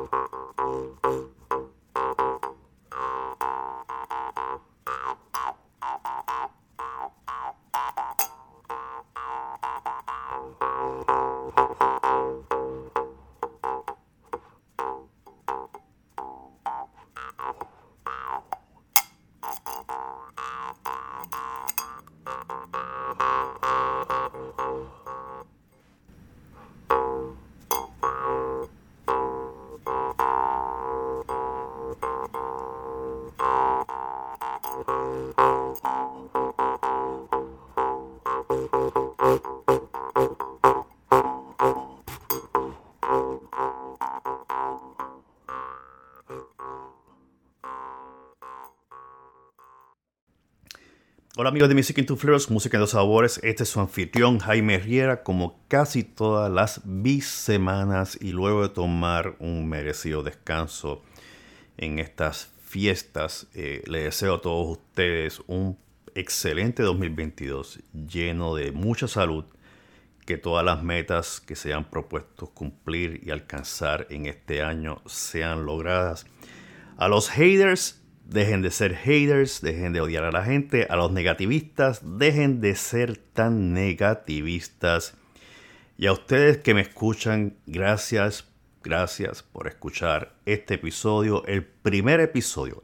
Hola amigos de Music in Two Flavors, Música en Dos Sabores. Este es su anfitrión Jaime Riera, como casi todas las bisemanas, y luego de tomar un merecido descanso en estas fiestas, les deseo a todos ustedes un excelente 2022 lleno de mucha salud, que todas las metas que se hayan propuesto cumplir y alcanzar en este año sean logradas. A los haters, dejen de ser haters, dejen de odiar a la gente. A los negativistas, dejen de ser tan negativistas. Y a ustedes que me escuchan, gracias por escuchar este episodio, el primer episodio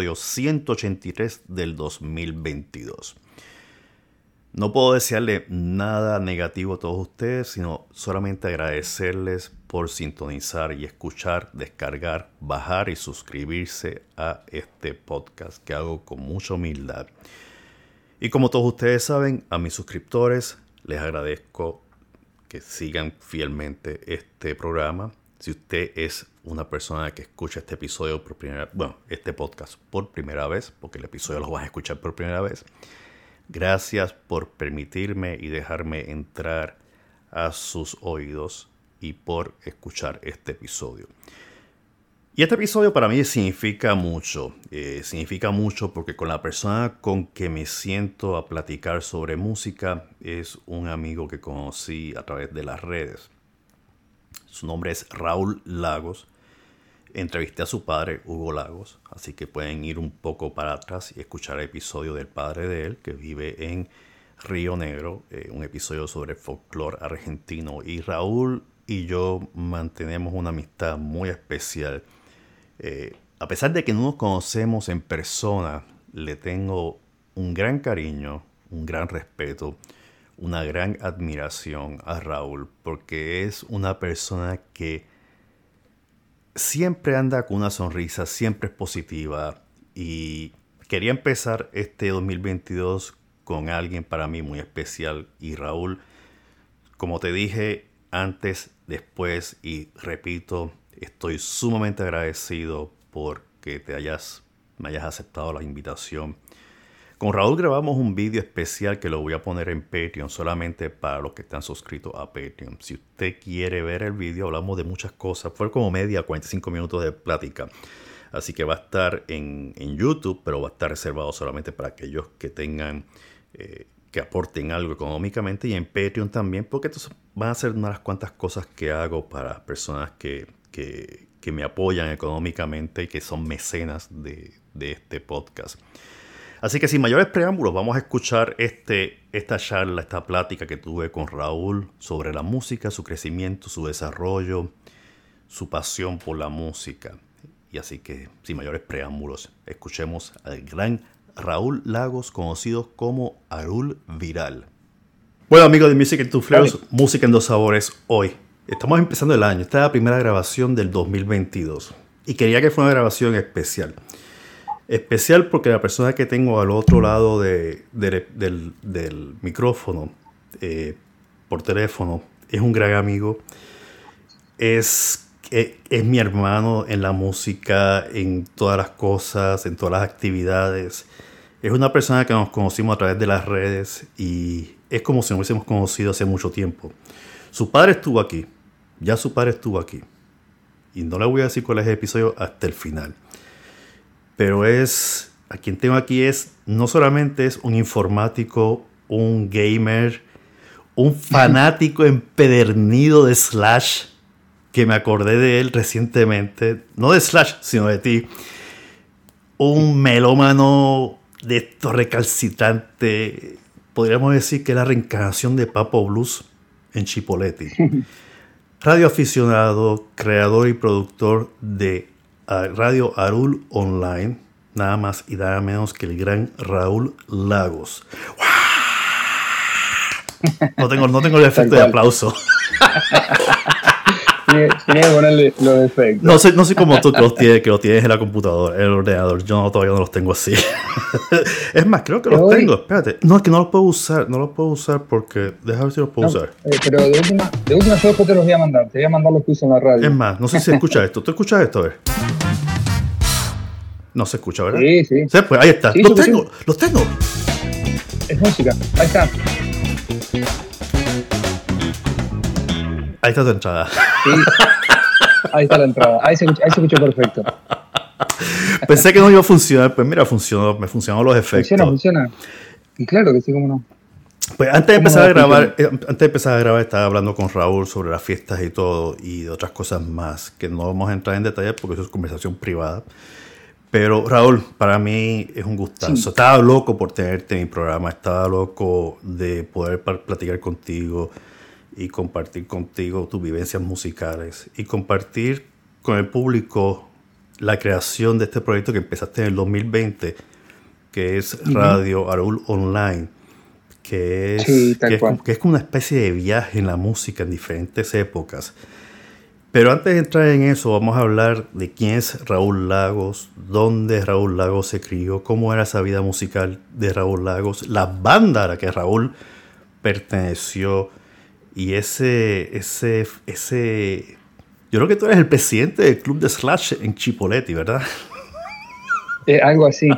183 del 2022. No puedo desearle nada negativo a todos ustedes, sino solamente agradecerles por sintonizar y escuchar, descargar, bajar y suscribirse a este podcast que hago con mucha humildad. Y como todos ustedes saben, a mis suscriptores les agradezco que sigan fielmente este programa. Si usted es una persona que escucha este episodio este podcast por primera vez, porque el episodio lo vas a escuchar por primera vez, gracias por permitirme y dejarme entrar a sus oídos y por escuchar este episodio. Y este episodio para mí significa mucho. Significa mucho porque con la persona con que me siento a platicar sobre música es un amigo que conocí a través de las redes. Su nombre es Raúl Lagos. Entrevisté a su padre, Hugo Lagos, así que pueden ir un poco para atrás y escuchar el episodio del padre de él, que vive en Río Negro, un episodio sobre folclore argentino. Y Raúl y yo mantenemos una amistad muy especial. A pesar de que no nos conocemos en persona, le tengo un gran cariño, un gran respeto, una gran admiración a Raúl, porque es una persona que siempre anda con una sonrisa, siempre es positiva, y quería empezar este 2022 con alguien para mí muy especial. Y Raúl, como te dije antes, después y repito, estoy sumamente agradecido porque me hayas aceptado la invitación. Con Raúl grabamos un vídeo especial que lo voy a poner en Patreon solamente para los que están suscritos a Patreon. Si usted quiere ver el vídeo, hablamos de muchas cosas. Fue como 45 minutos de plática. Así que va a estar en YouTube, pero va a estar reservado solamente para aquellos que tengan, que aporten algo económicamente, y en Patreon también, porque estos van a ser unas cuantas cosas que hago para personas que me apoyan económicamente y que son mecenas de este podcast. Así que sin mayores preámbulos, vamos a escuchar esta charla, esta plática que tuve con Raúl sobre la música, su crecimiento, su desarrollo, su pasión por la música. Y así que sin mayores preámbulos, escuchemos al gran Raúl Lagos, conocido como Arul Viral. Bueno, amigos de Music in Two Flavors, Música en Dos Sabores, hoy estamos empezando el año. Esta es la primera grabación del 2022 y quería que fuera una grabación especial. Especial porque la persona que tengo al otro lado del micrófono, por teléfono, es un gran amigo. Es mi hermano en la música, en todas las cosas, en todas las actividades. Es una persona que nos conocimos a través de las redes y es como si nos hubiésemos conocido hace mucho tiempo. Su padre estuvo aquí. Ya su padre estuvo aquí. Y no le voy a decir cuál es el episodio hasta el final. Pero a quien tengo aquí no solamente es un informático, un gamer, un fanático empedernido de Slash, que me acordé de él recientemente, no de Slash, sino de ti. Un melómano de esto recalcitrante, podríamos decir que es la reencarnación de Papo Blues en Chipoleti. Radioaficionado, creador y productor de Radio Arul Online, nada más y nada menos que el gran Raúl Lagos. No tengo el efecto de aplauso. Tiene que ponerle los efectos. No sé cómo tú que lo tienes en la computadora, en el ordenador. Yo todavía no los tengo así. Es más, creo que los tengo. Espérate. No, es que no los puedo usar. No los puedo usar porque... Déjame ver si los puedo usar. Pero de última yo después te los voy a mandar. Te voy a mandar los que uso en la radio. Es más, no sé si escucha esto. ¿Tú escuchas esto? A ver. No se escucha, ¿verdad? Sí. Sí, pues ahí está. Sí, los tengo. Es música. Ahí está. Ahí está tu entrada. Sí. Ahí está la entrada. Ahí se escuchó perfecto. Pensé que no iba a funcionar, pues mira, funcionó. Me funcionaron los efectos. Funciona. Y claro que sí, cómo no. Pues antes de empezar a grabar, estaba hablando con Raúl sobre las fiestas y todo, y de otras cosas más, que no vamos a entrar en detalle porque eso es conversación privada. Pero Raúl, para mí es un gustazo. Sí. Estaba loco por tenerte en mi programa, estaba loco de poder platicar contigo y compartir contigo tus vivencias musicales y compartir con el público la creación de este proyecto que empezaste en el 2020, que es Radio Arul Online, que es como una especie de viaje en la música en diferentes épocas. Pero antes de entrar en eso, vamos a hablar de quién es Raúl Lagos, dónde Raúl Lagos se crió, cómo era esa vida musical de Raúl Lagos, la banda a la que Raúl perteneció y ese yo creo que tú eres el presidente del club de Slash en Chipoleti, ¿verdad? Algo así.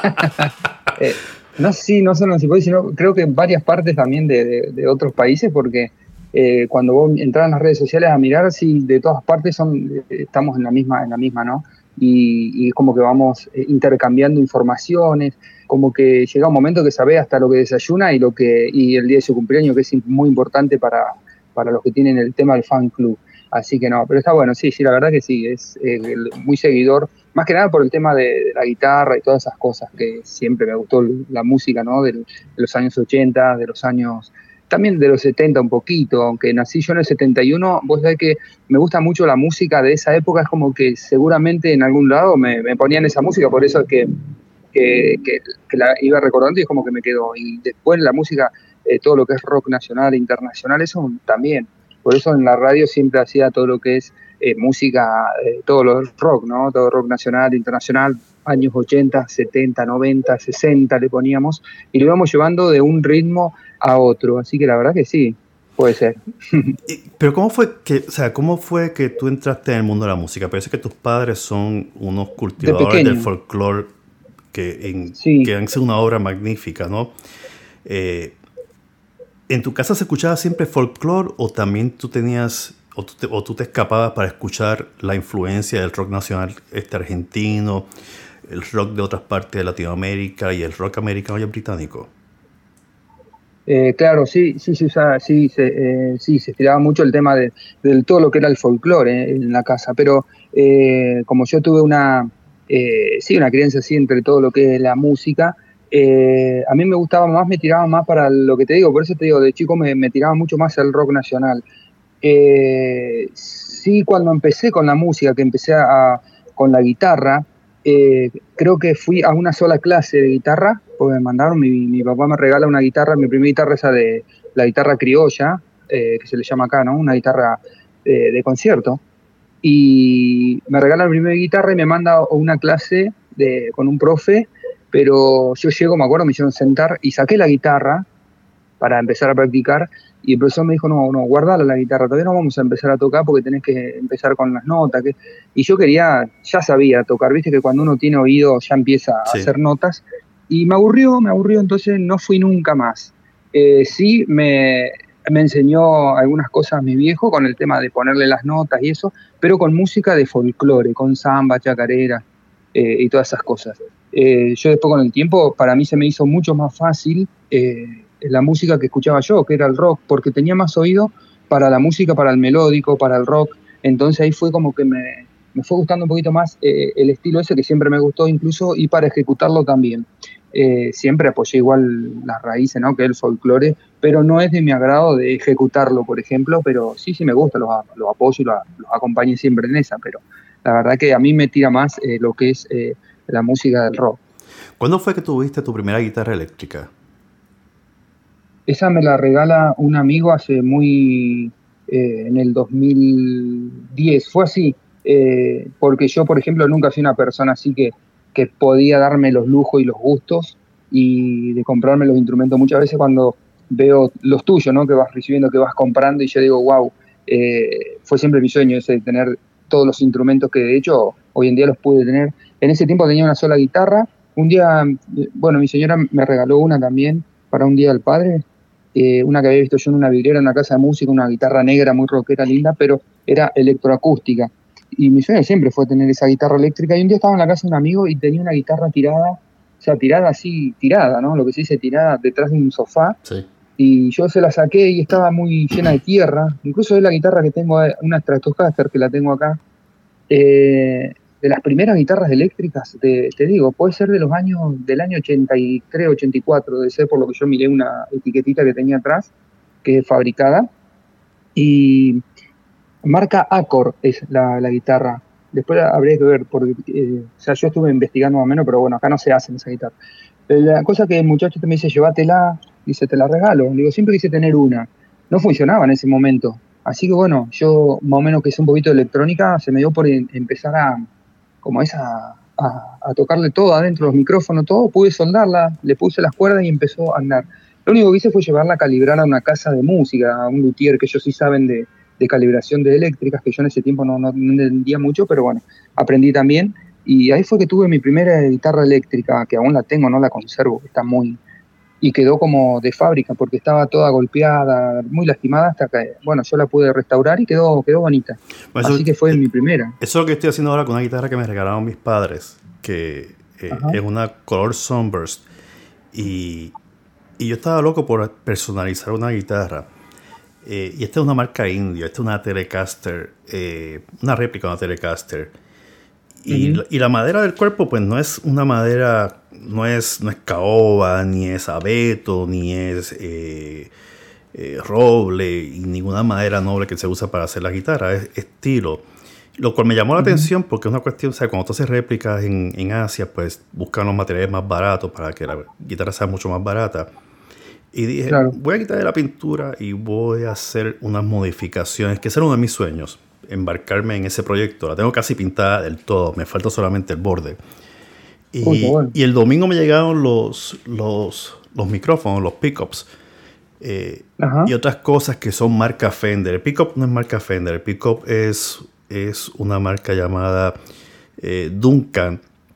No solo en Chipoleti, sino creo que en varias partes también de otros países, porque cuando vos entras en las redes sociales a mirar, sí, de todas partes estamos en la misma, ¿no? Y como que vamos intercambiando informaciones, como que llega un momento que sabés hasta lo que desayuna y el día de su cumpleaños, que es muy importante para los que tienen el tema del fan club. Así que no, pero está bueno, sí, la verdad que sí, es muy seguidor, más que nada por el tema de la guitarra y todas esas cosas, que siempre me gustó la música, ¿no? De los años 80, de los años... También de los 70 un poquito, aunque nací yo en el 71, vos sabés que me gusta mucho la música de esa época, es como que seguramente en algún lado me ponían esa música, por eso es que la iba recordando y es como que me quedó. Y después la música, todo lo que es rock nacional e internacional, eso también. Por eso en la radio siempre hacía todo lo que es música, todo lo rock, ¿no? Todo rock nacional, internacional, años 80, 70, 90, 60 le poníamos, y lo íbamos llevando de un ritmo a otro, así que la verdad que sí, puede ser. Pero ¿cómo fue que tú entraste en el mundo de la música? Parece que tus padres son unos cultivadores del folclore que han sido una obra magnífica, ¿no? ¿En tu casa se escuchaba siempre folclore o también tú tenías o tú te escapabas para escuchar la influencia del rock nacional argentino, el rock de otras partes de Latinoamérica y el rock americano y el británico? Claro, sí, se estiraba mucho el tema de todo lo que era el folclore en la casa, pero como yo tuve una crianza así entre todo lo que es la música, a mí me gustaba más, me tiraba más para lo que te digo, por eso te digo, de chico me tiraba mucho más el rock nacional. Sí, cuando empecé con la música, que empecé con la guitarra, creo que fui a una sola clase de guitarra, porque me mandaron, mi papá me regala una guitarra, mi primera guitarra esa de la guitarra criolla, que se le llama acá, ¿no? Una guitarra de concierto, y me regala la primera guitarra y me manda a una clase con un profe, pero yo llego, me acuerdo, me hicieron sentar y saqué la guitarra para empezar a practicar, y el profesor me dijo, no, guardala la guitarra, todavía no vamos a empezar a tocar porque tenés que empezar con las notas. Y yo ya sabía tocar, viste que cuando uno tiene oído ya empieza a hacer notas, y me aburrió, entonces no fui nunca más. Sí, me enseñó algunas cosas mi viejo con el tema de ponerle las notas y eso, pero con música de folclore, con samba, chacarera y todas esas cosas. Yo después con el tiempo, para mí se me hizo mucho más fácil la música que escuchaba yo, que era el rock, porque tenía más oído para la música, para el melódico, para el rock, Entonces ahí fue como que me fue gustando un poquito más el estilo ese que siempre me gustó incluso y para ejecutarlo también. Siempre apoyé igual las raíces, ¿no? Que es el folclore, pero no es de mi agrado de ejecutarlo, por ejemplo, pero sí me gusta, los apoyo y los acompaño siempre en esa, pero la verdad que a mí me tira más lo que es la música del rock. ¿Cuándo fue que tuviste tu primera guitarra eléctrica? Esa me la regala un amigo hace en el 2010, fue así, porque yo, por ejemplo, nunca fui una persona así que podía darme los lujos y los gustos y de comprarme los instrumentos. Muchas veces cuando veo los tuyos, ¿no? Que vas recibiendo, que vas comprando y yo digo, wow, fue siempre mi sueño ese de tener todos los instrumentos que de hecho hoy en día los pude tener. En ese tiempo tenía una sola guitarra. Un día, bueno, mi señora me regaló una también para un día del padre, una que había visto yo en una vidriera en una casa de música, una guitarra negra muy rockera, linda, pero era electroacústica. Y mi sueño siempre fue tener esa guitarra eléctrica. Y un día estaba en la casa de un amigo y tenía una guitarra tirada, o sea, tirada así, tirada, ¿no? Lo que se dice tirada detrás de un sofá. Sí. Y yo se la saqué y estaba muy llena de tierra. Incluso es la guitarra que tengo, una Stratocaster que la tengo acá. De las primeras guitarras eléctricas, te digo, puede ser del año 83, 84, debe ser por lo que yo miré una etiquetita que tenía atrás, que es fabricada. Y marca Acor es la guitarra. Después habría que ver, porque o sea, yo estuve investigando más o menos, pero bueno, acá no se hacen esa guitarra. La cosa que el muchacho me dice, llévatela, dice, te la regalo. Le digo, siempre quise tener una. No funcionaba en ese momento. Así que bueno, yo más o menos que sé un poquito de electrónica, se me dio por empezar a tocarle todo adentro, los micrófonos, todo, pude soldarla, le puse las cuerdas y empezó a andar. Lo único que hice fue llevarla a calibrar a una casa de música, a un luthier que ellos sí saben de calibración de eléctricas, que yo en ese tiempo no entendía mucho, pero bueno, aprendí también. Y ahí fue que tuve mi primera guitarra eléctrica, que aún la tengo, no la conservo, está muy... Y quedó como de fábrica, porque estaba toda golpeada, muy lastimada, hasta que, bueno, yo la pude restaurar y quedó bonita. Bueno, así que fue mi primera. Eso es lo que estoy haciendo ahora con una guitarra que me regalaron mis padres, que es una color Sunburst. Y yo estaba loco por personalizar una guitarra. Y esta es una marca india, esta es una Telecaster, una réplica de una Telecaster. Y la madera del cuerpo, pues no es una madera, no es caoba, ni es abeto, ni es roble, y ninguna madera noble que se usa para hacer la guitarra, es estilo. Lo cual me llamó la atención porque es una cuestión, o sea, cuando tú haces réplicas en Asia, pues buscan los materiales más baratos para que la guitarra sea mucho más barata. Y dije, claro, voy a quitarle la pintura y voy a hacer unas modificaciones, que ese era uno de mis sueños, embarcarme en ese proyecto. La tengo casi pintada del todo, me falta solamente el borde. Y el domingo me llegaron los micrófonos, los pickups, y otras cosas que son marca Fender. El pickup no es marca Fender, el pickup es una marca llamada Duncan.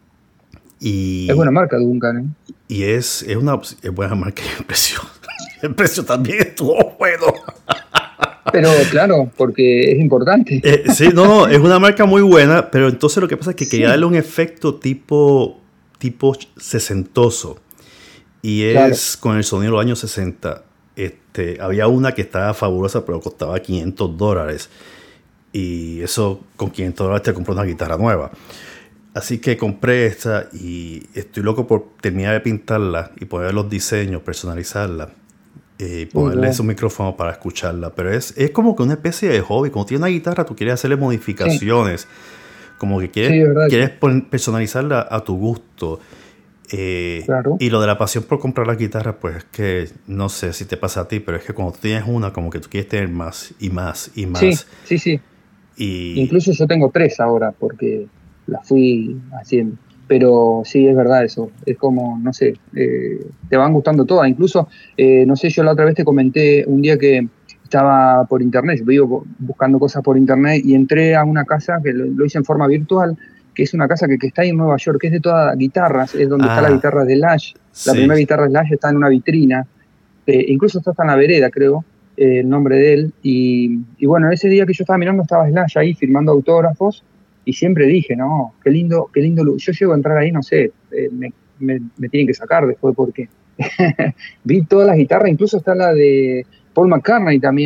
Es buena marca Duncan, ¿eh? Y es buena marca y el precio también estuvo bueno. Pero claro, porque es importante. Sí, no, es una marca muy buena, pero entonces lo que pasa es que quería darle un efecto tipo sesentoso. Y es con el sonido de los años 60. Había una que estaba fabulosa, pero costaba $500. Y eso, con $500 te compró una guitarra nueva. Así que compré esta y estoy loco por terminar de pintarla y poner los diseños, personalizarla. Ponerle esos micrófonos para escucharla. Pero es como que una especie de hobby. Cuando tienes una guitarra, tú quieres hacerle modificaciones. Sí. Como que quieres personalizarla a tu gusto. Claro. Y lo de la pasión por comprar las guitarras, pues es que no sé si te pasa a ti, pero es que cuando tú tienes una, como que tú quieres tener más y más y más. Sí. Incluso yo tengo 3 ahora porque las fui haciendo. Pero sí, es verdad eso. Es como, no sé, te van gustando todas. Incluso, no sé, yo la otra vez te comenté un día que estaba por internet, vivo buscando cosas por internet y entré a una casa que lo hice en forma virtual, que es una casa que está ahí en Nueva York, que es de todas guitarras, es donde está la guitarra de Slash. La primera guitarra de Slash está en una vitrina. Incluso está en la vereda, creo, el nombre de él. Y bueno, ese día que yo estaba mirando estaba Slash ahí firmando autógrafos. Y siempre dije, no, qué lindo. Yo llego a entrar ahí, no sé, me tienen que sacar después porque vi todas las guitarras, incluso está la de Paul McCartney también,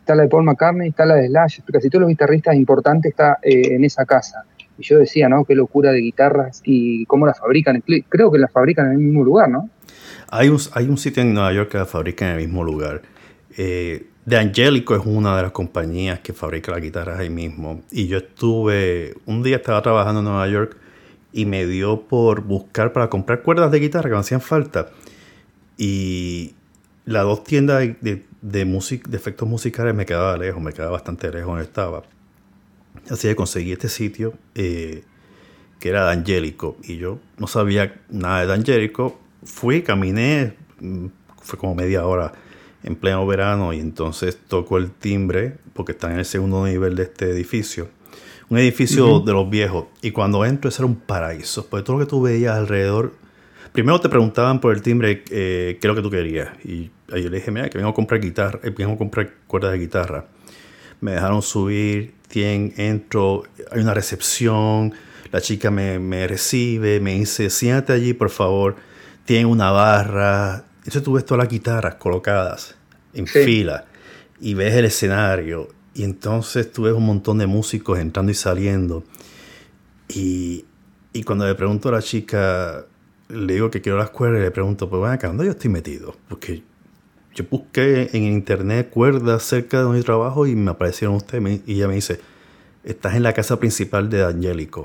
está la de Paul McCartney, está la de Slash, casi todos los guitarristas importantes están en esa casa. Y yo decía, ¿no? Qué locura de guitarras y cómo las fabrican. Creo que las fabrican en el mismo lugar, ¿no? Hay un sitio en Nueva York que las fabrica en el mismo lugar. De Angelico es una de las compañías que fabrica las guitarras ahí mismo. Y yo un día estaba trabajando en Nueva York y me dio por buscar para comprar cuerdas de guitarra que me hacían falta. Y las dos tiendas de efectos musicales me quedaba bastante lejos donde estaba. Así que conseguí este sitio que era de Angelico. Y yo no sabía nada de Angelico. Fui, caminé, fue como media hora en pleno verano y entonces tocó el timbre porque está en el segundo nivel de este edificio. Un edificio de los viejos. Y cuando entro, ese era un paraíso. Porque todo lo que tú veías alrededor... Primero te preguntaban por el timbre qué es lo que tú querías. Y yo le dije, mira, que vengo a comprar cuerdas de guitarra. Me dejaron subir, entro, hay una recepción, la chica me recibe, me dice, siéntate allí, por favor. Tiene una barra. Entonces tú ves todas las guitarras colocadas en fila y ves el escenario. Y entonces tú ves un montón de músicos entrando y saliendo. Y cuando le pregunto a la chica, le digo que quiero las cuerdas y le pregunto, pues bueno, acá ¿dónde yo estoy metido? Porque yo busqué en internet cuerdas cerca de donde yo trabajo y me aparecieron ustedes. Y ella me dice, estás en la casa principal de Angelico.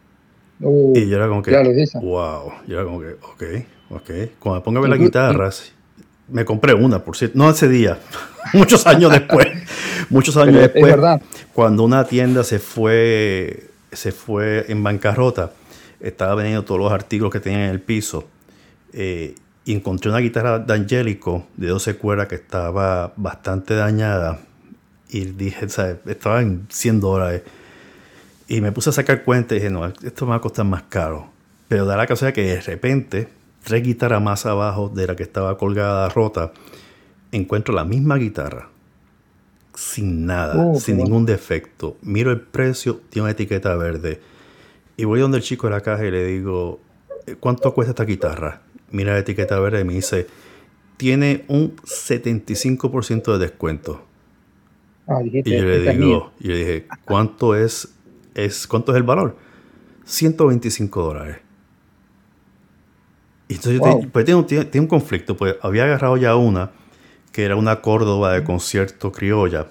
Y yo era como que, claro, es esa. Wow. Yo era como que, ok. Cuando me pongo a ver las guitarras, me compré una, por cierto. No ese día, muchos años después. Es verdad. Cuando una tienda se fue en bancarrota, estaba vendiendo todos los artículos que tenían en el piso. Y encontré una guitarra de Angelico de 12 cuerdas que estaba bastante dañada. Y dije, ¿sabes? Estaba en $100. Y me puse a sacar cuenta y dije, no, esto me va a costar más caro. Pero da la casualidad que de repente, 3 guitarras más abajo de la que estaba colgada rota, encuentro la misma guitarra. Sin nada, sin ningún defecto. Miro el precio, tiene una etiqueta verde. Y voy donde el chico de la caja y le digo, ¿cuánto cuesta esta guitarra? Mira la etiqueta verde y me dice, tiene un 75% de descuento. Y yo le dije, ¿cuánto es el valor? $125. Y entonces pues tiene un conflicto, pues había agarrado ya una que era una Córdoba de concierto criolla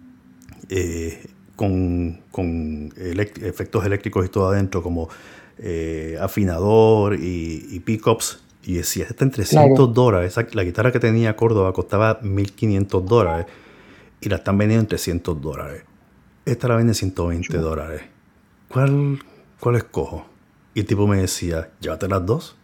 con efectos eléctricos y todo adentro como afinador y pickups, y decía, está en $300. La guitarra que tenía Córdoba costaba $1,500 y la están vendiendo en $300. Esta la venden $120. ¿Cuál escojo? Y el tipo me decía, llévate las dos.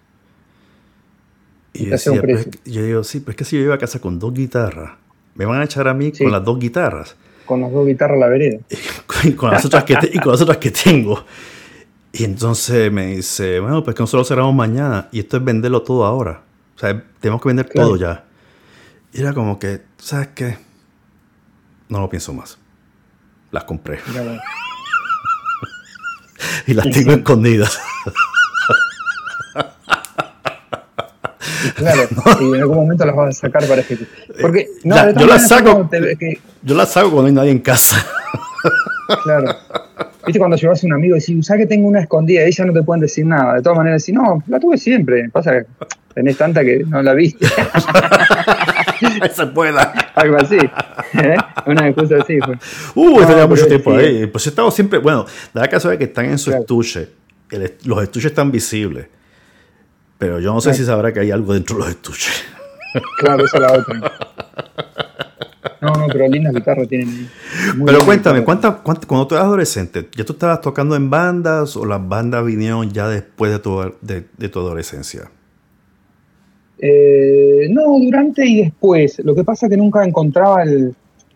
Y yo decía, yo digo, sí, pero es que si yo iba a casa con 2 guitarras, me van a echar a mí con las 2 guitarras. Con las 2 guitarras a la vereda. Y con las otras que tengo. Y entonces me dice, bueno, pues que nosotros cerramos mañana y esto es venderlo todo ahora. O sea, tenemos que vender todo ya. Y era como que, ¿sabes qué? No lo pienso más. Las compré. Y las tengo escondidas. Claro, y en algún momento las vas a sacar para ejecutar. Porque yo las saco cuando hay nadie en casa. Claro. Viste cuando llevas a un amigo y decís, ¿sabes que tengo una escondida? Ella no te pueden decir nada. De todas maneras decís, no, la tuve siempre. Pasa que tenés tanta que no la viste. Se pueda. Algo así. Una excusa así. Tenía mucho tiempo ahí. Pues he estado siempre, bueno, da la casualidad que están en su estuche. Los estuches están visibles. Pero yo no sé si sabrá que hay algo dentro de los estuches. Claro, esa es la otra. No, pero lindas guitarras tienen. Pero cuéntame, cuando tú eras adolescente, ¿ya tú estabas tocando en bandas o las bandas vinieron ya después de tu adolescencia? No, durante y después. Lo que pasa es que nunca encontraba el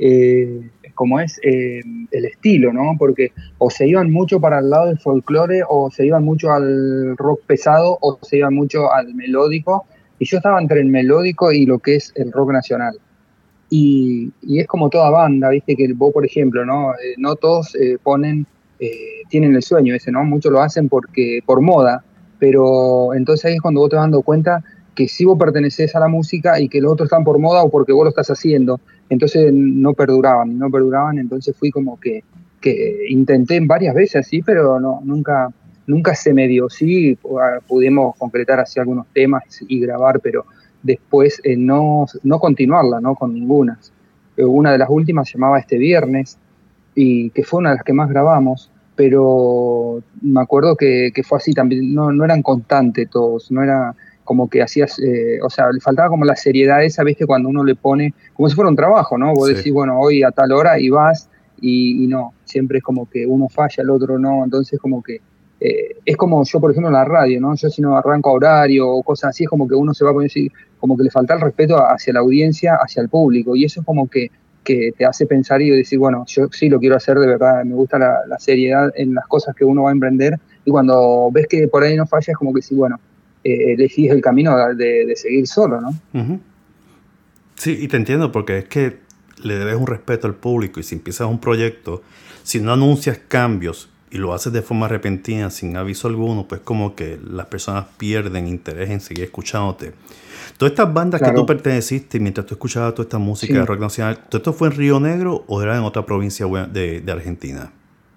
estilo, ¿no? Porque o se iban mucho para el lado del folclore, o se iban mucho al rock pesado, o se iban mucho al melódico. Y yo estaba entre el melódico y lo que es el rock nacional. Y es como toda banda, viste, que vos, por ejemplo, no todos tienen el sueño ese, ¿no? Muchos lo hacen por moda, pero entonces ahí es cuando vos te vas dando cuenta que si vos pertenecés a la música y que los otros están por moda o porque vos lo estás haciendo. entonces no perduraban, entonces fui como que intenté varias veces así, pero no, nunca se me dio. Sí, pudimos concretar así algunos temas y grabar, pero después no continuarla, ¿no? Con ninguna. Una de las últimas se llamaba Este Viernes, y que fue una de las que más grabamos, pero me acuerdo que fue así también, no eran constantes todos, no era como que hacías, o sea, le faltaba como la seriedad esa, viste, cuando uno le pone, como si fuera un trabajo, ¿no? Vos Sí. decís, bueno, hoy a tal hora y vas, y no, siempre es como que uno falla, el otro no, entonces como que es como yo, por ejemplo, en la radio, ¿no? Yo si no arranco a horario o cosas así, es como que uno se va a poner así, como que le falta el respeto hacia la audiencia, hacia el público, y eso es como que te hace pensar y decir, bueno, yo sí lo quiero hacer de verdad, me gusta la seriedad en las cosas que uno va a emprender, y cuando ves que por ahí no falla, es como que sí, bueno, elegís el camino de seguir solo, ¿no? Uh-huh. Sí, y te entiendo, porque es que le debes un respeto al público, y si empiezas un proyecto, si no anuncias cambios y lo haces de forma repentina, sin aviso alguno, pues como que las personas pierden interés en seguir escuchándote. Todas estas bandas que tú perteneciste mientras tú escuchabas toda esta música de rock nacional, ¿todo esto fue en Río Negro o era en otra provincia de Argentina?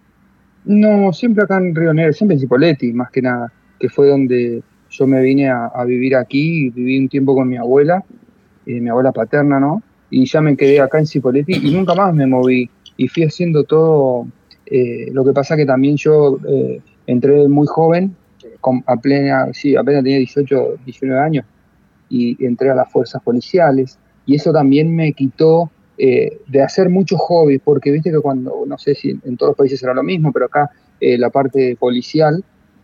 No, siempre acá en Río Negro, siempre en Cipolletti, más que nada, que fue donde yo me vine a vivir aquí, viví un tiempo con mi abuela paterna, ¿no? Y ya me quedé acá en Cipolletti y nunca más me moví. Y fui haciendo todo, lo que pasa que también yo entré muy joven, apenas tenía 18, 19 años, y entré a las fuerzas policiales, y eso también me quitó de hacer muchos hobbies, porque viste que cuando, no sé si en todos los países será lo mismo, pero acá la parte policial,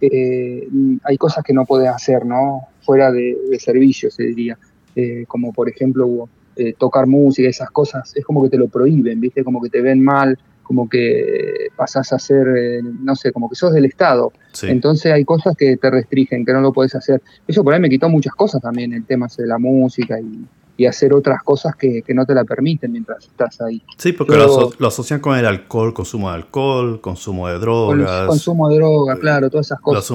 hay cosas que no podés hacer, ¿no? Fuera de servicio, se diría. Como por ejemplo tocar música, esas cosas, es como que te lo prohíben, ¿viste? Como que te ven mal, como que pasás a ser, no sé, como que sos del Estado. Sí. Entonces hay cosas que te restringen, que no lo podés hacer. Eso por ahí me quitó muchas cosas también, el tema de la música y hacer otras cosas que no te la permiten mientras estás ahí. Sí, porque lo asocian con el alcohol, consumo de alcohol, consumo de drogas. Consumo de drogas, claro, todas esas cosas.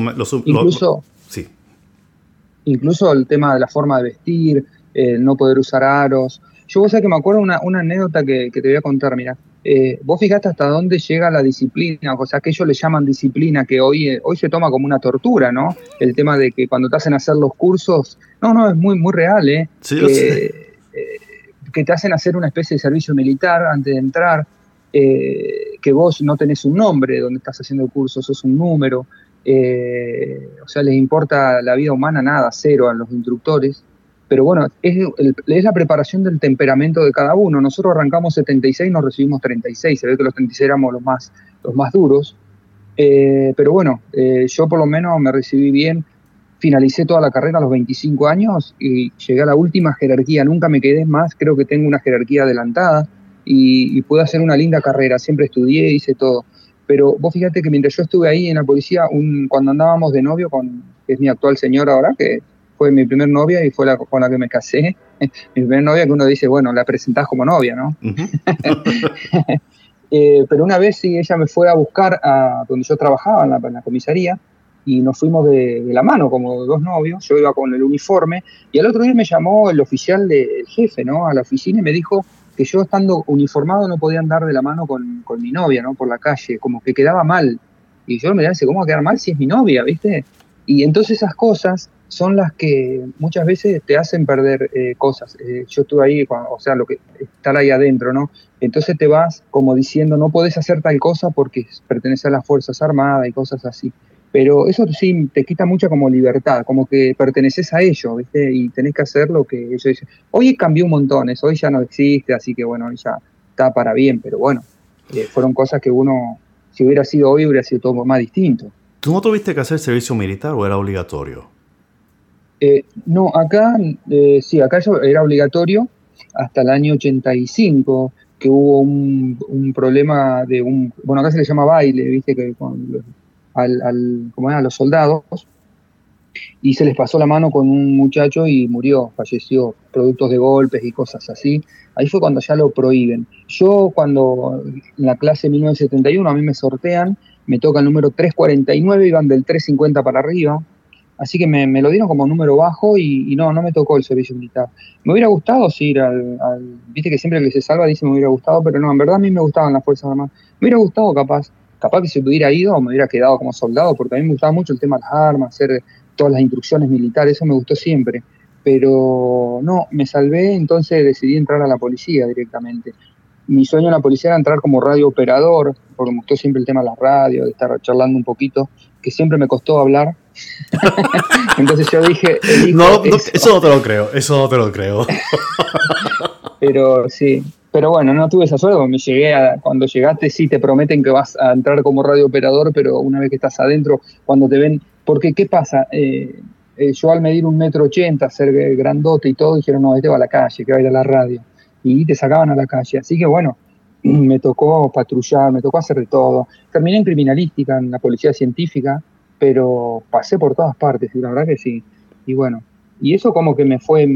Incluso el tema de la forma de vestir, no poder usar aros. Yo vos sabés que me acuerdo una anécdota que te voy a contar, mira. Vos fijate hasta dónde llega la disciplina, o sea, que ellos le llaman disciplina, que hoy se toma como una tortura, ¿no? El tema de que cuando te hacen hacer los cursos, no, es muy, muy real, ¿eh? Sí, Que te hacen hacer una especie de servicio militar antes de entrar, que vos no tenés un nombre donde estás haciendo el curso, sos un número, o sea, les importa la vida humana nada, cero a los instructores. Pero bueno, es la preparación del temperamento de cada uno. Nosotros arrancamos 76, nos recibimos 36. Se ve que los 36 éramos los más duros. Pero bueno, yo por lo menos me recibí bien. Finalicé toda la carrera a los 25 años y llegué a la última jerarquía. Nunca me quedé más, creo que tengo una jerarquía adelantada y pude hacer una linda carrera. Siempre estudié, hice todo. Pero vos fíjate que mientras yo estuve ahí en la policía, cuando andábamos de novio, que es mi actual señora ahora, que fue mi primer novia y fue con la que me casé. Mi primer novia, que uno dice, bueno, la presentás como novia, ¿no? Uh-huh. Pero una vez sí, ella me fue a buscar a donde yo trabajaba, en la comisaría, y nos fuimos de la mano como dos novios. Yo iba con el uniforme, y al otro día me llamó el oficial del jefe, ¿no? A la oficina, y me dijo que yo estando uniformado no podía andar de la mano con mi novia, ¿no? Por la calle, como que quedaba mal. Y yo me decía, ¿cómo va a quedar mal si es mi novia, viste? Y entonces esas cosas son las que muchas veces te hacen perder cosas. Yo estuve ahí, o sea, lo que estar ahí adentro, ¿no? Entonces te vas como diciendo, no podés hacer tal cosa porque pertenece a las Fuerzas Armadas y cosas así. Pero eso sí te quita mucha como libertad, como que perteneces a ellos, ¿viste? Y tenés que hacer lo que ellos dicen. Hoy cambió un montón, hoy ya no existe, así que bueno, ya está para bien, pero bueno, fueron cosas que uno, si hubiera sido hoy, hubiera sido todo más distinto. ¿Tú no tuviste que hacer servicio militar o era obligatorio? No, acá eso era obligatorio hasta el año 85, que hubo un problema bueno, acá se le llama baile, viste, que como a los soldados, y se les pasó la mano con un muchacho y falleció, productos de golpes y cosas así. Ahí fue cuando ya lo prohíben. Yo cuando en la clase 1971 a mí me sortean, me toca el número 349, iban del 350 para arriba. Así que me lo dieron como número bajo y no me tocó el servicio militar. Me hubiera gustado sí, ir viste que siempre el que se salva dice me hubiera gustado, pero no, en verdad a mí me gustaban las Fuerzas Armadas. Me hubiera gustado capaz que si hubiera ido me hubiera quedado como soldado, porque a mí me gustaba mucho el tema de las armas, hacer todas las instrucciones militares, eso me gustó siempre. Pero no, me salvé, entonces decidí entrar a la policía directamente. Mi sueño en la policía era entrar como radio operador, porque me gustó siempre el tema de la radio, de estar charlando un poquito, que siempre me costó hablar. Entonces yo dije, no, eso no te lo creo, eso no te lo creo. Pero sí, pero bueno, no tuve esa suerte, cuando llegaste sí te prometen que vas a entrar como radio operador, pero una vez que estás adentro, cuando te ven, porque ¿qué pasa? Yo al medir 1,80 m, ser grandote y todo, dijeron, no, este va a la calle, que va a ir a la radio. Y te sacaban a la calle. Así que bueno, me tocó patrullar, me tocó hacer de todo. Terminé en criminalística, en la policía científica, pero pasé por todas partes, y la verdad que sí. Y bueno, y eso como que me fue,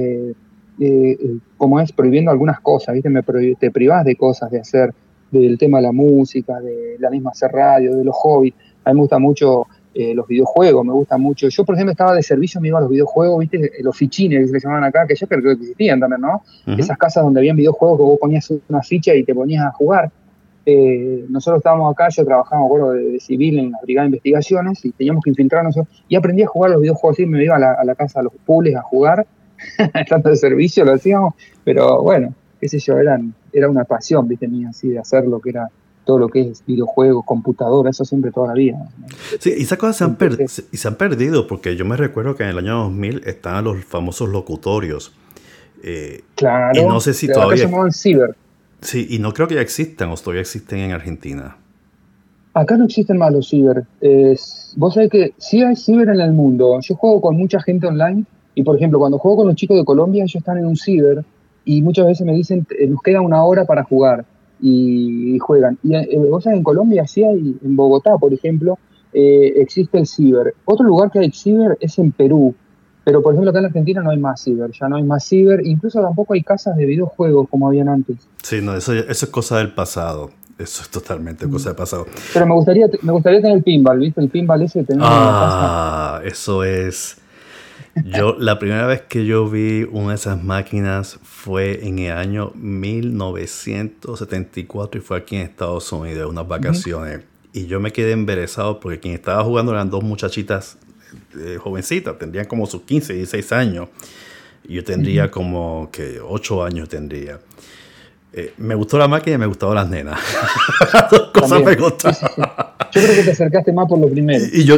como es, prohibiendo algunas cosas, ¿viste? Te privás de cosas de hacer, del tema de la música, de la misma hacer radio, de los hobbies. A mí me gusta mucho los videojuegos, me gusta mucho. Yo, por ejemplo, estaba de servicio, me iba a los videojuegos, ¿viste? Los fichines que se le llamaban acá, que yo creo que existían también, ¿no? Uh-huh. Esas casas donde habían videojuegos que vos ponías una ficha y te ponías a jugar. Nosotros estábamos acá, yo trabajaba, me acuerdo, de civil en la Brigada de Investigaciones y teníamos que infiltrarnos y aprendí a jugar los videojuegos así, me iba a la casa, a los pools a jugar, tanto de servicio lo hacíamos, pero bueno, qué sé yo, era una pasión, ¿viste? Mía, así de hacer lo que era todo lo que es videojuegos, computadora, eso siempre toda la vida, ¿no? Sí, y esas cosas se han perdido, porque yo me recuerdo que en el año 2000 estaban los famosos locutorios. Claro, y no sé si todavía... se llamaban ciber. Sí, y no creo que ya existan, o todavía existen en Argentina. Acá no existen más los ciber. Vos sabés que sí hay ciber en el mundo. Yo juego con mucha gente online y, por ejemplo, cuando juego con los chicos de Colombia, ellos están en un ciber y muchas veces me dicen, nos queda 1 hora para jugar y juegan. Y vos sabés, en Colombia sí hay, en Bogotá, por ejemplo, existe el ciber. Otro lugar que hay ciber es en Perú. Pero, por ejemplo, acá en Argentina no hay más ciber, ya no hay más ciber, incluso tampoco hay casas de videojuegos como habían antes. Sí, no, eso es cosa del pasado, eso es totalmente cosa del pasado. Pero me gustaría tener el pinball, ¿viste? El pinball ese tener en la casa. Eso es... la primera vez que yo vi una de esas máquinas fue en el año 1974 y fue aquí en Estados Unidos, unas vacaciones. Y yo me quedé embelesado porque quien estaba jugando eran 2 muchachitas jovencitas, tendrían como sus 15, 16 años. Y yo tendría como que 8 años tendría. Me gustó la máquina y me gustaban las nenas. Las 2 cosas me gustaban. Sí. Yo creo que te acercaste más por lo primero. Yo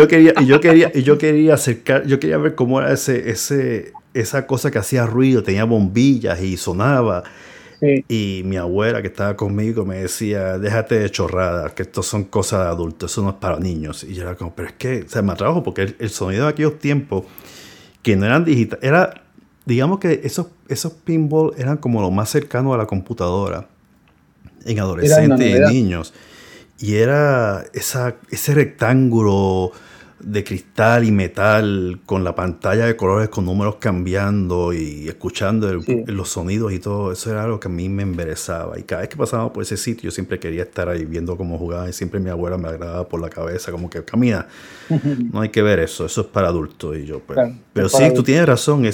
quería ver cómo era esa cosa que hacía ruido, tenía bombillas y sonaba. Sí. Y mi abuela que estaba conmigo me decía, déjate de chorradas, que esto son cosas de adultos, eso no es para niños. Y yo era como, pero es que, o sea, me atrajo porque el sonido de aquellos tiempos, que no eran digitales, era, digamos que esos pinball eran como lo más cercano a la computadora en adolescentes y niños. Y era ese rectángulo de cristal y metal con la pantalla de colores con números cambiando y escuchando los sonidos y todo. Eso era algo que a mí me embelesaba. Y cada vez que pasábamos por ese sitio yo siempre quería estar ahí viendo cómo jugaban. Y siempre mi abuela me agradaba por la cabeza como que camina, no hay que ver eso es para adultos. Y yo, pues, claro, pero sí, tú tienes razón,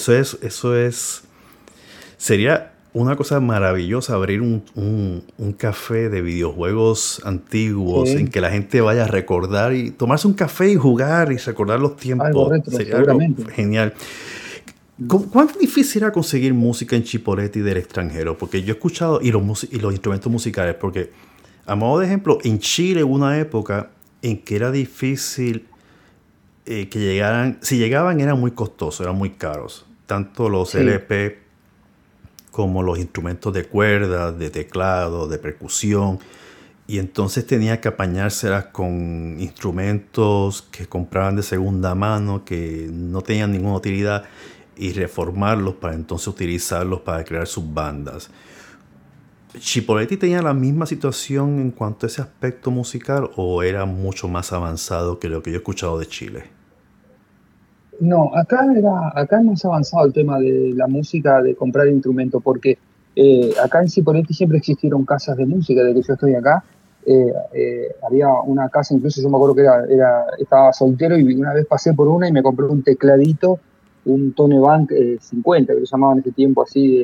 sería una cosa maravillosa abrir un café de videojuegos antiguos en que la gente vaya a recordar y tomarse un café y jugar y recordar los tiempos. Algo retro, sería algo genial. ¿Cuánto difícil era conseguir música en Chipoleti del extranjero? Porque yo he escuchado, y los instrumentos musicales, porque a modo de ejemplo, en Chile hubo una época en que era difícil que llegaran. Si llegaban eran muy costosos, eran muy caros. Tanto los LP como los instrumentos de cuerda, de teclado, de percusión. Y entonces tenía que apañárselas con instrumentos que compraban de segunda mano, que no tenían ninguna utilidad, y reformarlos para entonces utilizarlos para crear sus bandas. ¿Chipoleti tenía la misma situación en cuanto a ese aspecto musical o era mucho más avanzado que lo que yo he escuchado de Chile? No, acá es más avanzado el tema de la música, de comprar instrumentos, porque acá en Chipoleti siempre existieron casas de música, desde que yo estoy acá. había una casa, incluso yo me acuerdo que estaba soltero y una vez pasé por una y me compré un tecladito, un Tone Bank 50, que lo llamaban en ese tiempo así,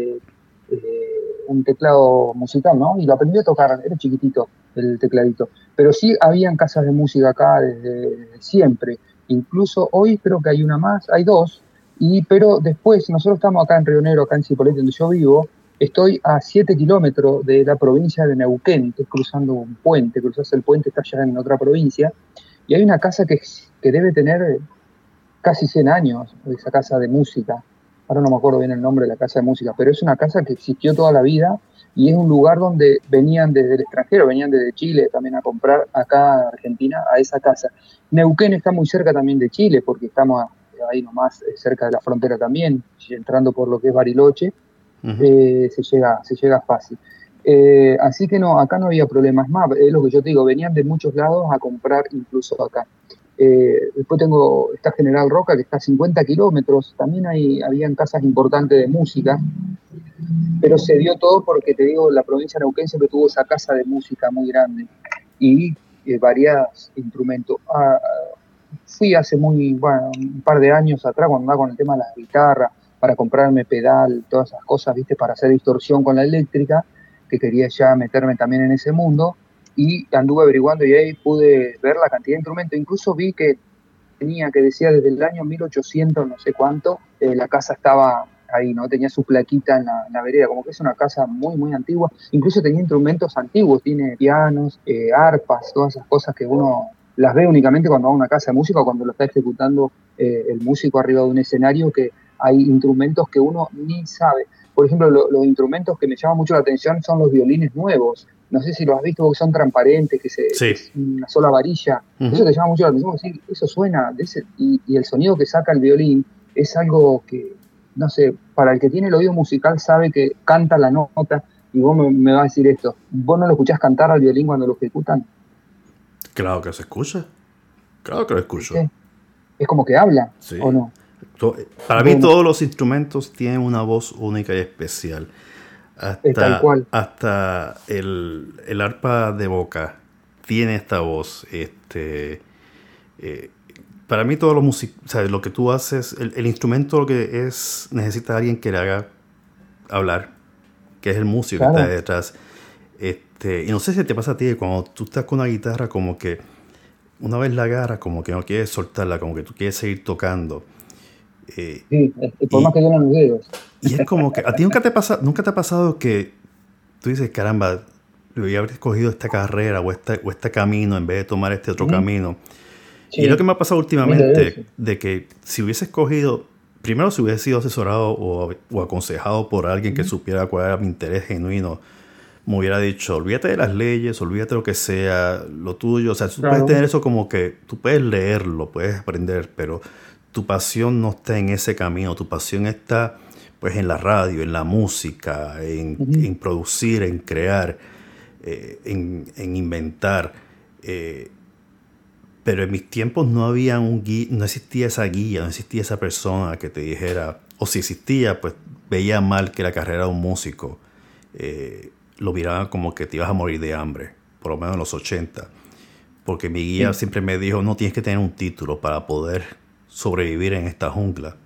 un teclado musical, ¿no? Y lo aprendí a tocar, era chiquitito el tecladito. Pero sí habían casas de música acá desde siempre. Incluso hoy creo que hay una más, hay dos, pero después nosotros estamos acá en Río Negro, acá en Cipolletti, donde yo vivo. Estoy a 7 kilómetros de la provincia de Neuquén, estoy cruzando un puente, cruzas el puente, estás ya en otra provincia, y hay una casa que debe tener casi 100 años, esa casa de música. Ahora no me acuerdo bien el nombre de la casa de música, pero es una casa que existió toda la vida y es un lugar donde venían desde el extranjero, venían desde Chile también a comprar acá a Argentina a esa casa. Neuquén está muy cerca también de Chile porque estamos ahí nomás cerca de la frontera también, entrando por lo que es Bariloche, Ujú. se llega fácil. Así que no, acá no había problemas más, es lo que yo te digo, venían de muchos lados a comprar incluso acá. Después está General Roca, que está a 50 kilómetros, también habían casas importantes de música, pero se dio todo porque, te digo, la provincia de Neuquén siempre tuvo esa casa de música muy grande y variados instrumentos. Fui hace bueno, un par de años atrás, cuando andaba con el tema de las guitarras, para comprarme pedal, todas esas cosas, ¿viste? Para hacer distorsión con la eléctrica, que quería ya meterme también en ese mundo, y anduve averiguando y ahí pude ver la cantidad de instrumentos. Incluso vi que que decía desde el año 1800, no sé cuánto, la casa estaba ahí, ¿no? Tenía su plaquita en la vereda, como que es una casa muy, muy antigua. Incluso tenía instrumentos antiguos, tiene pianos, arpas, todas esas cosas que uno las ve únicamente cuando va a una casa de música o cuando lo está ejecutando el músico arriba de un escenario, que hay instrumentos que uno ni sabe. Por ejemplo, los instrumentos que me llaman mucho la atención son los violines nuevos. No sé si los has visto, porque son transparentes, que Sí. es una sola varilla. Eso Ujú. te llama mucho la atención, decir, eso suena, y el sonido que saca el violín es algo que, no sé, para el que tiene el oído musical sabe que canta la nota, y vos me vas a decir esto, ¿vos no lo escuchás cantar al violín cuando lo ejecutan? Claro que se escucha. Claro que lo escucho. ¿Viste? Es como que habla, ¿o Sí. no? Para mí Bueno, todos los instrumentos tienen una voz única y especial. es tal cual. Hasta el arpa de boca tiene esta voz. Eh, para mí todo o sea, lo que tú haces, el instrumento lo que es, necesita alguien que le haga hablar, que es el músico que está Claro, detrás. Y no sé si te pasa a ti, que cuando tú estás con una guitarra, como que una vez la agarras, como que no quieres soltarla, como que tú quieres seguir tocando. Eh, sí, por más y, que duelen los dedos. y es como que a ti nunca te ha pasado que tú dices, caramba, debería haber escogido esta carrera o este camino en vez de tomar este otro Ujú. camino. Y es lo que Sí, me ha pasado miles de últimamente, veces. de que si hubiese escogido, primero si hubiese sido asesorado o aconsejado por alguien que Ujú. supiera cuál era mi interés genuino, me hubiera dicho, olvídate de las leyes, olvídate de lo que sea, lo tuyo. O sea, tú puedes Claro, tener eso como que, tú puedes leerlo, puedes aprender, pero tu pasión no está en ese camino, tu pasión está pues en la radio, en la música, ujú. en producir, en crear, en inventar. Pero en mis tiempos no había no existía esa guía, no existía esa persona que te dijera, o si existía, pues veía mal que la carrera de un músico lo miraban como que te ibas a morir de hambre, por lo menos en los 80. Porque mi guía Sí, siempre me dijo, no tienes que tener un título para poder sobrevivir en esta jungla.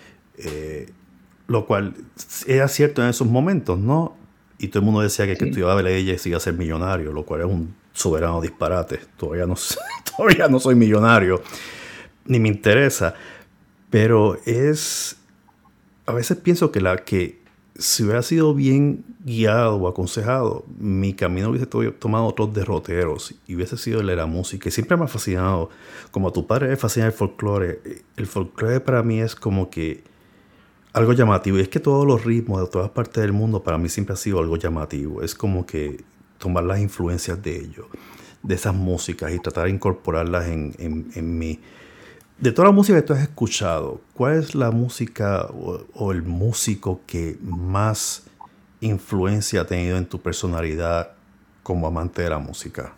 Lo cual era cierto en esos momentos, ¿no? Y todo el mundo decía que el que sí. estudiaba leyes iba a ser millonario, lo cual es un soberano disparate. Todavía no, todavía no soy millonario, ni me interesa. Pero a veces pienso que si hubiera sido bien guiado o aconsejado, mi camino hubiese tomado otros derroteros y hubiese sido el de la música. Y siempre me ha fascinado, como a tu padre le fascina el folclore. El folclore para mí es como que algo llamativo. Y es que todos los ritmos de todas partes del mundo para mí siempre ha sido algo llamativo. Es como que tomar las influencias de ellos, de esas músicas y tratar de incorporarlas en mí. De toda la música que tú has escuchado, ¿cuál es la música o el músico que más influencia ha tenido en tu personalidad como amante de la música?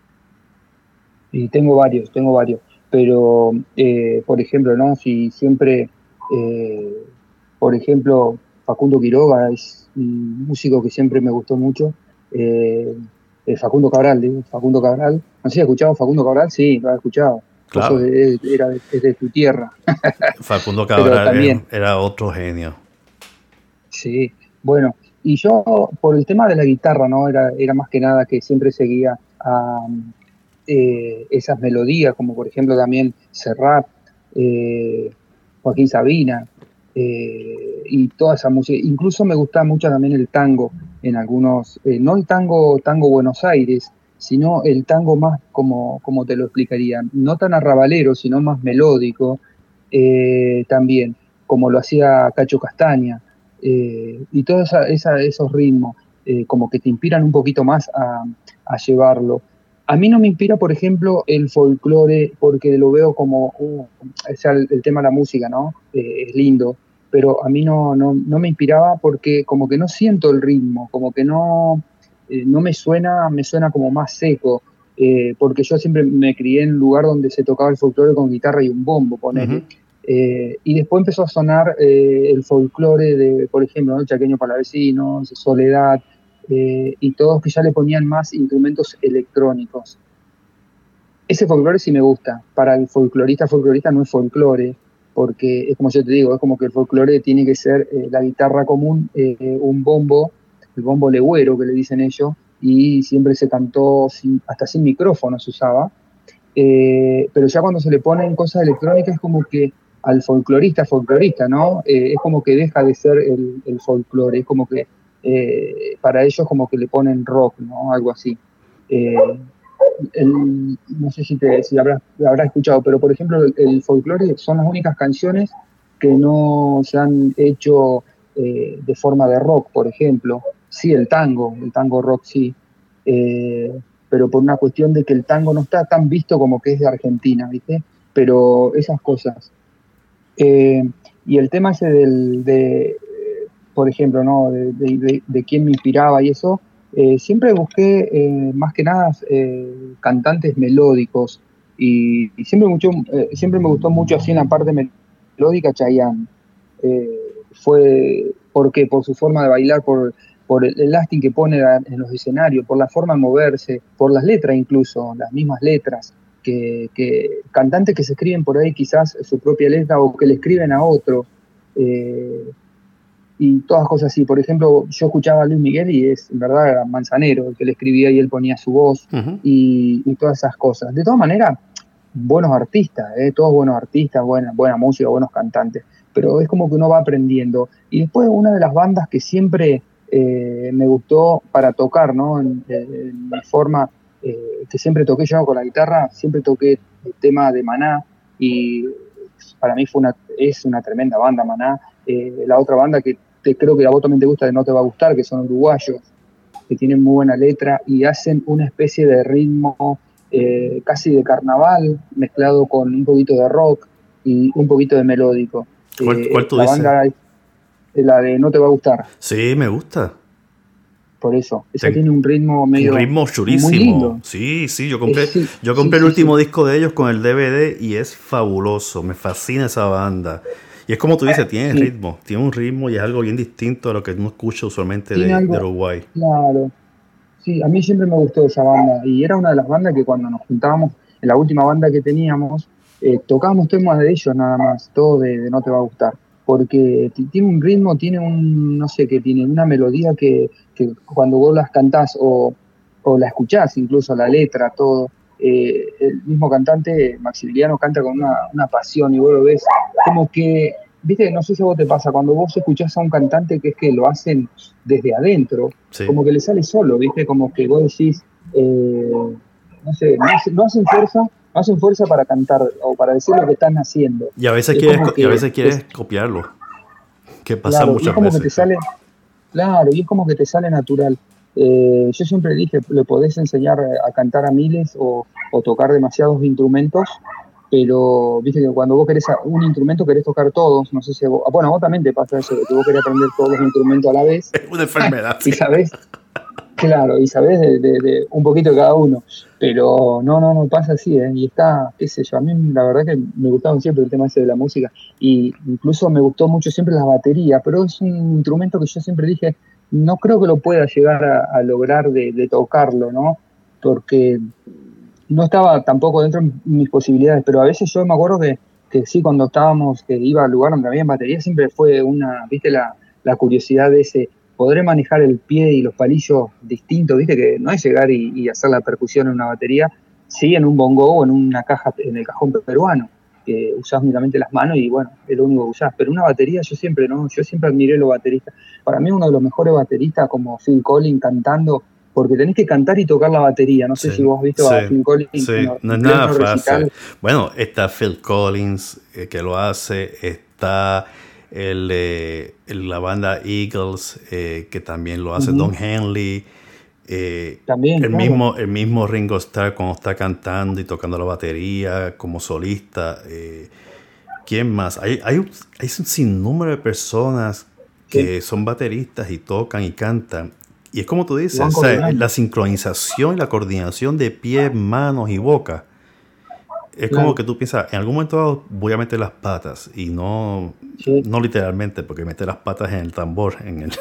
Y tengo varios, pero por ejemplo, ¿no? Si siempre, eh, por ejemplo, Facundo Quiroga es un músico que siempre me gustó mucho. Facundo Cabral, digo, Facundo Cabral. No sé si has escuchado Facundo Cabral, sí, lo has escuchado. Vos Claro, es de tu tierra. Facundo Pero Cabral también, era otro genio. sí. Bueno, y yo por el tema de la guitarra, ¿no? Era más que nada que siempre seguía a esas melodías, como por ejemplo también Serrat, eh, Joaquín Sabina, y toda esa música. Incluso me gusta mucho también el tango en algunos, no el tango Buenos Aires, sino el tango más como te lo explicaría, no tan arrabalero, sino más melódico, también, como lo hacía Cacho Castaña, y todos esos ritmos, como que te inspiran un poquito más a llevarlo. A mí no me inspira, por ejemplo, el folclore, porque lo veo como, o sea, el tema de la música, ¿no? Es lindo, pero a mí no me inspiraba porque como que no siento el ritmo, como que no me suena como más seco, porque yo siempre me crié en un lugar donde se tocaba el folclore con guitarra y un bombo, ponele. Ujú. Y después empezó a sonar el folclore de, por ejemplo, ¿no? Chaqueño Palavecinos, Soledad, y todos que ya le ponían más instrumentos electrónicos. Ese folclore sí me gusta. Para el folclorista no es folclore, porque es como yo te digo, es como que el folclore tiene que ser la guitarra común, un bombo, el bombo legüero que le dicen ellos, y siempre se cantó hasta sin micrófono se usaba. Pero ya cuando se le ponen cosas electrónicas es como que al folclorista, ¿no? Es como que deja de ser el folclore, es como que para ellos como que le ponen rock, ¿no? Algo así. Eh, no sé si habrás escuchado, pero por ejemplo el folclore son las únicas canciones que no se han hecho de forma de rock, por ejemplo. Sí, el tango rock sí, eh, pero por una cuestión de que el tango no está tan visto como que es de Argentina, ¿viste? Pero esas cosas. Eh, y el tema ese por ejemplo, ¿no? De quién me inspiraba y eso, siempre busqué más que nada cantantes melódicos y siempre me gustó mucho así en la parte melódica Chayanne. Eh, ¿Por qué? Por su forma de bailar, por el acting que pone en los escenarios, por la forma de moverse, por las letras incluso, las mismas letras que cantantes que se escriben por ahí quizás su propia letra o que le escriben a otro, eh, y todas cosas así. Por ejemplo, yo escuchaba a Luis Miguel y es, en verdad, era Manzanero, el que le escribía y él ponía su voz Ujú. y todas esas cosas. De todas maneras, buenos artistas, todos buenos artistas, buena música, buenos cantantes, pero es como que uno va aprendiendo. Y después una de las bandas que siempre me gustó para tocar, ¿no? En mi forma, que siempre toqué yo con la guitarra, siempre toqué el tema de Maná y para mí es una tremenda banda, Maná. La otra banda que creo que a vos también te gusta, que no te va a gustar, que son uruguayos, que tienen muy buena letra y hacen una especie de ritmo casi de carnaval, mezclado con un poquito de rock y un poquito de melódico. ¿Cuál tú La dices? banda es la de No te va a gustar, Sí, me gusta. por eso. Esa Ten- tiene un ritmo un medio ritmo muy chulísimo. lindo. Sí, sí, yo Sí, yo sí, compré el sí, último sí. disco de ellos con el DVD y es fabuloso. Me fascina esa banda. Y es como tú dices, Sí, tiene un ritmo y es algo bien distinto a lo que uno escucha usualmente tiene de algo, Uruguay. claro. Sí, a mí siempre me gustó esa banda y era una de las bandas que cuando nos juntábamos, en la última banda que teníamos, tocábamos temas de ellos nada más, todo de No te va a gustar, porque tiene un ritmo, tiene no sé qué, tiene una melodía que cuando vos las cantás o la escuchás, incluso la letra, todo, el mismo cantante, Maximiliano, canta con una pasión y vos lo ves como que, viste, no sé si a vos te pasa, cuando vos escuchás a un cantante que es que lo hacen desde adentro, Sí. como que le sale solo, ¿viste? Como que vos decís, no sé, no hacen fuerza para cantar o para decir lo que están haciendo. Es como Y a que, veces quieres copiarlo, que pasa claro, y es muchas como que veces. te sale, claro, y es como que te sale natural. Yo siempre dije, le podés enseñar a cantar a miles o tocar demasiados instrumentos, pero viste que cuando vos querés un instrumento querés tocar todos, no sé si bueno, a vos también te pasa eso, de que vos querés aprender todos los instrumentos a la vez, Es una enfermedad, y sí. sabés. Claro, y sabés de un poquito de cada uno, pero no pasa así, ¿eh? Y está, qué sé yo, a mí la verdad que me gustaba siempre el tema ese de la música, y incluso me gustó mucho siempre la batería, pero es un instrumento que yo siempre dije, no creo que lo pueda llegar a lograr de tocarlo, ¿no? Porque no estaba tampoco dentro de mis posibilidades, pero a veces yo me acuerdo que sí, cuando estábamos, que iba al lugar donde había batería, siempre fue viste, la curiosidad de ese, podré manejar el pie y los palillos distintos, viste, que no es llegar y hacer la percusión en una batería, sí en un bongo o en una caja, en el cajón peruano, que usás únicamente las manos y bueno, es lo único que usás, pero una batería yo siempre, ¿no? Yo siempre admiré a los bateristas. Para mí uno de los mejores bateristas como Phil Collins cantando, porque tenés que cantar y tocar la batería. No sé si Sí, vos has visto sí, a Phil Collins sí, no en es nada pleno fácil. recital. Bueno, está Phil Collins que lo hace, está la banda Eagles que también lo hace, Ujú. Don Henley, También, claro. el mismo Ringo Starr cuando está cantando y tocando la batería como solista. ¿Quién más? Hay un sinnúmero de personas Sí, que son bateristas y tocan y cantan. Y es como tú lo van dices, o sea, coordinando. la sincronización y la coordinación de pies, manos y boca. Es como Claro, que tú piensas, en algún momento dado voy a meter las patas. Y no, sí. no literalmente, porque meter las patas en el tambor,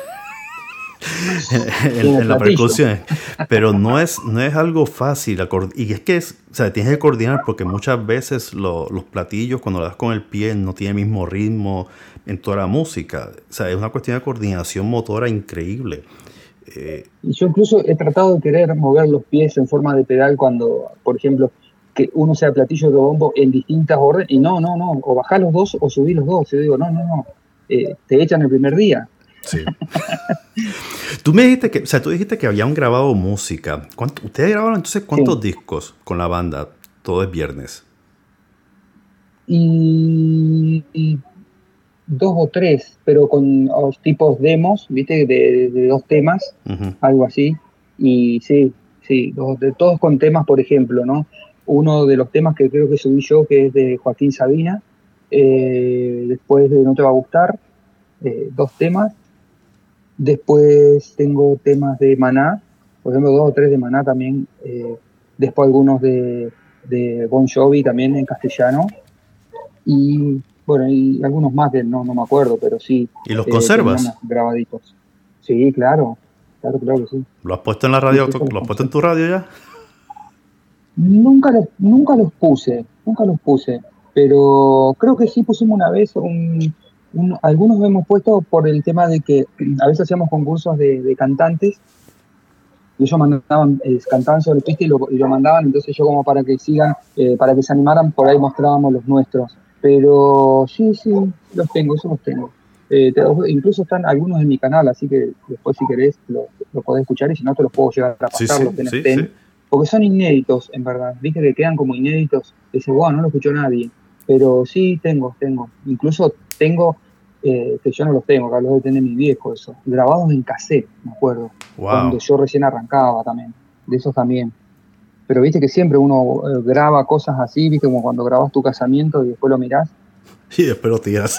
Sí, en el en la platillo. percusión. Pero no es algo fácil. Y es que o sea, tienes que coordinar porque muchas veces los platillos, cuando lo das con el pie, no tienen el mismo ritmo en toda la música. O sea, es una cuestión de coordinación motora increíble. Y yo incluso he tratado de querer mover los pies en forma de pedal cuando, por ejemplo, que uno sea platillo de bombo en distintas órdenes, y no, no, no, o bajá los dos o subí los dos. Yo digo, no, no, no, te echan el primer día. Sí. Tú me dijiste que, o sea, tú dijiste que habían grabado música. ¿Ustedes grabaron entonces cuántos Sí. discos con la banda? Todo es viernes. Y dos o tres, pero con los tipos demos, ¿viste? De dos temas, Ujú. algo así. Y sí, sí, de todos con temas, por ejemplo, ¿no? Uno de los temas que creo que subí yo, que es de Joaquín Sabina, después de No te va a gustar, dos temas. Después tengo temas de Maná, por ejemplo, dos o tres de Maná también. Después algunos de Bon Jovi también en castellano y bueno, y algunos más que no me acuerdo, pero sí ¿Y los conservas? teníamos grabaditos. Sí, claro, claro, claro que sí. ¿Lo has puesto en la Sí, radio? sí, eso los ¿Lo has puesto en conservo. tu radio ya? Nunca los puse, pero creo que sí pusimos una vez algunos hemos puesto por el tema de que a veces hacíamos concursos de cantantes y ellos mandaban, cantaban sobre pista y lo mandaban, entonces yo como para que sigan, para que se animaran, por ahí mostrábamos los nuestros. Pero sí, sí, los tengo, eso los tengo. Incluso están algunos en mi canal, así que después si querés lo podés escuchar y si no te los puedo llegar a Sí, pasar, los sí, que no sí, estén, sí. porque son inéditos en verdad, viste que quedan como inéditos, dice, wow, no lo escuchó nadie, pero sí tengo, incluso tengo, que yo no los tengo, acá los debe tener mi viejo, eso, grabados en cassette, me acuerdo cuando Wow. yo recién arrancaba también, de esos también. Pero viste que siempre uno graba cosas así, viste como cuando grabas tu casamiento y después lo mirás Y después lo tiras.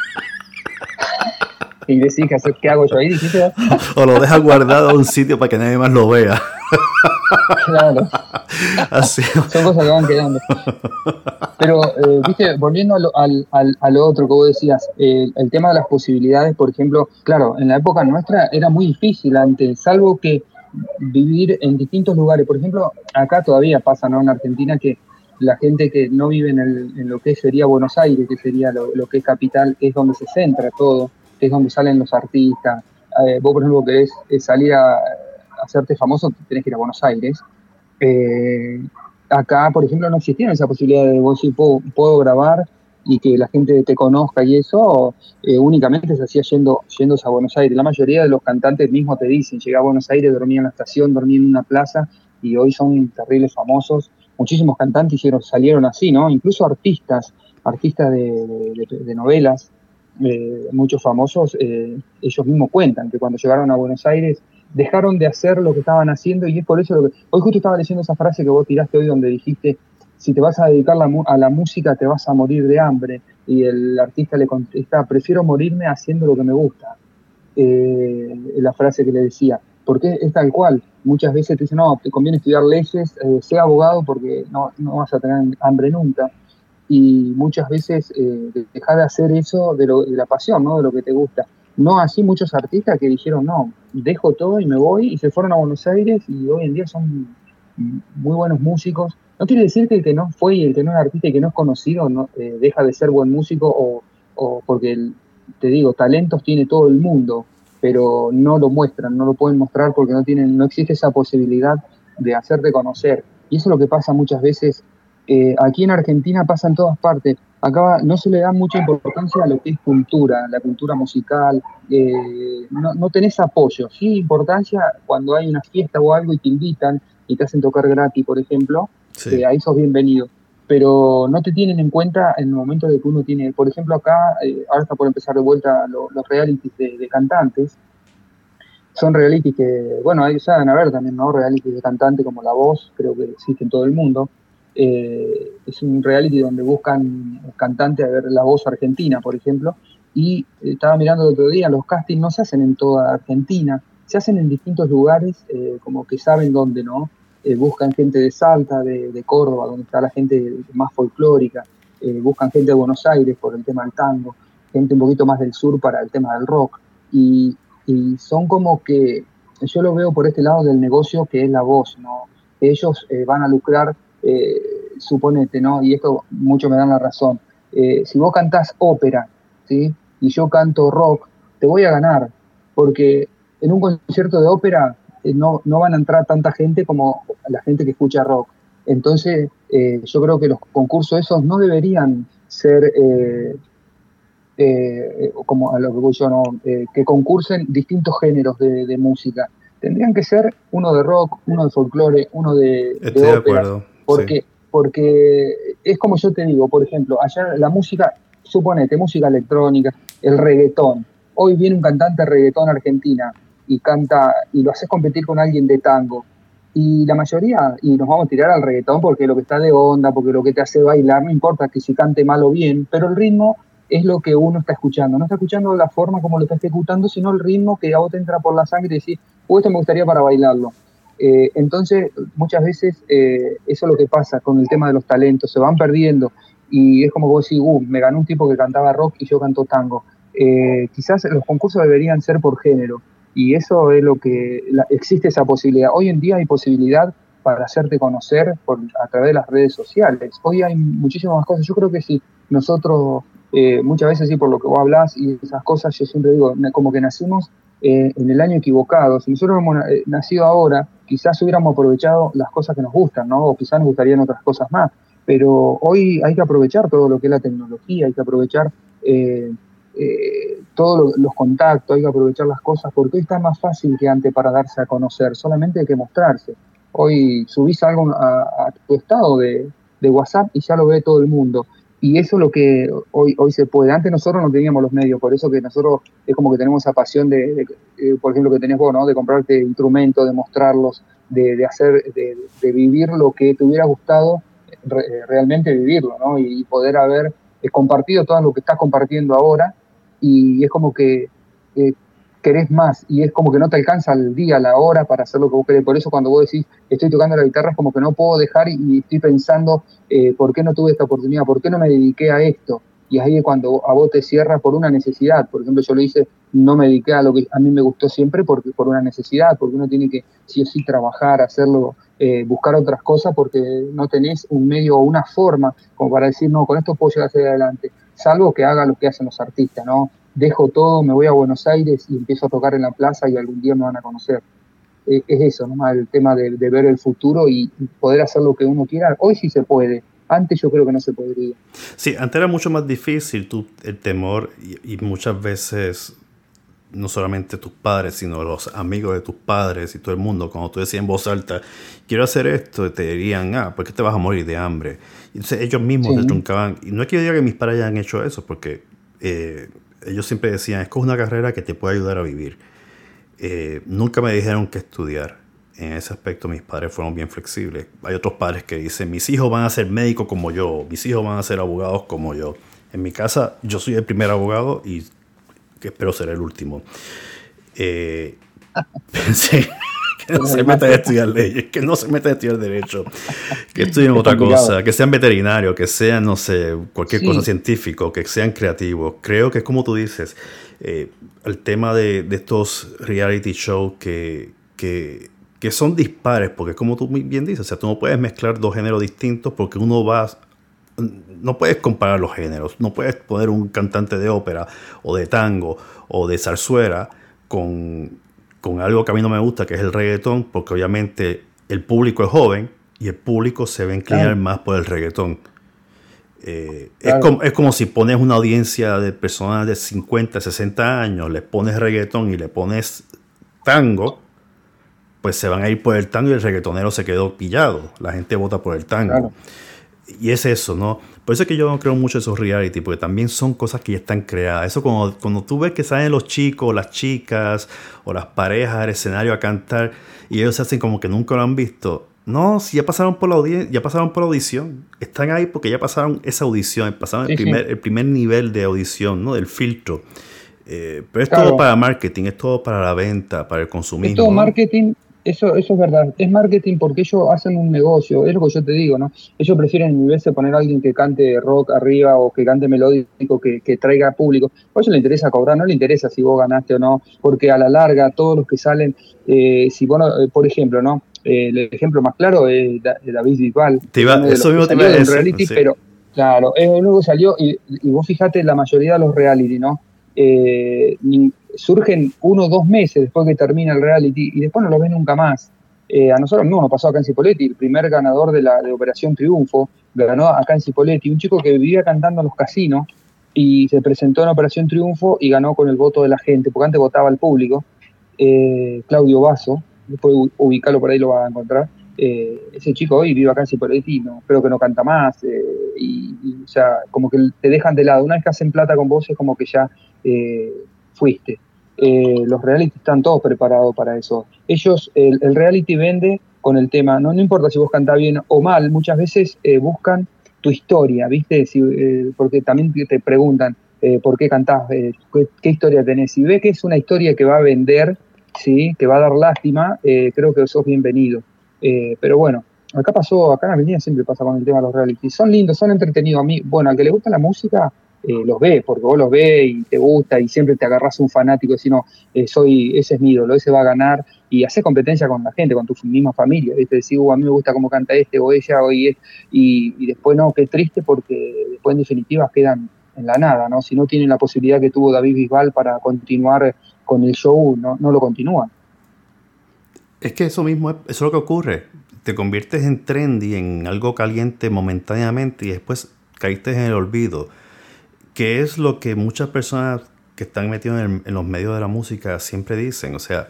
y decís, ¿qué hago yo ahí? Dijiste, ¿no? O lo dejas guardado a un sitio para que nadie más lo vea. Claro, Así. son cosas que van quedando. Pero, viste, volviendo a lo otro que vos decías, el tema de las posibilidades, por ejemplo, claro, en la época nuestra era muy difícil antes, salvo que vivir en distintos lugares. Por ejemplo, acá todavía pasa, ¿no? En Argentina que la gente que no vive en lo que sería Buenos Aires, que sería lo que es capital, que es donde se centra todo, que es donde salen los artistas. Vos, por ejemplo, querés salir a hacerte famoso, tenés que ir a Buenos Aires. Eh, Acá, por ejemplo, no existía esa posibilidad de vos decir, puedo grabar y que la gente te conozca y eso, únicamente se hacía yéndose a Buenos Aires. La mayoría de los cantantes mismos te dicen, llegué a Buenos Aires, dormí en la estación, dormí en una plaza y hoy son terribles famosos. Muchísimos cantantes salieron así, ¿no? Incluso artistas de novelas, muchos famosos, ellos mismos cuentan que cuando llegaron a Buenos Aires dejaron de hacer lo que estaban haciendo y es por eso hoy justo estaba leyendo esa frase que vos tiraste hoy donde dijiste, si te vas a dedicar a la música te vas a morir de hambre y el artista le contesta, prefiero morirme haciendo lo que me gusta, la frase que le decía, porque es tal cual, muchas veces te dicen, no, te conviene estudiar leyes, sea abogado porque no vas a tener hambre nunca y muchas veces dejar de hacer eso de la pasión, ¿no? De lo que te gusta. No así muchos artistas que dijeron, no, dejo todo y me voy, y se fueron a Buenos Aires y hoy en día son muy buenos músicos. No quiere decir que el que no fue y el que no es artista y que no es conocido no, deja de ser buen músico o porque, te digo, talentos tiene todo el mundo, pero no lo muestran, no lo pueden mostrar porque no existe esa posibilidad de hacerte conocer. Y eso es lo que pasa muchas veces. Aquí en Argentina pasa en todas partes. Acá no se le da mucha importancia a lo que es cultura, la cultura musical. No tenés apoyo. Sí, importancia cuando hay una fiesta o algo y te invitan y te hacen tocar gratis, por ejemplo, Sí. ahí sos bienvenido. Pero no te tienen en cuenta en el momento de que uno tiene, por ejemplo, acá, ahora está por empezar de vuelta los realities de cantantes. Son realities que, bueno, ahí saben a ver también, ¿no? Realities de cantante como La Voz, creo que existe en todo el mundo. Es un reality donde buscan cantantes a ver La Voz Argentina, por ejemplo, y estaba mirando el otro día, los castings no se hacen en toda Argentina, se hacen en distintos lugares, como que saben dónde, ¿no? Buscan gente de Salta, de Córdoba, donde está la gente más folclórica, buscan gente de Buenos Aires por el tema del tango, gente un poquito más del sur para el tema del rock, y son como que, yo lo veo por este lado del negocio que es La Voz, ¿no? Ellos van a lucrar, suponete, ¿no? Y esto muchos me dan la razón. Si vos cantás ópera, ¿sí? Y yo canto rock, te voy a ganar, porque en un concierto de ópera no van a entrar tanta gente como la gente que escucha rock. Entonces, yo creo que los concursos esos no deberían ser como a lo que voy yo, ¿no? Que concursen distintos géneros de música. Tendrían que ser uno de rock, uno de folclore, uno de Estoy de ópera, acuerdo, sí. porque es como yo te digo, por ejemplo, allá la música, suponete, música electrónica, el reggaetón. Hoy viene un cantante de reggaetón argentina y canta, y lo haces competir con alguien de tango. Y la mayoría, y nos vamos a tirar al reggaetón porque lo que está de onda, porque lo que te hace bailar, no importa que si cante mal o bien, pero el ritmo es lo que uno está escuchando. No está escuchando la forma como lo está ejecutando, sino el ritmo que a vos te entra por la sangre y decís, esto me gustaría para bailarlo. Entonces, muchas veces eso es lo que pasa con el tema de los talentos, se van perdiendo y es como vos decís, me ganó un tipo que cantaba rock y yo canto tango. Quizás los concursos deberían ser por género y eso es lo que existe esa posibilidad. Hoy en día hay posibilidad para hacerte conocer a través de las redes sociales. Hoy hay muchísimas más cosas. Yo creo que si nosotros, muchas veces sí, por lo que vos hablás y esas cosas, yo siempre digo, como que nacimos en el año equivocado. Si nosotros hemos nacido ahora, quizás hubiéramos aprovechado las cosas que nos gustan, ¿no? O quizás nos gustarían otras cosas más. Pero hoy hay que aprovechar todo lo que es la tecnología, hay que aprovechar todos los contactos, hay que aprovechar las cosas, porque hoy está más fácil que antes para darse a conocer, solamente hay que mostrarse. Hoy subís algo a tu estado de WhatsApp y ya lo ve todo el mundo. Y eso es lo que hoy se puede. Antes nosotros no teníamos los medios, por eso que nosotros es como que tenemos esa pasión por ejemplo, que tenés vos, ¿no? De comprarte instrumentos, de mostrarlos, de hacer, de vivir lo que te hubiera gustado realmente vivirlo, ¿no? Y poder haber compartido todo lo que estás compartiendo ahora, y es como que querés más, y es como que no te alcanza el día, la hora para hacer lo que vos querés. Por eso cuando vos decís, estoy tocando la guitarra, es como que no puedo dejar y estoy pensando, ¿por qué no tuve esta oportunidad? ¿Por qué no me dediqué a esto? Y ahí es cuando a vos te cierra por una necesidad. Por ejemplo, yo lo hice, no me dediqué a lo que a mí me gustó siempre por una necesidad, porque uno tiene que sí o sí trabajar, hacerlo, buscar otras cosas, porque no tenés un medio o una forma como para decir, no, con esto puedo llegar hacia adelante, salvo que haga lo que hacen los artistas, ¿no? Dejo todo, me voy a Buenos Aires y empiezo a tocar en la plaza y algún día me van a conocer. Es eso, nomás el tema de ver el futuro y poder hacer lo que uno quiera. Hoy sí se puede, antes yo creo que no se podría. Sí, antes era mucho más difícil el temor y muchas veces no solamente tus padres, sino los amigos de tus padres y todo el mundo, cuando tú decías en voz alta, quiero hacer esto, te dirían, ¿por qué te vas a morir de hambre? Y entonces ellos mismos te truncaban. Y no es que yo diga que mis padres hayan hecho eso, porque ellos siempre decían, escoge una carrera que te pueda ayudar a vivir. Nunca me dijeron qué estudiar. En ese aspecto mis padres fueron bien flexibles. Hay otros padres que dicen, mis hijos van a ser médicos como yo, mis hijos van a ser abogados como yo. En mi casa yo soy el primer abogado y que espero ser el último. Pensé que no se metan a estudiar leyes, que no se metan a estudiar derecho, que estudien otra cosa, que sean veterinarios, que sean, no sé, cualquier cosa científico, que sean creativos. Creo que es como tú dices, el tema de estos reality shows que son dispares, porque como tú muy bien dices, o sea, tú no puedes mezclar dos géneros distintos porque no puedes comparar los géneros, no puedes poner un cantante de ópera o de tango o de zarzuela con algo que a mí no me gusta, que es el reggaetón, porque obviamente el público es joven y el público se va a inclinar más por el reggaetón. Es como si pones una audiencia de personas de 50, 60 años, les pones reggaetón y le pones tango, pues se van a ir por el tango y el reggaetonero se quedó pillado. La gente vota por el tango. Claro. Y es eso, ¿no? Por eso es que yo no creo mucho en esos reality, porque también son cosas que ya están creadas. Eso cuando tú ves que salen los chicos, las chicas o las parejas al escenario a cantar y ellos se hacen como que nunca lo han visto. No, si ya pasaron por la audiencia, ya pasaron por la audición. Están ahí porque ya pasaron esa audición, pasaron el primer nivel de audición, ¿no? Del filtro. Pero es todo para marketing, es todo para la venta, para el consumismo. Es todo marketing. Eso es verdad, es marketing porque ellos hacen un negocio, es lo que yo te digo, ¿no? Ellos prefieren en vez de poner a alguien que cante rock arriba o que cante melódico, que traiga público. A ellos les interesa cobrar, no les interesa si vos ganaste o no, porque a la larga todos los que salen, si vos, por ejemplo, ¿no? El ejemplo más claro es David Bisbal. Eso mismo te iba a decir. Reality, sí. Pero claro, es lo que salió y vos fijate la mayoría de los reality, ¿no? Surgen 1 o 2 meses después que termina el reality y después no los ven nunca más. A nosotros no nos pasó acá en Cipolletti, el primer ganador de Operación Triunfo ganó acá en Cipolletti, un chico que vivía cantando en los casinos y se presentó en Operación Triunfo y ganó con el voto de la gente, porque antes votaba el público. Claudio Basso, después ubicarlo por ahí lo vas a encontrar. Ese chico hoy vive acá en Cipolletti, creo que no canta más, o sea, como que te dejan de lado. Una vez que hacen plata con vos es como que ya fuiste. Los reality están todos preparados para eso. Ellos, el reality vende con el tema, no importa si vos cantás bien o mal, muchas veces buscan tu historia, ¿viste? Porque también te preguntan por qué cantás, qué historia tenés. Si ves que es una historia que va a vender, ¿sí? Que va a dar lástima, creo que sos bienvenido. Pero bueno, acá en la Avenida siempre pasa con el tema de los reality. Son lindos, son entretenidos. A mí, bueno, al que le gusta la música, los ves, porque vos los ves y te gusta y siempre te agarrás un fanático y decís, no, ese es mi ídolo, ese va a ganar, y haces competencia con la gente, con tu misma familia, ¿viste? Decís, a mí me gusta cómo canta este o ella, y después no, qué triste, porque después en definitiva quedan en la nada, ¿no? Si no tienen la posibilidad que tuvo David Bisbal para continuar con el show, no lo continúan. Es que eso es lo que ocurre. Te conviertes en trendy, en algo caliente momentáneamente y después caíste en el olvido. Que es lo que muchas personas que están metidas en los medios de la música siempre dicen. O sea,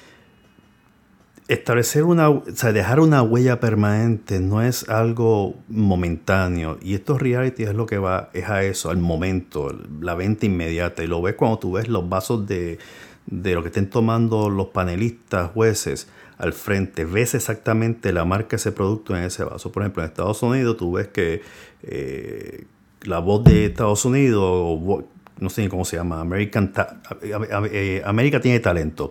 dejar una huella permanente no es algo momentáneo. Y estos reality es lo que va, es a eso, al momento, la venta inmediata. Y lo ves cuando tú ves los vasos de lo que estén tomando los panelistas, jueces, al frente. Ves exactamente la marca de ese producto en ese vaso. Por ejemplo, en Estados Unidos tú ves que la voz de Estados Unidos, no sé ni cómo se llama, América tiene talento.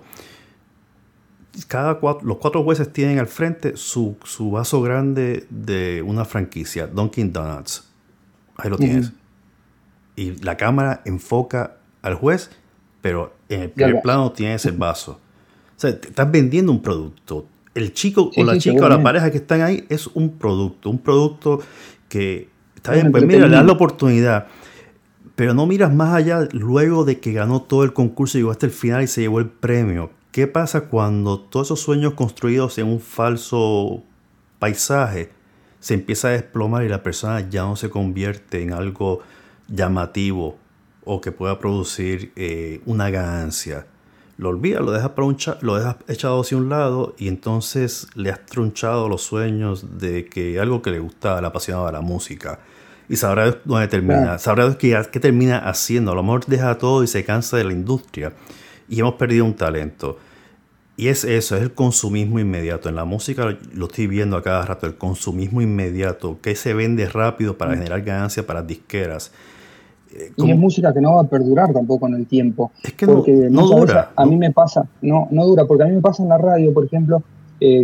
Los 4 jueces tienen al frente su vaso grande de una franquicia, Dunkin' Donuts. Ahí lo tienes. Y la cámara enfoca al juez, pero en el primer plano tienes el vaso. O sea, te estás vendiendo un producto. El chico o la chica o la pareja que están ahí es un producto que está bien, pues mira, le das la oportunidad, pero no miras más allá luego de que ganó todo el concurso y llegó hasta el final y se llevó el premio. ¿Qué pasa cuando todos esos sueños construidos en un falso paisaje se empieza a desplomar y la persona ya no se convierte en algo llamativo o que pueda producir una ganancia? Lo olvidas, lo dejas echado hacia un lado y entonces le has trunchado los sueños de que algo que le gustaba, le apasionaba la música. Y sabrá dónde termina, sabrá qué termina haciendo. A lo mejor deja todo y se cansa de la industria. Y hemos perdido un talento. Y es eso, es el consumismo inmediato. En la música lo estoy viendo a cada rato, el consumismo inmediato, que se vende rápido para generar ganancias para disqueras. Y es música que no va a perdurar tampoco en el tiempo. Es que no dura. A mí me pasa, no dura, porque a mí me pasa en la radio, por ejemplo,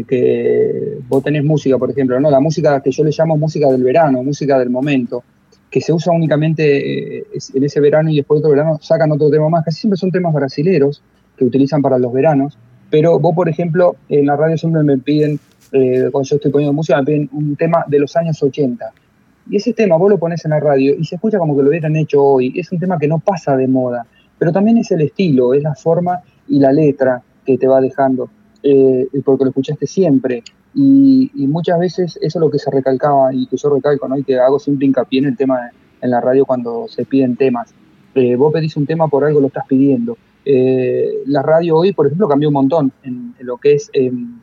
que vos tenés música, por ejemplo, ¿no? La música que yo le llamo música del verano, música del momento. que se usa únicamente en ese verano y después de otro verano sacan otro tema más. Casi siempre son temas brasileros que utilizan para los veranos. Pero vos, por ejemplo, en la radio siempre me piden, cuando yo estoy poniendo música, me piden un tema de los años 80. Y ese tema vos lo pones en la radio y se escucha como que lo hubieran hecho hoy. Es un tema que no pasa de moda. Pero también es el estilo, es la forma y la letra que te va dejando, porque lo escuchaste siempre. Y muchas veces eso es lo que se recalcaba y que yo recalco, ¿no? Y que hago siempre hincapié en el tema en la radio cuando se piden temas. Vos pedís un tema, por algo lo estás pidiendo. La radio hoy, por ejemplo, cambió un montón en lo que es,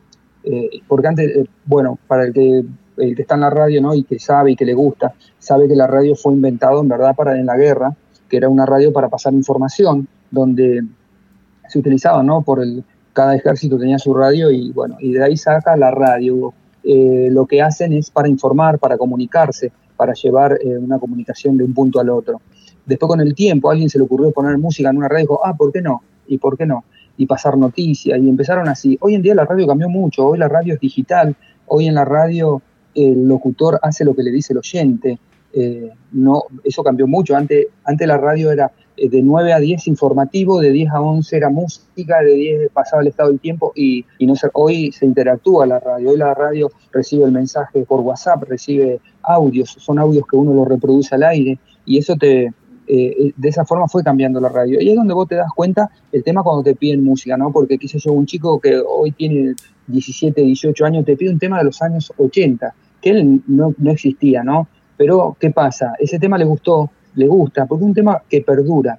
porque antes, bueno, para el que está en la radio, ¿no? Y que sabe y que le gusta, sabe que la radio fue inventado en verdad para en la guerra, que era una radio para pasar información, donde se utilizaba, ¿no? Cada ejército tenía su radio y bueno, y de ahí saca la radio. Lo que hacen es para informar, para comunicarse, para llevar una comunicación de un punto al otro. Después con el tiempo a alguien se le ocurrió poner música en una radio y dijo, ¿por qué no? ¿Y por qué no? Y pasar noticias, y empezaron así. Hoy en día la radio cambió mucho, hoy la radio es digital, hoy en la radio el locutor hace lo que le dice el oyente. No, eso cambió mucho. Antes la radio era de 9 a 10 informativo, de 10 a 11 era música, de 10 pasaba el estado del tiempo y no sé, hoy se interactúa la radio. Hoy la radio recibe el mensaje por WhatsApp, recibe audios, son audios que uno los reproduce al aire y eso de esa forma fue cambiando la radio. Y es donde vos te das cuenta el tema cuando te piden música, ¿no? Porque qué sé yo, un chico que hoy tiene 17, 18 años, te pide un tema de los años 80, que él no existía, ¿no? Pero, ¿qué pasa? Ese tema le gusta, porque es un tema que perdura.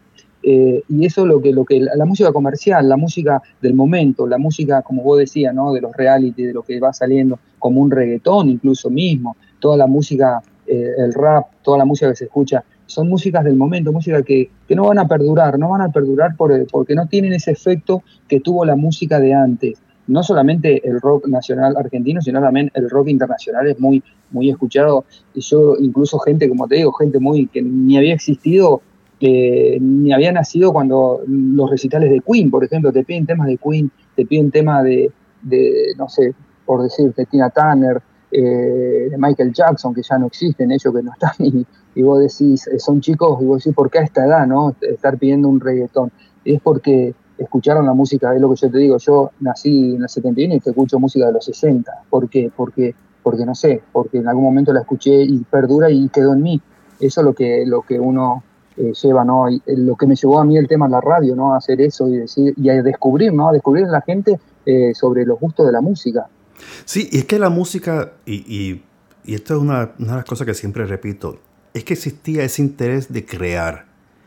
Y eso es lo que la música comercial, la música del momento, la música, como vos decías, ¿no? De los reality, de lo que va saliendo, como un reggaetón incluso mismo, toda la música, el rap, toda la música que se escucha, son músicas del momento, música que no van a perdurar, porque no tienen ese efecto que tuvo la música de antes. No solamente el rock nacional argentino, sino también el rock internacional es muy, muy escuchado. Y yo, incluso gente, como te digo, gente que ni había existido, ni había nacido cuando los recitales de Queen, por ejemplo, te piden temas de Queen, te piden temas de no sé, por decirte, Tina Turner, de Michael Jackson, que ya no existen, ellos que no están, y vos decís, son chicos, y vos decís, ¿por qué a esta edad, no? Estar pidiendo un reggaetón. Y es porque escucharon la música, es lo que yo te digo, yo nací en el 71 y te escucho música de los 60. ¿Por qué? Porque no sé, porque en algún momento la escuché y perdura y quedó en mí. Eso es lo que uno lleva, ¿no? Y lo que me llevó a mí el tema de la radio, ¿no? A hacer eso y decir, y a descubrir, ¿no? A descubrir a la gente sobre los gustos de la música. Sí, y es que la música, y esto es una de las cosas que siempre repito, es que existía ese interés de crear,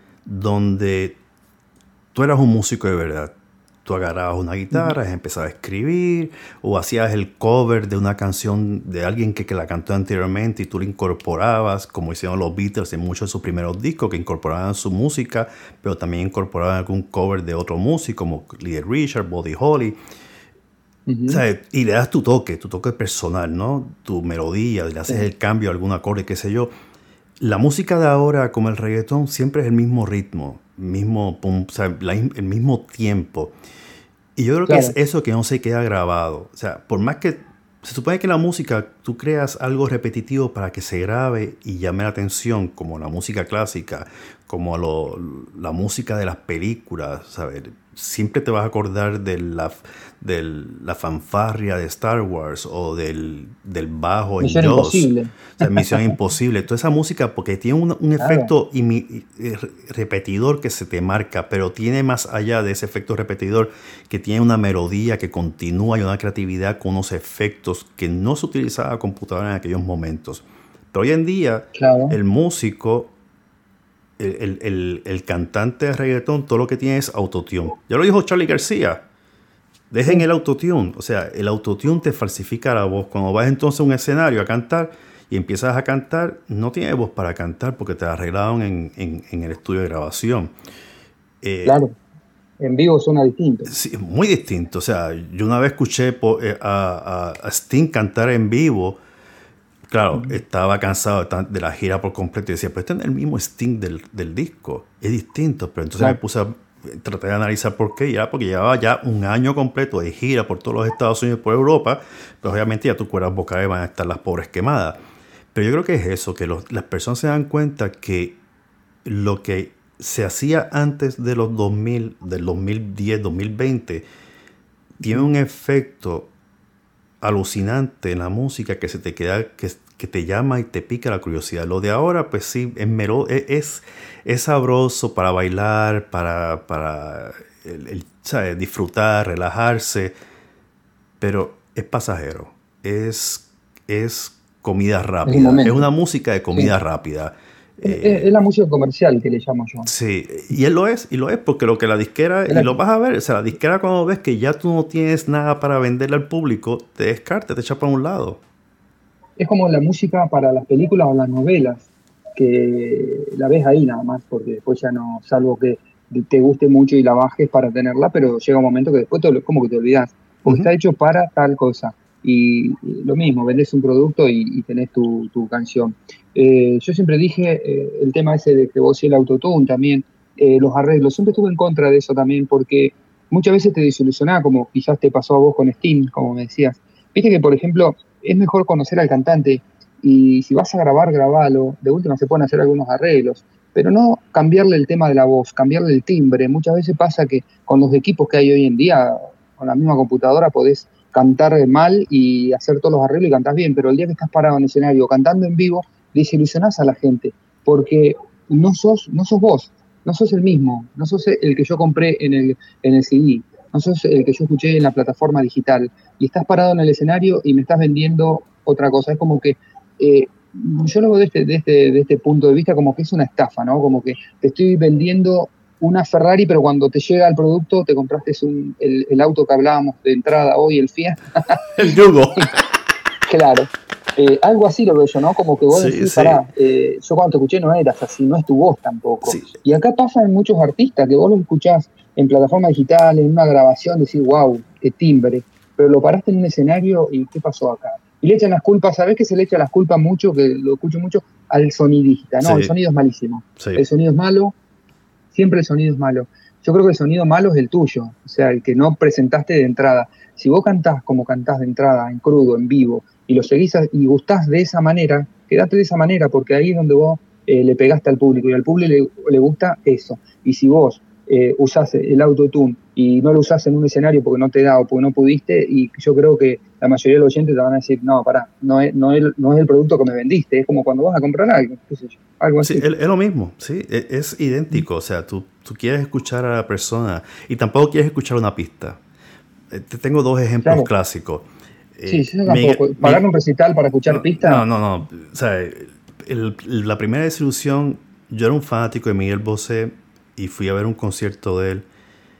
donde tú eras un músico de verdad. Tú agarrabas una guitarra, empezabas a escribir, o hacías el cover de una canción de alguien que la cantó anteriormente y tú la incorporabas, como hicieron los Beatles en muchos de sus primeros discos, que incorporaban su música, pero también incorporaban algún cover de otro músico, como Little Richard, Buddy Holly. O sea, y le das tu toque personal, ¿no? Tu melodía, le haces el cambio a algún acorde, qué sé yo. La música de ahora, como el reggaetón, siempre es el mismo ritmo, mismo pum, o sea, el mismo tiempo. Y yo creo que es eso que no se queda grabado. O sea, por más que se supone que en la música tú creas algo repetitivo para que se grabe y llame la atención, como la música clásica, como la música de las películas, ¿sabes? Siempre te vas a acordar de la fanfarria de Star Wars o del bajo en Misión Jaws. Imposible. O sea, Misión Imposible. Toda esa música, porque tiene un efecto repetidor que se te marca, pero tiene más allá de ese efecto repetidor, que tiene una melodía que continúa y una creatividad con unos efectos que no se utilizaba la computadora en aquellos momentos. Pero hoy en día, el músico, el cantante de reggaetón, todo lo que tiene es autotune. Ya lo dijo Charly García. Dejen el autotune. O sea, el autotune te falsifica la voz. Cuando vas entonces a un escenario a cantar y empiezas a cantar, no tienes voz para cantar porque te la arreglaron en el estudio de grabación. Claro. En vivo suena distinto. Sí, muy distinto. O sea, yo una vez escuché a Sting cantar en vivo. Claro, estaba cansado de la gira por completo y decía, pero este no es el mismo Sting del disco, es distinto. Pero entonces me puse traté de analizar por qué, porque llevaba ya un año completo de gira por todos los Estados Unidos y por Europa, pero obviamente ya tus cuerdas vocales van a estar las pobres quemadas. Pero yo creo que es eso, que las personas se dan cuenta que lo que se hacía antes de los 2000, del 2010, 2020, tiene un efecto alucinante en la música que se te queda, que te llama y te pica la curiosidad. Lo de ahora, pues sí, es sabroso para bailar, para ¿sabes? Disfrutar, relajarse, pero es pasajero. Es comida Es el rápida. Es momento. una música de comida Sí. rápida. Es la música comercial que le llamo yo. Sí, y él lo es, porque lo que la disquera, Es y la- lo vas a ver, o sea, la disquera cuando ves que ya tú no tienes nada para venderle al público, te descarta, te echa para un lado. es como la música para las películas o las novelas, que la ves ahí nada más, porque después ya no, salvo que te guste mucho y la bajes para tenerla, pero llega un momento que después como que te olvidas, porque Ujú. está hecho para tal cosa. Y lo mismo, vendes un producto y tenés tu canción. Yo siempre dije el tema ese de que vos y el autotune también, los arreglos, siempre estuve en contra de eso también, porque muchas veces te desilusionaba, como quizás te pasó a vos con Steam, como me decías. Viste que, por ejemplo, es mejor conocer al cantante y si vas a grabar, grabalo. De última se pueden hacer algunos arreglos, pero no cambiarle el tema de la voz, cambiarle el timbre. Muchas veces pasa que con los equipos que hay hoy en día, con la misma computadora, podés cantar mal y hacer todos los arreglos y cantás bien, pero el día que estás parado en el escenario cantando en vivo, desilusionás a la gente, porque no sos vos, no sos el mismo, no sos el que yo compré en el CD, no sos el que yo escuché en la plataforma digital y estás parado en el escenario y me estás vendiendo otra cosa. Es como que yo lo veo de este punto de vista como que es una estafa, ¿no? Como que te estoy vendiendo una Ferrari, pero cuando te llega el producto te compraste el auto que hablábamos de entrada hoy, el Fiat. El yugo. Claro. Algo así lo veo yo, ¿no? Como que vos Sí, decís, sí, pará, yo cuando te escuché no eras así, no es tu voz tampoco. sí. Y acá pasa en muchos artistas que vos los escuchás en plataforma digital, en una grabación, decís, wow, qué timbre, pero lo paraste en un escenario y ¿qué pasó acá? Y le echan las culpas, ¿sabés que se le echa las culpas mucho, que lo escucho mucho, al sonidista? No, el Sí, sonido es malísimo, sí. el sonido es malo, siempre el sonido es malo. Yo creo que el sonido malo es el tuyo, o sea, el que no presentaste de entrada. Si vos cantás como cantás de entrada, en crudo, en vivo, y lo seguís y gustás de esa manera, quedate de esa manera, porque ahí es donde vos le pegaste al público, y al público le gusta eso. Y si vos usás el autotune y no lo usás en un escenario porque no te da o porque no pudiste, y yo creo que la mayoría de los oyentes te van a decir, no, pará, no es el producto que me vendiste, es como cuando vas a comprar algo, qué sé yo, algo Sí, así. es lo mismo, sí, es idéntico. O sea, tú quieres escuchar a la persona y tampoco quieres escuchar una pista. Te tengo dos ejemplos Claro. clásicos. Sí, yo tampoco. Pagar un recital para escuchar No, pista, no, no. O sea, la primera desilusión, yo era un fanático de Miguel Bosé y fui a ver un concierto de él.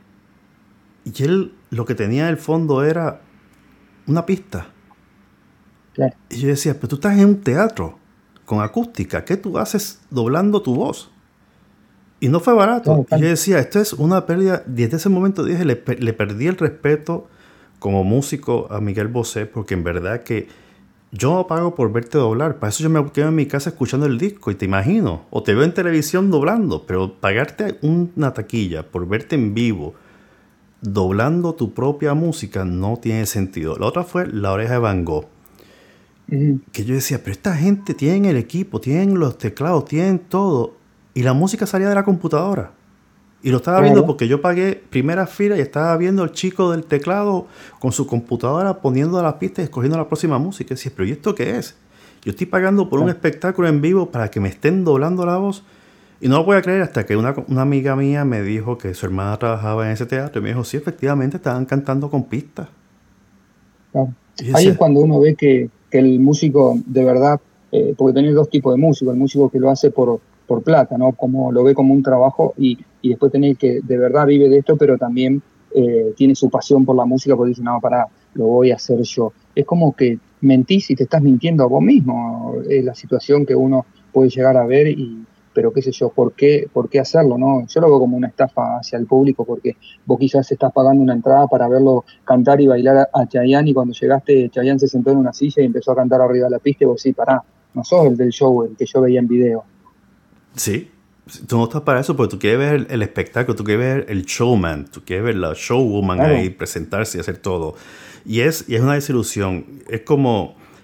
Y él lo que tenía en el fondo era una pista. claro, Y yo decía, pero tú estás en un teatro con acústica, ¿qué tú haces doblando tu voz? Y no fue barato. claro, Y yo claro. decía, esto es una pérdida. Desde ese momento dije, le perdí el respeto como músico a Miguel Bosé, porque en verdad que yo no pago por verte doblar. Para eso yo me quedo en mi casa escuchando el disco y te imagino. O te veo en televisión doblando, pero pagarte una taquilla por verte en vivo doblando tu propia música no tiene sentido. La otra fue La Oreja de Van Gogh. Ujú, Que yo decía, pero esta gente tienen el equipo, tienen los teclados, tienen todo. Y la música salía de la computadora. Y lo estaba viendo claro, porque yo pagué primera fila y estaba viendo al chico del teclado con su computadora poniendo la pista y escogiendo la próxima música. Y decía, pero ¿y esto qué es? Yo estoy pagando por un claro. espectáculo en vivo para que me estén doblando la voz. Y no lo voy a creer hasta que una amiga mía me dijo que su hermana trabajaba en ese teatro. Y me dijo, sí, efectivamente estaban cantando con pistas. Claro. Y yo Ahí es decía, cuando uno ve que el músico de verdad, porque tenés dos tipos de músico, el músico que lo hace por plata, ¿no? Como lo ve como un trabajo y después tenés el que de verdad vive de esto, pero también tiene su pasión por la música porque dice, no, pará, lo voy a hacer yo. Es como que mentís y te estás mintiendo a vos mismo, es la situación que uno puede llegar a ver pero qué sé yo, ¿por qué hacerlo, no? Yo lo veo como una estafa hacia el público porque vos quizás estás pagando una entrada para verlo cantar y bailar a Chayanne y cuando llegaste Chayanne se sentó en una silla y empezó a cantar arriba de la pista y vos sí, pará, no sos el del show, el que yo veía en video. sí, tú no estás para eso porque tú quieres ver el espectáculo, tú quieres ver el showman, tú quieres ver la showwoman ahí Claro, presentarse y hacer todo. Y es una desilusión. Es como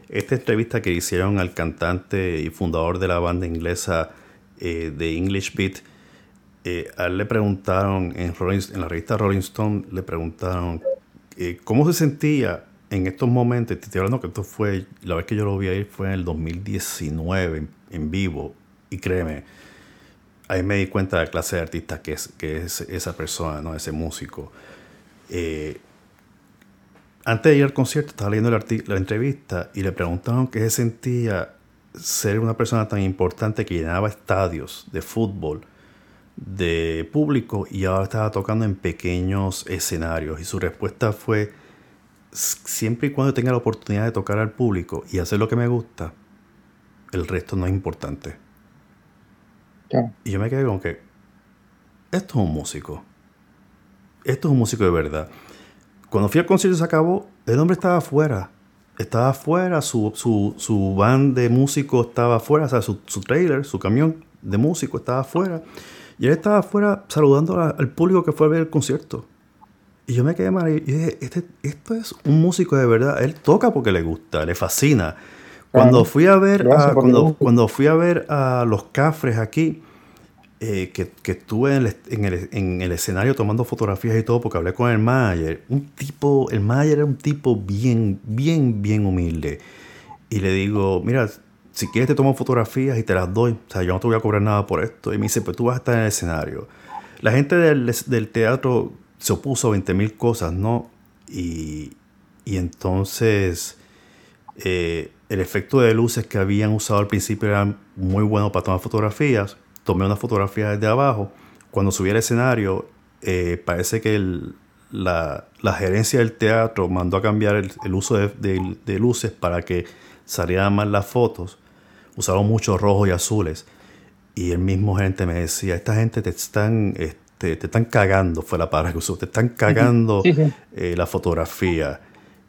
esta entrevista que hicieron al cantante y fundador de la banda inglesa de English Beat, a él le preguntaron en la revista Rolling Stone, le preguntaron cómo se sentía en estos momentos. Te estoy hablando que esto fue, la vez que yo lo vi ahí fue en el 2019 en vivo, y créeme, ahí me di cuenta de la clase de artista que es esa persona, ¿no? Ese músico. Antes de ir al concierto estaba leyendo la entrevista y le preguntaron qué se sentía ser una persona tan importante que llenaba estadios de fútbol de público y ahora estaba tocando en pequeños escenarios, y su respuesta fue: siempre y cuando tenga la oportunidad de tocar al público y hacer lo que me gusta, el resto no es importante. Claro. Y yo me quedé como que esto es un músico de verdad. Cuando fui al concierto se acabó, el hombre estaba afuera, su band de músicos estaba afuera, o sea, su trailer, su camión de músicos estaba afuera, y él estaba afuera saludando al público que fue a ver el concierto. Y yo me quedé mal y dije, esto es un músico de verdad. Él toca porque le gusta, le fascina. Cuando fui a ver a los Cafres aquí, que estuve en el escenario tomando fotografías y todo, porque hablé con el manager. El manager era un tipo bien humilde. Y le digo, mira, si quieres te tomo fotografías y te las doy. O sea, yo no te voy a cobrar nada por esto. Y me dice, pues tú vas a estar en el escenario. La gente del teatro se opuso a 20,000 cosas, ¿no? Y entonces el efecto de luces que habían usado al principio era muy bueno para tomar fotografías. Tomé una fotografía desde abajo. Cuando subí al escenario, parece que la gerencia del teatro mandó a cambiar el uso de luces para que salieran más las fotos. Usaron muchos rojos y azules. Y el mismo gerente me decía, esta gente te están cagando, fue la palabra que usó, te están cagando la fotografía.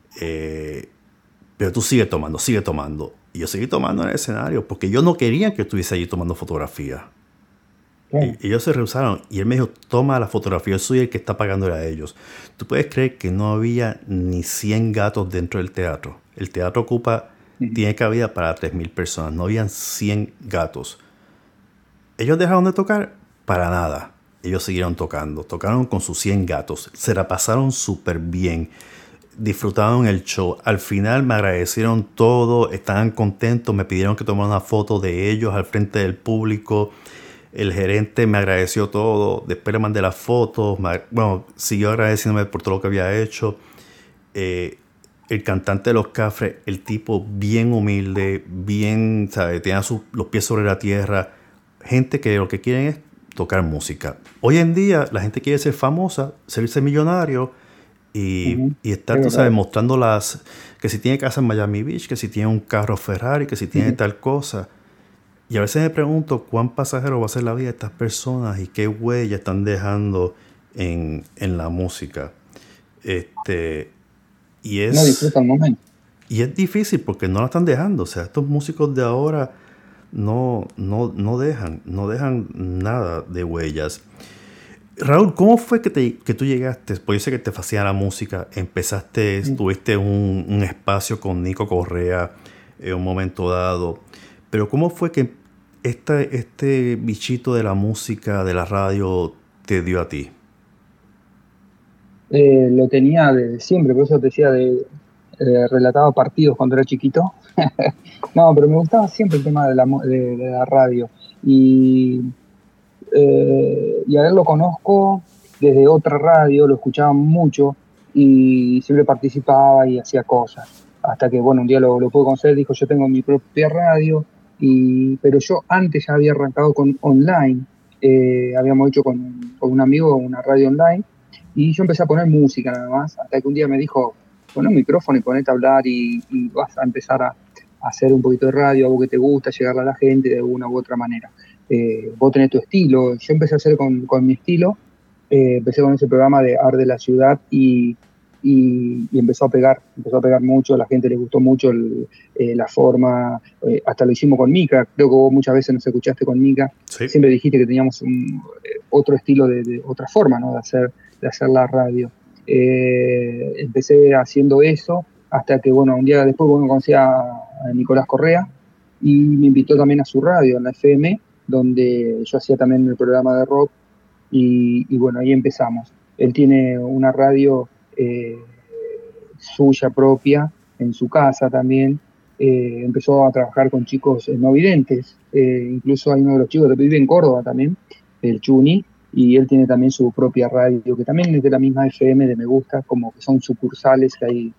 Pero tú sigue tomando. Y yo seguí tomando en el escenario porque yo no quería que estuviese allí tomando fotografía. Y ellos se rehusaron. Y él me dijo, toma la fotografía, yo soy el que está pagándole a ellos. Tú puedes creer que no había ni 100 gatos dentro del teatro. El teatro tiene cabida para 3,000 personas. No habían 100 gatos. Ellos dejaron de tocar para nada. Ellos siguieron tocando. Tocaron con sus 100 gatos. Se la pasaron súper bien. Disfrutaron el show. Al final me agradecieron todo. Estaban contentos. Me pidieron que tomara una foto de ellos al frente del público. El gerente me agradeció todo. Después le mandé las fotos. Siguió agradeciéndome por todo lo que había hecho. El cantante de los Cafres, el tipo bien humilde, bien, ¿sabes? Tenía los pies sobre la tierra. Gente que lo que quieren es tocar música. Hoy en día la gente quiere ser famosa, serse millonario y estar, tú sabes, mostrando que si tiene casa en Miami Beach, que si tiene un carro Ferrari, que si tiene tal cosa. Y a veces me pregunto cuán pasajero va a ser la vida de estas personas y qué huella están dejando en la música. No disfrutan el momento. Y es difícil porque no la están dejando. O sea, estos músicos de ahora no dejan nada de huellas. Raúl, ¿cómo fue que tú llegaste? Pues yo sé que te fascina la música. Tuviste un espacio con Nico Correa en un momento dado. Pero ¿cómo fue que este bichito de la música, de la radio, te dio a ti? Lo tenía desde siempre, por eso te decía, relataba partidos cuando era chiquito. No, pero me gustaba siempre el tema de la radio. Y a él lo conozco desde otra radio, lo escuchaba mucho y siempre participaba y hacía cosas. Hasta que, bueno, un día lo pude conocer, dijo, yo tengo mi propia radio, pero yo antes ya había arrancado con online, habíamos hecho con un amigo una radio online, y yo empecé a poner música nada más, hasta que un día me dijo, pon un micrófono y ponete a hablar y vas a empezar a hacer un poquito de radio, algo que te gusta, llegarle a la gente de alguna u otra manera. Vos tenés tu estilo. Yo empecé a hacer con mi estilo, empecé con ese programa de Art de la Ciudad y empezó a pegar mucho, a la gente le gustó mucho la forma, hasta lo hicimos con Mika, creo que vos muchas veces nos escuchaste con Mika, Sí. Siempre dijiste que teníamos otro estilo de otra forma, ¿no? de hacer la radio. Empecé haciendo eso hasta que, bueno, un día después, bueno, conocí a Nicolás Correa y me invitó también a su radio, en la FM, donde yo hacía también el programa de rock y bueno, ahí empezamos. Él tiene una radio suya propia, en su casa también. Empezó a trabajar con chicos no videntes, incluso hay uno de los chicos que vive en Córdoba también, el Chuni, y él tiene también su propia radio, que también es de la misma FM de Me Gusta, como que son sucursales que hay,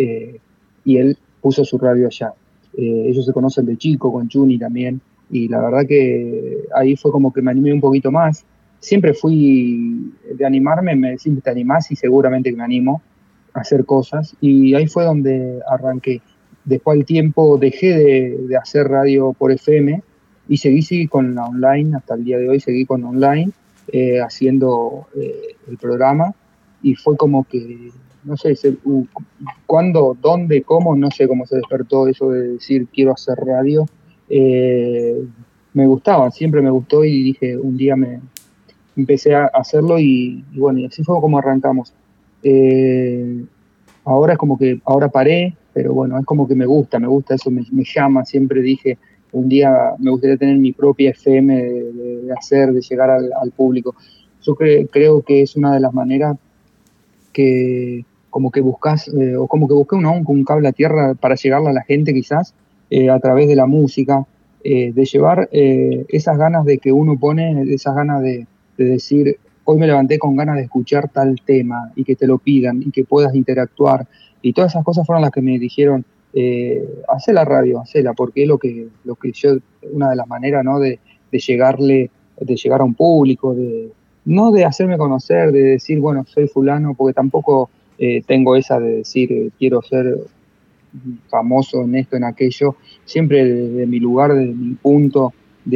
y él puso su radio allá. Ellos se conocen de chico con Chuni también, y la verdad que ahí fue como que me animé un poquito más. Siempre fui de animarme, me decís, ¿te animás? Y seguramente que me animo a hacer cosas, y ahí fue donde arranqué. Después al tiempo dejé de hacer radio por FM y seguí con la online, hasta el día de hoy seguí con online, haciendo el programa, y fue como que, no sé, cuándo, dónde, cómo, no sé cómo se despertó eso de decir quiero hacer radio. Eh, Me gustaba, siempre me gustó y dije, un día me empecé a hacerlo y bueno, y así fue como arrancamos. Eh, Ahora es como que, ahora paré, pero bueno, es como que me gusta eso, me llama, siempre dije, un día me gustaría tener mi propia FM de hacer, de llegar al público. Yo creo que es una de las maneras que como que buscas, o como que busqué un cable a tierra para llegarle a la gente quizás, a través de la música, de llevar esas ganas de que uno pone, esas ganas de decir, hoy me levanté con ganas de escuchar tal tema y que te lo pidan y que puedas interactuar. Y todas esas cosas fueron las que me dijeron, hacé la radio, hacela, porque es lo que yo, una de las maneras, ¿no? De llegarle, de llegar a un público, no de hacerme conocer, de decir, bueno, soy fulano, porque tampoco tengo esa de decir, quiero ser famoso en esto, en aquello, siempre de mi lugar, de mi punto,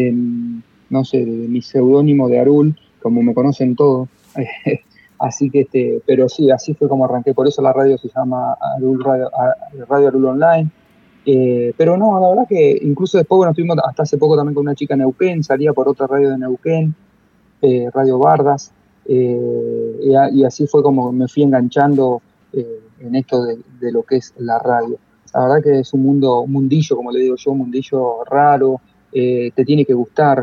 no sé, de mi seudónimo de Arul, como me conocen todos. Así que, pero sí, así fue como arranqué, por eso la radio se llama Arul Radio Arul Online. Pero no, la verdad que incluso después, bueno, estuvimos hasta hace poco también con una chica en Neuquén, salía por otra radio de Neuquén, Radio Bardas, y así fue como me fui enganchando en esto de lo que es la radio. La verdad que es un mundo, un mundillo, como le digo yo, un mundillo raro, te tiene que gustar.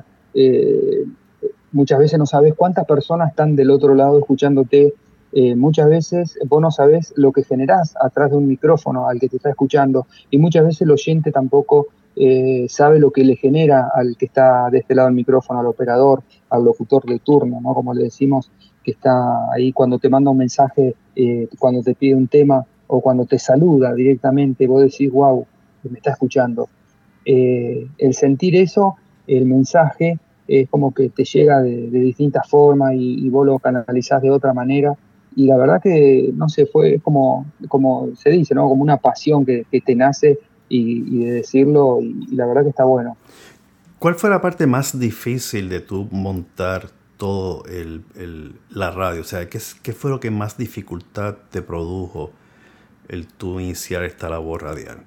Muchas veces no sabes cuántas personas están del otro lado escuchándote. Muchas veces vos no sabés lo que generás atrás de un micrófono al que te está escuchando, y muchas veces el oyente tampoco sabe lo que le genera al que está de este lado del micrófono, al operador, al locutor de turno, ¿no? Como le decimos, que está ahí cuando te manda un mensaje, cuando te pide un tema o cuando te saluda directamente, vos decís, wow, me está escuchando. El sentir eso, el mensaje, es como que te llega de distintas formas y vos lo canalizás de otra manera. Y la verdad que, no sé, fue como se dice, ¿no? Como una pasión que te nace y de decirlo, y la verdad que está bueno. ¿Cuál fue la parte más difícil de tú montar todo la radio? O sea, ¿qué fue lo que más dificultad te produjo el tú iniciar esta labor radial?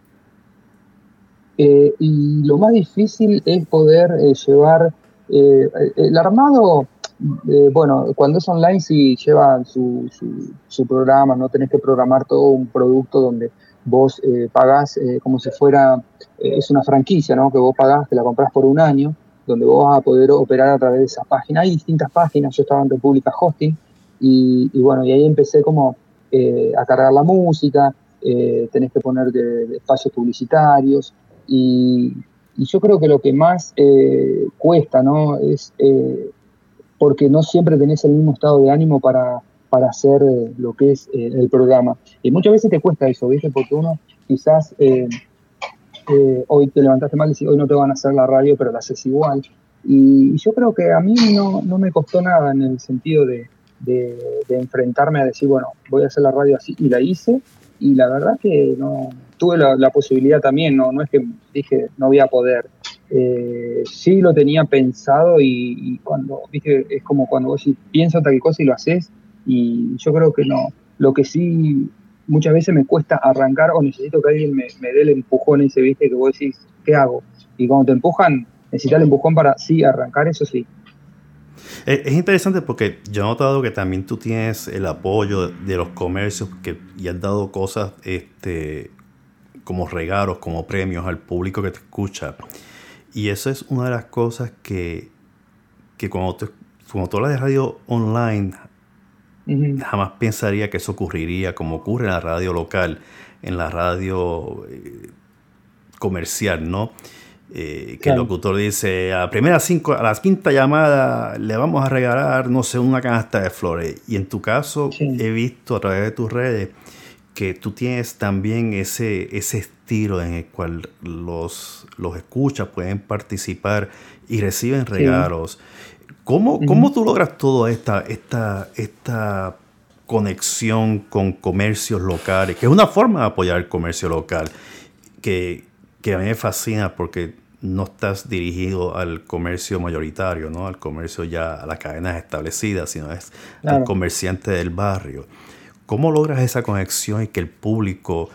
Y lo más difícil es poder llevar el armado. Bueno, cuando es online sí lleva su programa, no tenés que programar todo un producto donde vos pagás como si fuera, es una franquicia, ¿no? Que vos pagás, que la comprás por un año, donde vos vas a poder operar a través de esa página. Hay distintas páginas, yo estaba en República Hosting, y bueno, y ahí empecé como a cargar la música, tenés que poner espacios publicitarios, y, y yo creo que lo que más cuesta, ¿no? Es porque no siempre tenés el mismo estado de ánimo para hacer lo que es el programa. Y muchas veces te cuesta eso, ¿viste? Porque uno quizás hoy te levantaste mal y decís, hoy no te van a hacer la radio, pero la haces igual. Y yo creo que a mí no me costó nada en el sentido de enfrentarme a decir, bueno, voy a hacer la radio así, y la hice, y la verdad que no tuve la posibilidad también, no es que dije, no voy a poder. Sí lo tenía pensado, y cuando, viste, es como cuando vos piensas tal cosa y lo haces, y yo creo que no. Lo que sí muchas veces me cuesta arrancar, o necesito que alguien me dé el empujón ese, viste, que vos decís, ¿qué hago? Y cuando te empujan, necesitas el empujón para sí arrancar, eso sí. Es interesante porque yo he notado que también tú tienes el apoyo de los comercios y has dado cosas como regalos, como premios al público que te escucha. Y eso es una de las cosas que cuando tú hablas de radio online, jamás pensaría que eso ocurriría como ocurre en la radio local, en la radio comercial, ¿no? Que el locutor dice, a la quinta llamada le vamos a regalar, no sé, una canasta de flores. Y en tu caso, he visto a través de tus redes que tú tienes también ese estilo en el cual los escuchas pueden participar y reciben regalos. ¿Cómo tú logras toda esta conexión con comercios locales? Que es una forma de apoyar el comercio local, que a mí me fascina porque no estás dirigido al comercio mayoritario, ¿no? Al comercio ya, a las cadenas establecidas, sino es al comerciante del barrio. ¿Cómo logras esa conexión y que el público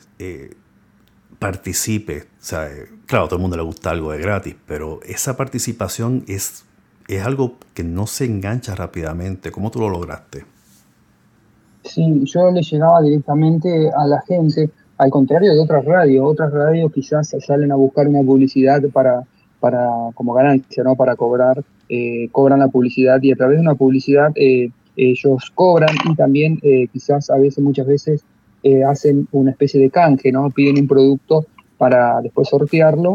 participe? O sea, claro, a todo el mundo le gusta algo de gratis, pero esa participación es algo que no se engancha rápidamente. ¿Cómo tú lo lograste? Sí, yo le llegaba directamente a la gente, al contrario de otras radios. Otras radios quizás salen a buscar una publicidad para como ganancia, ¿no? Para cobrar, cobran la publicidad y a través de una publicidad ellos cobran y también quizás muchas veces hacen una especie de canje, ¿no? Piden un producto para después sortearlo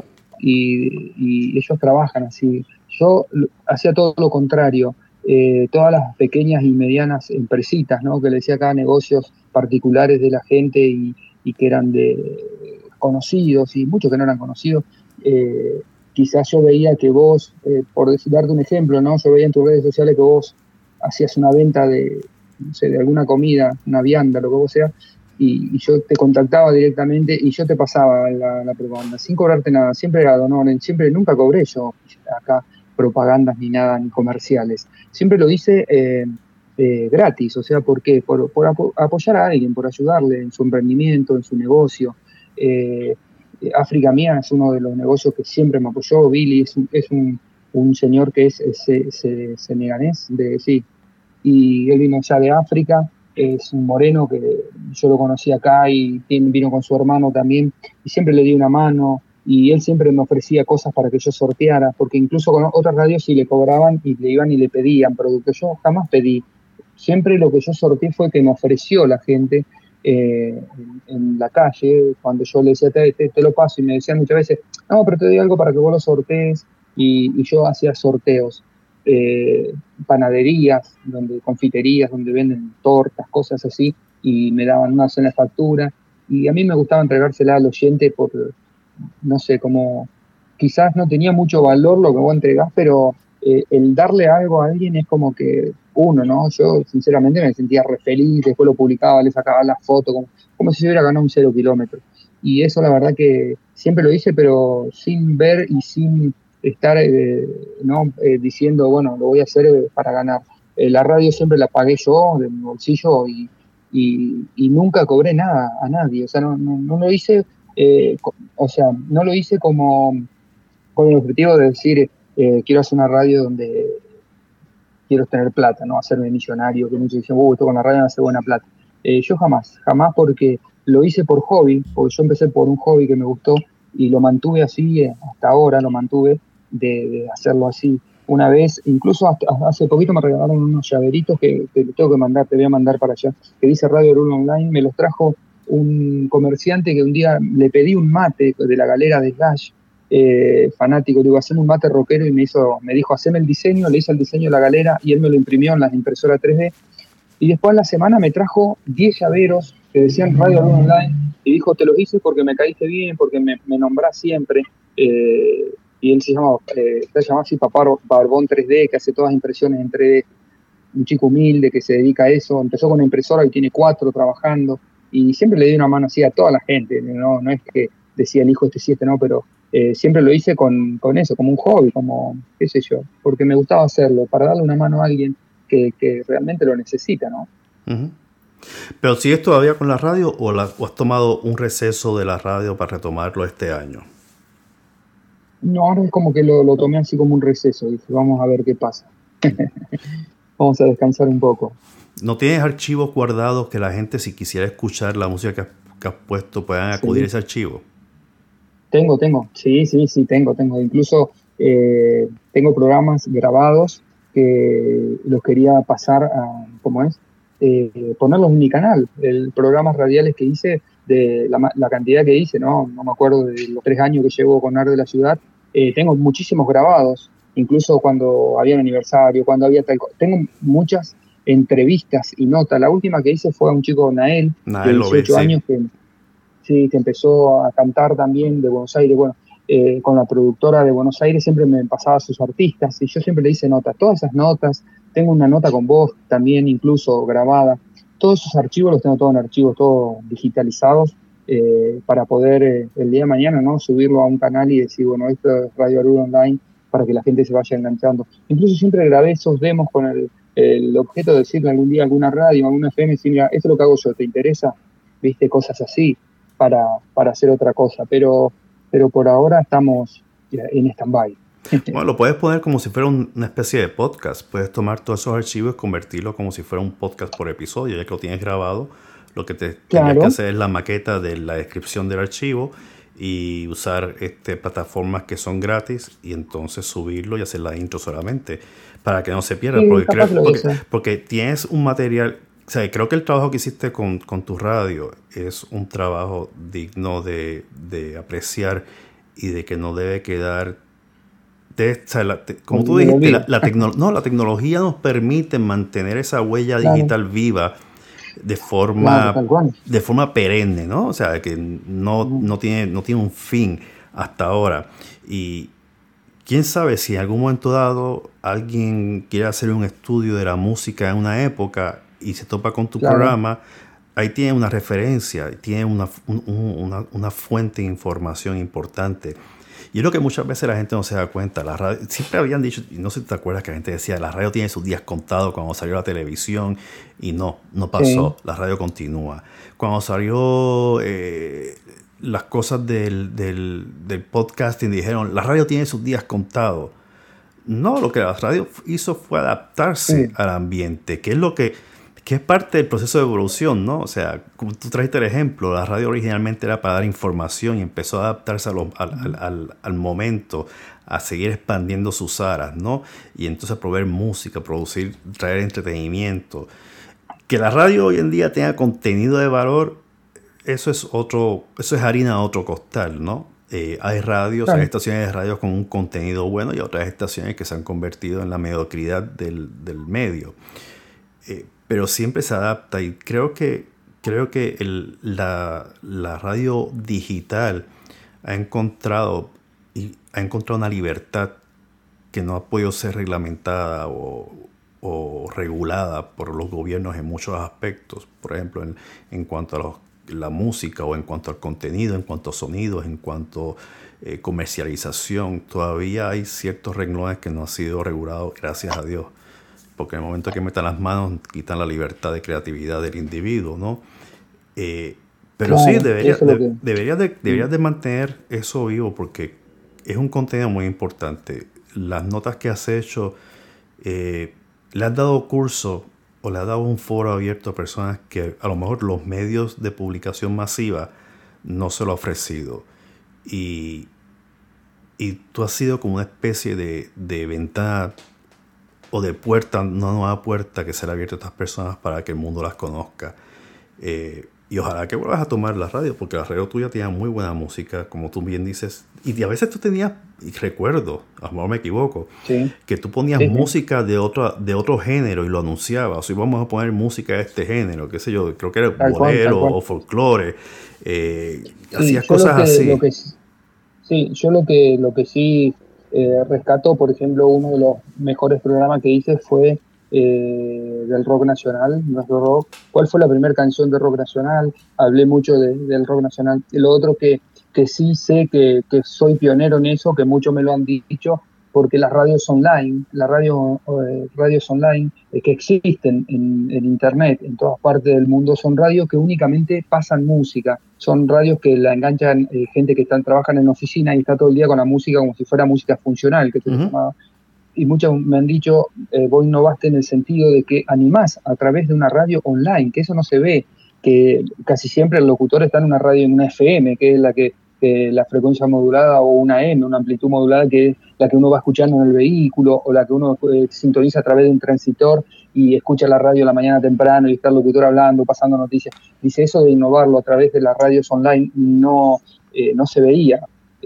y ellos trabajan así. Yo hacía todo lo contrario. Todas las pequeñas y medianas empresitas, ¿no? Que le decía acá, negocios particulares de la gente y que eran de conocidos y muchos que no eran conocidos. Quizás yo veía que vos, por darte un ejemplo, ¿no? Yo veía en tus redes sociales que vos hacías una venta de, no sé, de alguna comida, una vianda, lo que vos sea, y yo te contactaba directamente y yo te pasaba la propaganda, sin cobrarte nada, siempre era honor, siempre, nunca cobré yo acá propagandas ni nada, ni comerciales. Siempre lo hice gratis, o sea, ¿por qué? Por apoyar a alguien, por ayudarle en su emprendimiento, en su negocio. África Mía es uno de los negocios que siempre me apoyó. Billy es un señor que es senegalés, y él vino ya de África, es un moreno que yo lo conocí acá y vino con su hermano también, y siempre le di una mano, y él siempre me ofrecía cosas para que yo sorteara, porque incluso con otras radios sí le cobraban y le iban y le pedían productos. Yo jamás pedí, siempre lo que yo sorteé fue que me ofreció la gente en la calle, cuando yo le decía te lo paso, y me decían muchas veces, no, pero te doy algo para que vos lo sortees, y yo hacía sorteos. Panaderías, confiterías, donde venden tortas, cosas así, y me daban una sola factura, y a mí me gustaba entregársela al oyente por, no sé, como quizás no tenía mucho valor lo que vos entregás, pero el darle algo a alguien es como que uno, ¿no? Yo sinceramente me sentía re feliz, después lo publicaba, le sacaba la foto, como si se hubiera ganado un 0 kilómetro. Y eso la verdad que siempre lo hice, pero sin ver y sin estar diciendo, bueno, lo voy a hacer para ganar. La radio siempre la pagué yo de mi bolsillo y nunca cobré nada a nadie. O sea, no lo hice, no lo hice con el objetivo de decir, quiero hacer una radio donde quiero tener plata, no hacerme millonario, que muchos dicen, esto con la radio me hace buena plata. Yo jamás, porque lo hice por hobby, porque yo empecé por un hobby que me gustó y lo mantuve así, hasta ahora lo mantuve, de hacerlo así. Una vez, incluso hace poquito me regalaron unos llaveritos que te tengo que mandar, te voy a mandar para allá, que dice Radio Oruro Online. Me los trajo un comerciante que un día le pedí un mate de la galera de Slash, fanático, digo, haceme un mate rockero, y me dijo, haceme el diseño, le hice el diseño de la galera y él me lo imprimió en las impresoras 3D. Y después en la semana me trajo 10 llaveros que decían Radio Oruro Online y dijo, te los hice porque me caíste bien, porque me nombrás siempre. Y él se llama así Papá Barbón 3D, que hace todas las impresiones en 3D, un chico humilde que se dedica a eso, empezó con una impresora y tiene 4 trabajando, y siempre le di una mano así a toda la gente, no es que decía el hijo 7, no, pero siempre lo hice con eso, como un hobby, como, qué sé yo, porque me gustaba hacerlo, para darle una mano a alguien que realmente lo necesita, ¿no? Uh-huh. ¿Pero sigues todavía con la radio o has tomado un receso de la radio para retomarlo este año? No, ahora es como que lo tomé así como un receso, dije, vamos a ver qué pasa. Vamos a descansar un poco. ¿No tienes archivos guardados que la gente, si quisiera escuchar la música que has puesto, puedan acudir a ese archivo? Tengo. Sí, tengo. Incluso tengo programas grabados que los quería pasar a, ¿cómo es? Ponerlos en mi canal. El programas radiales que hice, de la cantidad que hice, no me acuerdo de los 3 años que llevo con Arte de la Ciudad, tengo muchísimos grabados, incluso cuando había un aniversario, cuando había tengo muchas entrevistas y notas. La última que hice fue a un chico, Nael, de 18 años, que empezó a cantar también de Buenos Aires. Bueno, con la productora de Buenos Aires siempre me pasaba a sus artistas y yo siempre le hice notas. Todas esas notas, tengo una nota con voz también incluso grabada. Todos esos archivos los tengo todos en archivos, todos digitalizados, para poder el día de mañana, ¿no?, subirlo a un canal y decir, bueno, esto es Radio Aruro Online, para que la gente se vaya enganchando. Incluso siempre grabé esos demos con el objeto de decirle algún día a alguna radio, a alguna FM, decir, mira, esto es lo que hago yo, ¿te interesa? ¿Viste? Cosas así, para hacer otra cosa. Pero por ahora estamos en stand-by. Bueno, lo puedes poner como si fuera una especie de podcast. Puedes tomar todos esos archivos y convertirlo como si fuera un podcast por episodio, ya que lo tienes grabado. Lo que tendrías que hacer es la maqueta de la descripción del archivo y usar plataformas que son gratis y entonces subirlo y hacer la intro solamente para que no se pierda. Sí, porque tienes un material. O sea, creo que el trabajo que hiciste con tu radio es un trabajo digno de apreciar y de que no debe quedar. Como tú dijiste, la tecnología nos permite mantener esa huella digital viva de forma perenne, ¿no? O sea, que no tiene un fin hasta ahora. Y quién sabe si en algún momento dado alguien quiere hacer un estudio de la música en una época y se topa con tu programa, ahí tiene una referencia, tiene una fuente de información importante. Y es lo que muchas veces la gente no se da cuenta. La radio, siempre habían dicho, y no sé si te acuerdas que la gente decía, la radio tiene sus días contados cuando salió la televisión, y no pasó. La radio continúa. Cuando salió las cosas del podcasting, dijeron, la radio tiene sus días contados. No, lo que la radio hizo fue adaptarse al ambiente, que es parte del proceso de evolución, ¿no? O sea, como tú trajiste el ejemplo, la radio originalmente era para dar información y empezó a adaptarse al momento, a seguir expandiendo sus aras, ¿no? Y entonces proveer música, traer entretenimiento. Que la radio hoy en día tenga contenido de valor, eso es harina de otro costal, ¿no? Hay radios, hay estaciones de radio con un contenido bueno y otras estaciones que se han convertido en la mediocridad del medio. Pero siempre se adapta y creo que la radio digital ha encontrado una libertad que no ha podido ser reglamentada o regulada por los gobiernos en muchos aspectos. Por ejemplo, en cuanto a la música o en cuanto al contenido, en cuanto a sonidos, en cuanto a comercialización. Todavía hay ciertos renglones que no han sido regulados, gracias a Dios. Porque en el momento que metan las manos, quitan la libertad de creatividad del individuo, ¿no? Pero sí, deberías de mantener eso vivo porque es un contenido muy importante. Las notas que has hecho, le has dado curso o le has dado un foro abierto a personas que a lo mejor los medios de publicación masiva no se lo han ofrecido. Y tú has sido como una especie de ventana o de puerta, una nueva puerta que será abierta a estas personas para que el mundo las conozca. Y ojalá que vuelvas a tomar la radio, porque la radio tuya tenía muy buena música, como tú bien dices. Y a veces tú tenías, y recuerdo, a lo mejor me equivoco, que tú ponías música de otro género y lo anunciabas. O sea, vamos a poner música de este género, qué sé yo, creo que era bolero o folclore. Hacías cosas así. Yo lo que sí rescato, por ejemplo, uno de los mejores programas que hice fue del rock nacional, nuestro rock. ¿Cuál fue la primera canción de rock nacional? Hablé mucho del rock nacional. Y lo otro que sí sé que soy pionero en eso, que muchos me lo han dicho, porque las radios online, radios online que existen en internet en todas partes del mundo, son radios que únicamente pasan música. Son radios que la enganchan gente que trabajan en oficina y está todo el día con la música como si fuera música funcional, que se llamaba. y muchos me han dicho, vos innovaste en el sentido de que animás a través de una radio online, que eso no se ve, que casi siempre el locutor está en una radio, en una FM, que es la frecuencia modulada, o una M, una amplitud modulada, que es la que uno va escuchando en el vehículo, o la que uno sintoniza a través de un transitor y escucha la radio a la mañana temprano y está el locutor hablando, pasando noticias. Dice, eso de innovarlo a través de las radios online no se veía.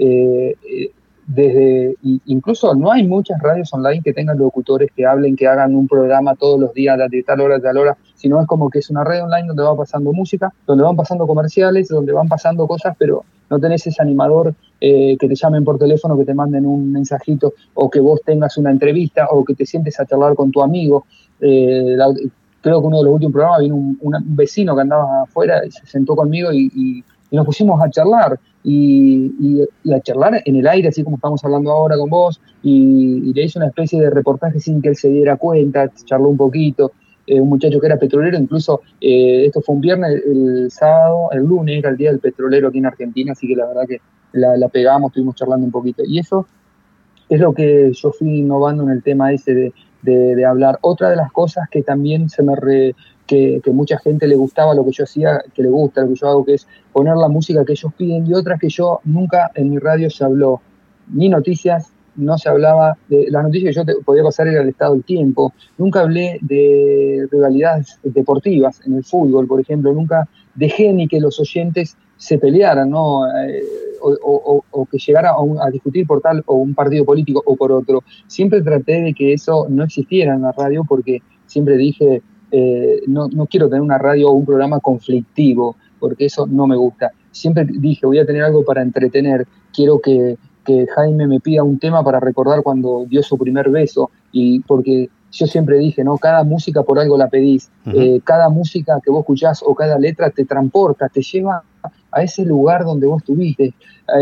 Incluso no hay muchas radios online que tengan locutores que hablen, que hagan un programa todos los días de tal hora a tal hora, sino es como que es una radio online donde va pasando música, donde van pasando comerciales, donde van pasando cosas, pero no tenés ese animador que te llamen por teléfono, que te manden un mensajito, o que vos tengas una entrevista, o que te sientes a charlar con tu amigo. Creo que uno de los últimos programas vino un vecino que andaba afuera y se sentó conmigo y nos pusimos a charlar y a charlar en el aire, así como estamos hablando ahora con vos, y le hice una especie de reportaje sin que él se diera cuenta, charló un poquito. Un muchacho que era petrolero, incluso esto fue un viernes, el lunes era el día del petrolero aquí en Argentina, así que la verdad que la pegamos, estuvimos charlando un poquito, y eso es lo que yo fui innovando en el tema ese de hablar. Otra de las cosas que también que mucha gente le gustaba lo que yo hacía, que le gusta lo que yo hago, que es poner la música que ellos piden, y otras que yo nunca en mi radio se habló, ni noticias, no se hablaba de las noticias que yo te podía pasar, era el estado del tiempo, nunca hablé de rivalidades deportivas en el fútbol, por ejemplo, nunca dejé ni que los oyentes se pelearan, ¿no? O que llegara a discutir por tal o un partido político o por otro. Siempre traté de que eso no existiera en la radio, porque siempre dije, no quiero tener una radio o un programa conflictivo, porque eso no me gusta. Siempre dije, voy a tener algo para entretener, quiero que Jaime me pida un tema para recordar cuando dio su primer beso, y porque yo siempre dije, ¿no? Cada música por algo la pedís, cada música que vos escuchás o cada letra te transporta, te lleva a ese lugar donde vos estuviste,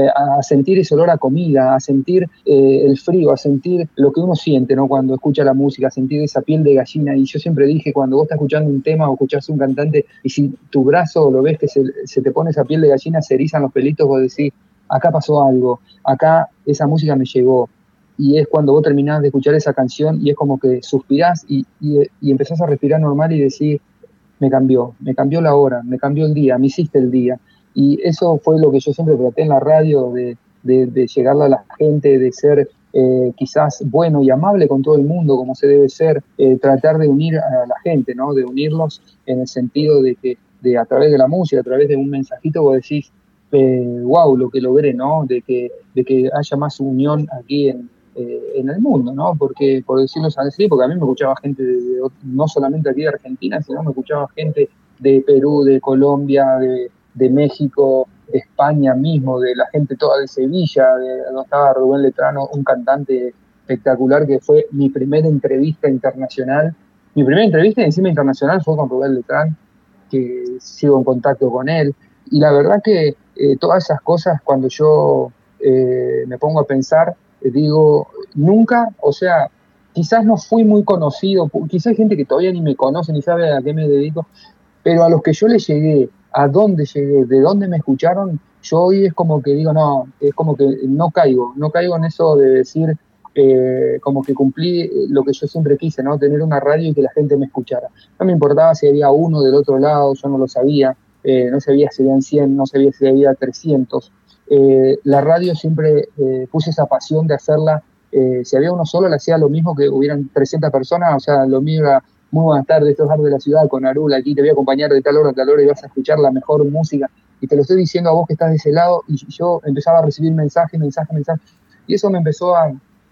a sentir ese olor a comida, a sentir el frío, a sentir lo que uno siente, ¿no? Cuando escucha la música, a sentir esa piel de gallina. Y yo siempre dije, cuando vos estás escuchando un tema o escuchás un cantante, y si tu brazo lo ves que se te pone esa piel de gallina, se erizan los pelitos, vos decís, acá pasó algo, acá esa música me llegó. Y es cuando vos terminás de escuchar esa canción y es como que suspirás y empezás a respirar normal y decís, me cambió la hora, me cambió el día, me hiciste el día. Y eso fue lo que yo siempre traté en la radio, de llegarle a la gente, de ser quizás bueno y amable con todo el mundo, como se debe ser, tratar de unir a la gente, ¿no? De unirlos en el sentido de que a través de la música, a través de un mensajito, vos decís, wow, lo que logré, ¿no? De que haya más unión aquí en el mundo, ¿no? Porque, por decirlo así, porque a mí me escuchaba gente no solamente aquí de Argentina, sino me escuchaba gente de Perú, de Colombia, de México, de España mismo, de la gente toda de Sevilla, donde estaba Rubén Letrano, un cantante espectacular, que fue mi primera entrevista internacional. Mi primera entrevista encima internacional fue con Rubén Letrán, que sigo en contacto con él. Y la verdad que todas esas cosas, cuando yo me pongo a pensar, digo, nunca, o sea, quizás no fui muy conocido, quizás hay gente que todavía ni me conoce, ni sabe a qué me dedico, pero a los que yo le llegué, a dónde llegué, de dónde me escucharon, yo hoy es como que digo, no, es como que no caigo en eso de decir, como que cumplí lo que yo siempre quise, ¿no? Tener una radio y que la gente me escuchara. No me importaba si había uno del otro lado, yo no lo sabía, no sabía si habían 100, no sabía si había 300. La radio siempre puse esa pasión de hacerla, si había uno solo, le hacía lo mismo que hubieran 300 personas, o sea, lo mío era, muy buenas tardes, esto es Bar de la Ciudad con Arul, aquí te voy a acompañar de tal hora a tal hora y vas a escuchar la mejor música, y te lo estoy diciendo a vos que estás de ese lado, y yo empezaba a recibir mensajes, y eso me empezó a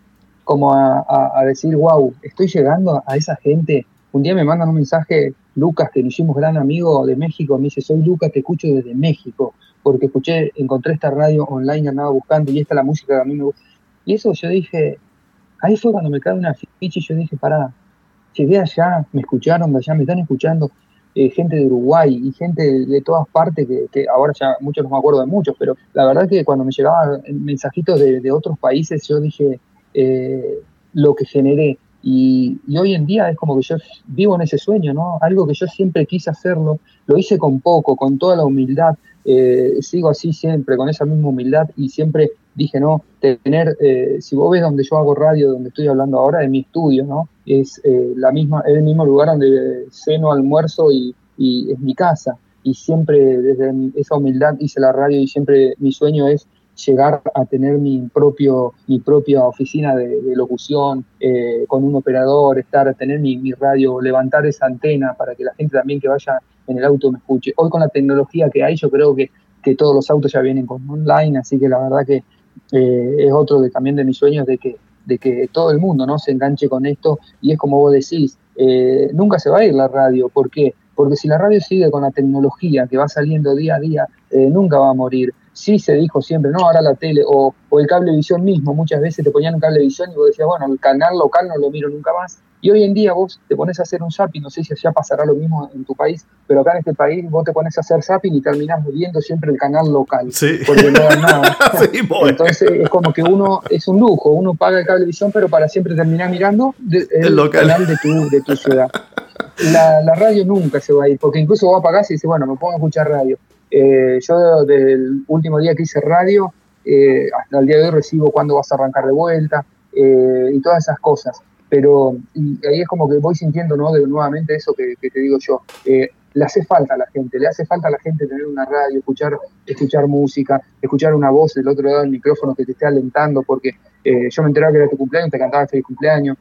decir, wow, estoy llegando a esa gente. Un día me mandan un mensaje, Lucas, que nos hicimos gran amigo de México, me dice, soy Lucas, te escucho desde México, porque encontré esta radio online, andaba buscando, y esta es la música que a mí me gusta. Y eso yo dije, ahí fue cuando me cae una ficha, y yo dije, pará, llegué allá, me escucharon de allá, me están escuchando gente de Uruguay y gente de todas partes, que ahora ya muchos no me acuerdo de muchos, pero la verdad que cuando me llegaban mensajitos de otros países, yo dije lo que generé. Y hoy en día es como que yo vivo en ese sueño, ¿no? Algo que yo siempre quise hacerlo, lo hice con poco, con toda la humildad, sigo así siempre, con esa misma humildad, y siempre dije, no, tener, si vos ves donde yo hago radio, donde estoy hablando ahora, en mi estudio, ¿no? Es es el mismo lugar donde ceno, almuerzo y es mi casa. Y siempre desde esa humildad hice la radio y siempre mi sueño es llegar a tener mi propia oficina de locución, con un operador, tener mi radio, levantar esa antena para que la gente también que vaya en el auto me escuche. Hoy con la tecnología que hay, yo creo que todos los autos ya vienen con online, así que la verdad que es otro también de mis sueños de que todo el mundo, ¿no?, se enganche con esto, y es como vos decís, nunca se va a ir la radio. ¿Por qué? Porque si la radio sigue con la tecnología que va saliendo día a día, nunca va a morir. Sí se dijo siempre, no, ahora la tele o el cablevisión mismo, muchas veces te ponían un cablevisión y vos decías, bueno, el canal local no lo miro nunca más. Y hoy en día vos te pones a hacer un zapping, no sé si allá pasará lo mismo en tu país, pero acá en este país vos te pones a hacer zapping y terminás viendo siempre el canal local, Sí. porque no da nada. Sí, boy. Entonces es como que es un lujo, uno paga el cablevisión, pero para siempre terminar mirando el canal de tu ciudad. La radio nunca se va a ir, porque incluso vos apagás y dices, bueno, me pongo a escuchar radio. Yo desde el último día que hice radio, hasta el día de hoy recibo cuándo vas a arrancar de vuelta, y todas esas cosas. Pero ahí es como que voy sintiendo, ¿no?, nuevamente eso que te digo yo. Le hace falta a la gente, tener una radio, escuchar música, escuchar una voz del otro lado del micrófono que te esté alentando, porque yo me enteraba que era tu cumpleaños, te cantaba feliz cumpleaños.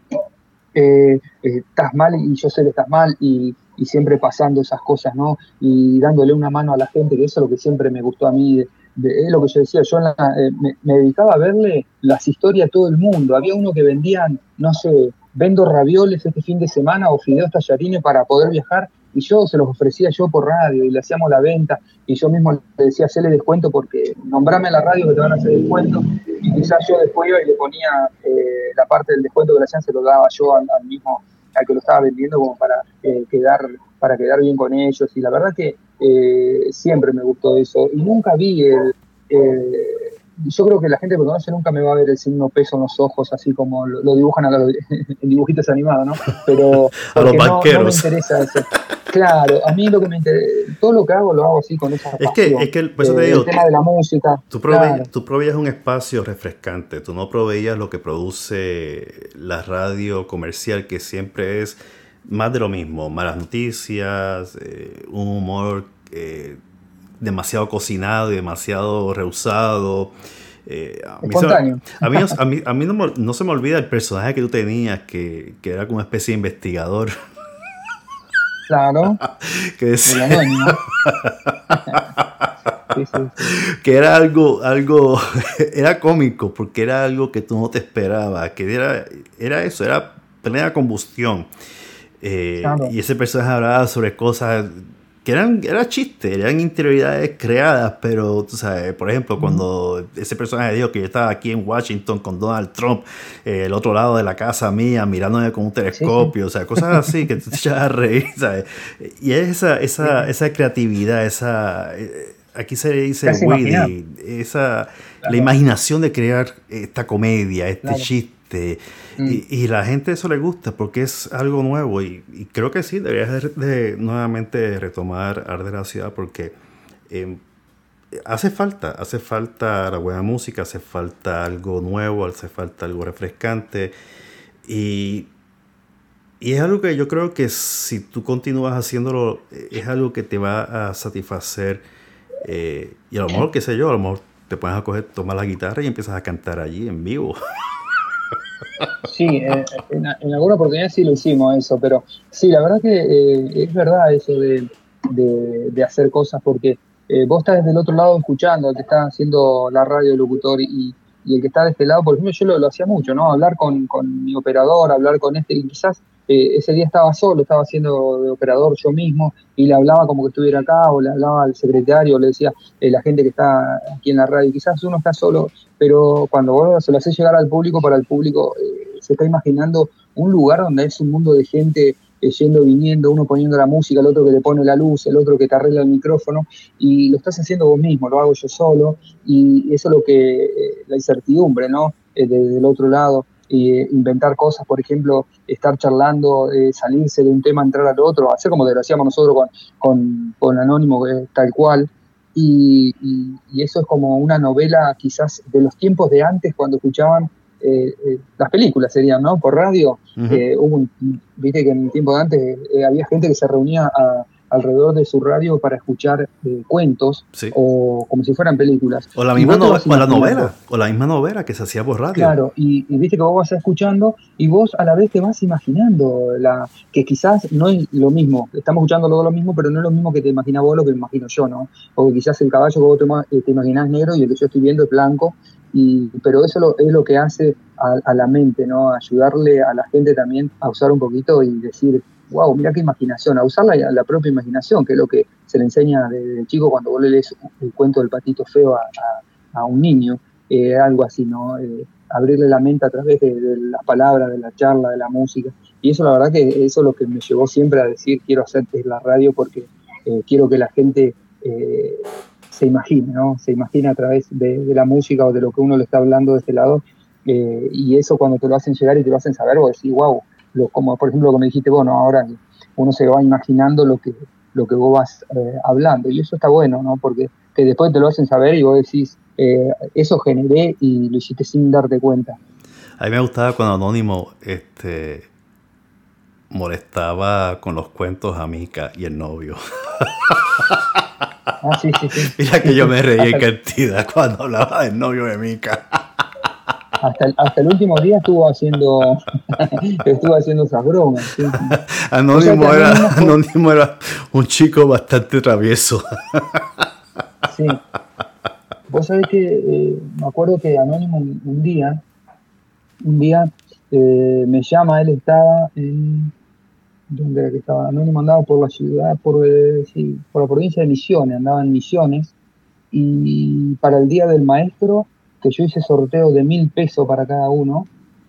Estás mal y yo sé que estás mal, y siempre pasando esas cosas, ¿no? Y dándole una mano a la gente, que eso es lo que siempre me gustó a mí, es lo que yo decía, yo me dedicaba a verle las historias a todo el mundo. Había uno que vendían, no sé, vendo ravioles este fin de semana o fideos tallarines para poder viajar, y yo se los ofrecía yo por radio y le hacíamos la venta, y yo mismo le decía, hacerle descuento porque nombrame a la radio que te van a hacer descuento, y quizás yo después iba y le ponía la parte del descuento que le hacían, se lo daba yo al mismo, al que lo estaba vendiendo, como para quedar bien con ellos. Y la verdad que siempre me gustó eso, y nunca vi yo creo que la gente que me conoce nunca me va a ver el signo peso en los ojos, así como lo dibujan en dibujitos animados, ¿no? Pero a los no me interesa eso. Claro, a mí lo que me interesa, todo lo que hago lo hago así, con esa pasión. Es que por eso te digo, el tema de la música. Tú proveías un espacio refrescante, tú no proveías lo que produce la radio comercial, que siempre es más de lo mismo, malas noticias, un humor demasiado cocinado y demasiado rehusado. Espontáneo. A mí no se me olvida el personaje que tú tenías, que era como una especie de investigador. Claro. Que decía, sí. Que era algo era cómico, porque era algo que tú no te esperabas, que era eso, era plena combustión. Claro. Y ese personaje hablaba sobre cosas que eran chistes, eran interioridades creadas, pero tú sabes, por ejemplo, cuando ese personaje dijo que yo estaba aquí en Washington con Donald Trump, el otro lado de la casa mía, mirándome con un telescopio, sí. O sea, cosas así que te echas a reír, ¿sabes? Y es esa creatividad, aquí se dice witty, claro. La imaginación de crear esta comedia, claro. Chiste. Y la gente eso le gusta porque es algo nuevo, y creo que sí, deberías de nuevamente retomar Arde la Ciudad, porque hace falta la buena música, hace falta algo nuevo, hace falta algo refrescante, y es algo que yo creo que si tú continúas haciéndolo, es algo que te va a satisfacer, y a lo mejor, qué sé yo, a lo mejor te pones a tomar la guitarra y empiezas a cantar allí en vivo. Sí, en alguna oportunidad sí lo hicimos eso, pero sí, la verdad que es verdad eso de hacer cosas, porque vos estás del otro lado escuchando, te está haciendo la radio el locutor, y el que está de este lado, por ejemplo, yo lo hacía mucho, ¿no? Hablar con mi operador, hablar con y quizás ese día estaba solo, estaba haciendo de operador yo mismo, y le hablaba como que estuviera acá, o le hablaba al secretario, le decía la gente que está aquí en la radio. Quizás uno está solo, pero cuando vos se lo haces llegar al público, para el público se está imaginando un lugar donde es un mundo de gente yendo, viniendo, uno poniendo la música, el otro que le pone la luz, el otro que te arregla el micrófono, y lo estás haciendo vos mismo, lo hago yo solo, y eso es lo que, la incertidumbre, ¿no? Del otro lado, inventar cosas, por ejemplo, estar charlando, salirse de un tema, entrar al otro, hacer como lo hacíamos nosotros con Anónimo, tal cual. y eso es como una novela quizás de los tiempos de antes cuando escuchaban las películas serían, ¿no? Por radio. Uh-huh. Viste que en el tiempo de antes había gente que se reunía alrededor de su radio para escuchar cuentos Sí. o como si fueran películas. O la Y misma vos te vas imaginando. o la misma novela que se hacía por radio. Claro, y viste que vos vas escuchando y vos a la vez te vas imaginando que quizás no es lo mismo, estamos escuchando lo mismo, pero no es lo mismo que te imaginas vos lo que me imagino yo, ¿no? O que quizás el caballo que vos te imaginás negro y el que yo estoy viendo es blanco, pero eso es lo que hace a la mente, ¿no? Ayudarle a la gente también a usar un poquito y decir, wow, mira qué imaginación, a usar la propia imaginación, que es lo que se le enseña de chico cuando vos le lees el cuento del patito feo a un niño. Algo así, ¿no? Abrirle la mente a través de las palabras, de la charla, de la música. Y eso la verdad que eso es lo que me llevó siempre a decir, quiero hacer la radio porque quiero que la gente se imagine, ¿no? Se imagine a través de la música o de lo que uno le está hablando de este lado. Y eso cuando te lo hacen llegar y te lo hacen saber, vos decís, wow, como por ejemplo lo que me dijiste vos, ¿no? Ahora uno se va imaginando lo que vos vas hablando. Y eso está bueno, ¿no? Porque que después te lo hacen saber y vos decís, eso generé y lo hiciste sin darte cuenta. A mí me gustaba cuando Anónimo molestaba con los cuentos a Mika y el novio. Ah, sí, sí, sí. Mira que yo me reí en cantidad cuando hablaba del novio de Mika. Hasta el último día estuvo haciendo esas bromas. Sí, sí. Anónimo era un chico bastante travieso. Sí. Vos sabés que me acuerdo que Anónimo un día me llama, él estaba en... ¿Dónde era que estaba? Anónimo andaba por la ciudad, por la provincia de Misiones, andaba en Misiones, y para el Día del Maestro, que yo hice sorteo de 1.000 pesos para cada uno,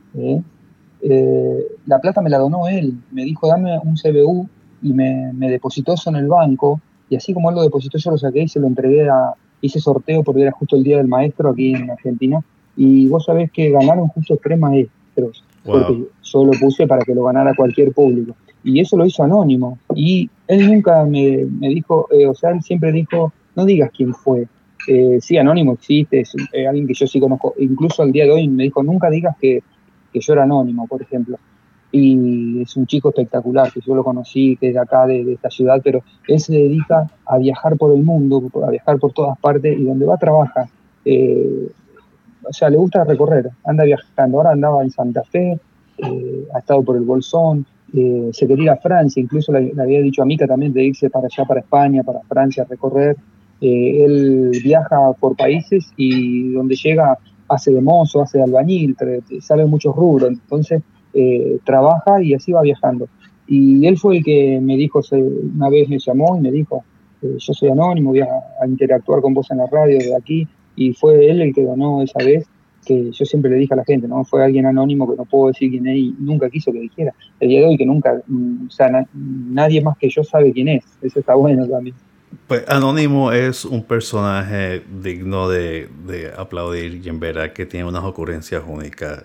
la plata me la donó él, me dijo dame un CBU y me depositó eso en el banco, y así como él lo depositó yo lo saqué y se lo entregué hice sorteo porque era justo el Día del Maestro aquí en Argentina, y vos sabés que ganaron justo 3 maestros, Wow. porque yo lo puse para que lo ganara cualquier público. Y eso lo hizo Anónimo. Y él nunca me dijo, o sea, él siempre dijo, no digas quién fue. Sí, Anónimo existe, es alguien que yo sí conozco. Incluso al día de hoy me dijo, nunca digas que yo era Anónimo, por ejemplo. Y es un chico espectacular, que yo lo conocí, que es de acá, de esta ciudad, pero él se dedica a viajar por el mundo, a viajar por todas partes, y donde va trabaja. O sea, le gusta recorrer, anda viajando. Ahora andaba en Santa Fe, ha estado por el Bolsón, se quería ir a Francia, incluso le había dicho a Mica también de irse para allá, para España, para Francia, a recorrer. Él viaja por países y donde llega hace de mozo, hace de albañil, sabe muchos rubros, entonces trabaja y así va viajando. Y él fue el que me dijo, una vez me llamó y me dijo, yo soy Anónimo, voy a interactuar con vos en la radio de aquí, y fue él el que donó esa vez, que yo siempre le dije a la gente, ¿no? Fue alguien anónimo que no puedo decir quién es y nunca quiso que dijera. El día de hoy que nunca, o sea, nadie más que yo sabe quién es. Eso está bueno también. Pues Anónimo es un personaje digno de aplaudir y en verdad que tiene unas ocurrencias únicas.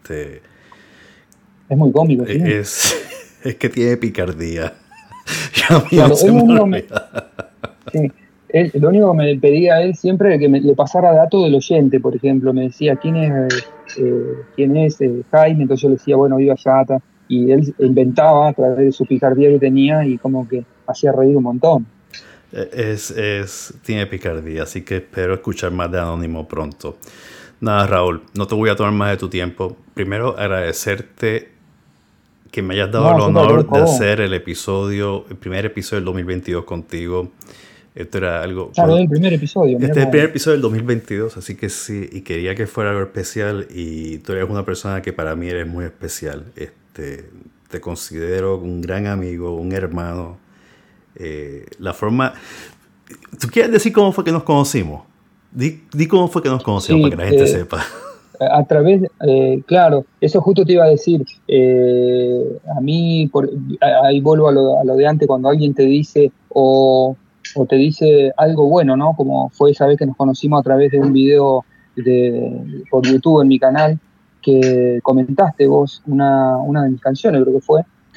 Es muy cómico, ¿sí? Es que tiene picardía. Claro, sí. Lo único que me pedía a él siempre es que le pasara datos del oyente, por ejemplo. Me decía, ¿quién es Jaime? Entonces yo le decía, bueno, viva Yata. Y él inventaba a través de su picardía que tenía y como que hacía reír un montón. Tiene picardía, así que espero escuchar más de Anónimo pronto. Nada, Raúl, no te voy a tomar más de tu tiempo. Primero, agradecerte que me hayas dado el honor de hacer el primer episodio del 2022 contigo. Esto era algo... Claro, el primer episodio. Este es el primer episodio del 2022, así que sí, y quería que fuera algo especial, y tú eres una persona que para mí eres muy especial. Te considero un gran amigo, un hermano. La forma... ¿Tú quieres decir cómo fue que nos conocimos? Di cómo fue que nos conocimos, sí, para que la gente sepa. A través, claro, eso justo te iba a decir. A mí, ahí vuelvo a lo de antes, cuando alguien te dice o te dice algo bueno, ¿no? Como fue esa vez que nos conocimos a través de un video por YouTube en mi canal, que comentaste vos una de mis canciones, creo que fue,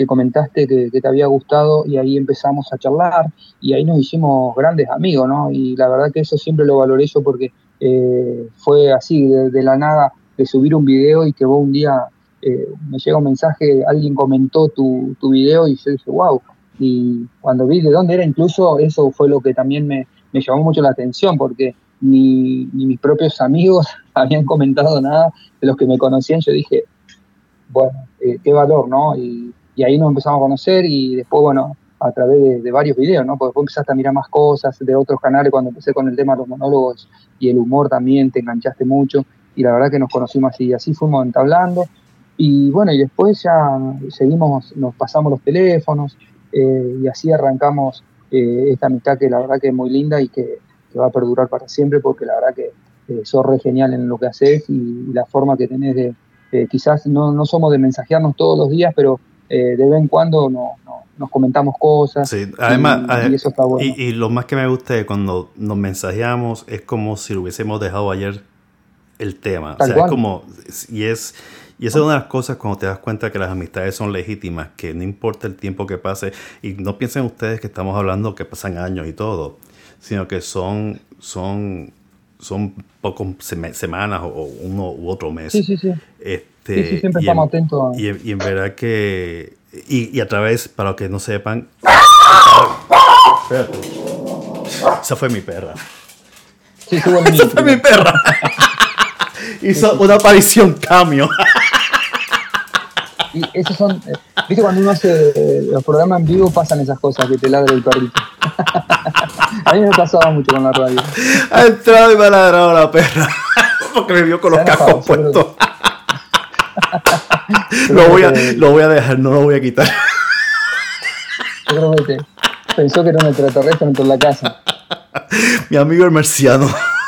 que comentaste que te había gustado y ahí empezamos a charlar y ahí nos hicimos grandes amigos, ¿no? Y la verdad que eso siempre lo valoré yo porque fue así, de la nada, de subir un video y que vos un día me llega un mensaje, alguien comentó tu video y yo dije, wow. Y cuando vi de dónde era, incluso eso fue lo que también me llamó mucho la atención porque ni mis propios amigos habían comentado nada de los que me conocían. Yo dije, bueno, qué valor, ¿no? Y ahí nos empezamos a conocer y después, bueno, a través de varios videos, ¿no? Porque después empezaste a mirar más cosas de otros canales cuando empecé con el tema de los monólogos y el humor también, te enganchaste mucho y la verdad que nos conocimos así, y así fuimos entablando y bueno, y después ya seguimos, nos pasamos los teléfonos y así arrancamos esta amistad que la verdad que es muy linda y que va a perdurar para siempre porque la verdad que sos re genial en lo que haces y la forma que tenés de quizás no somos de mensajearnos todos los días, pero de vez en cuando nos comentamos cosas. Sí, además, y eso está bueno. Y lo más que me gusta es cuando nos mensajeamos es como si lo hubiésemos dejado ayer el tema. Tal o sea, cual. es como, y esa es una de las cosas cuando te das cuenta que las amistades son legítimas, que no importa el tiempo que pase, y no piensen ustedes que estamos hablando que pasan años y todo, sino que son pocos semanas o uno u otro mes. Sí. Sí, siempre estamos atentos. Y en verdad que... Y a través, para los que no sepan... Espérate. Esa fue mi perra. Sí, Esa fue mi perra. Hizo una aparición cameo. Y esos son, viste, cuando uno hace los programas en vivo pasan esas cosas, que te ladra el perrito. A mí me pasaba mucho con la radio. Ha entrado y me ha ladrado la perra. Porque me vio con los cascos puestos. Lo voy a dejar, no lo voy a quitar. Yo creo que pensó que era un extraterrestre dentro de la casa. Mi amigo el marciano.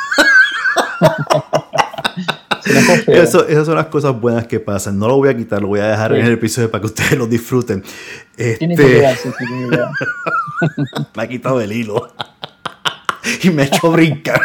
Esas son las cosas buenas que pasan. No lo voy a quitar, lo voy a dejar en el episodio para que ustedes lo disfruten. Tiene que quedarse, tiene que quedar. Me ha quitado el hilo. Y me ha hecho brincar.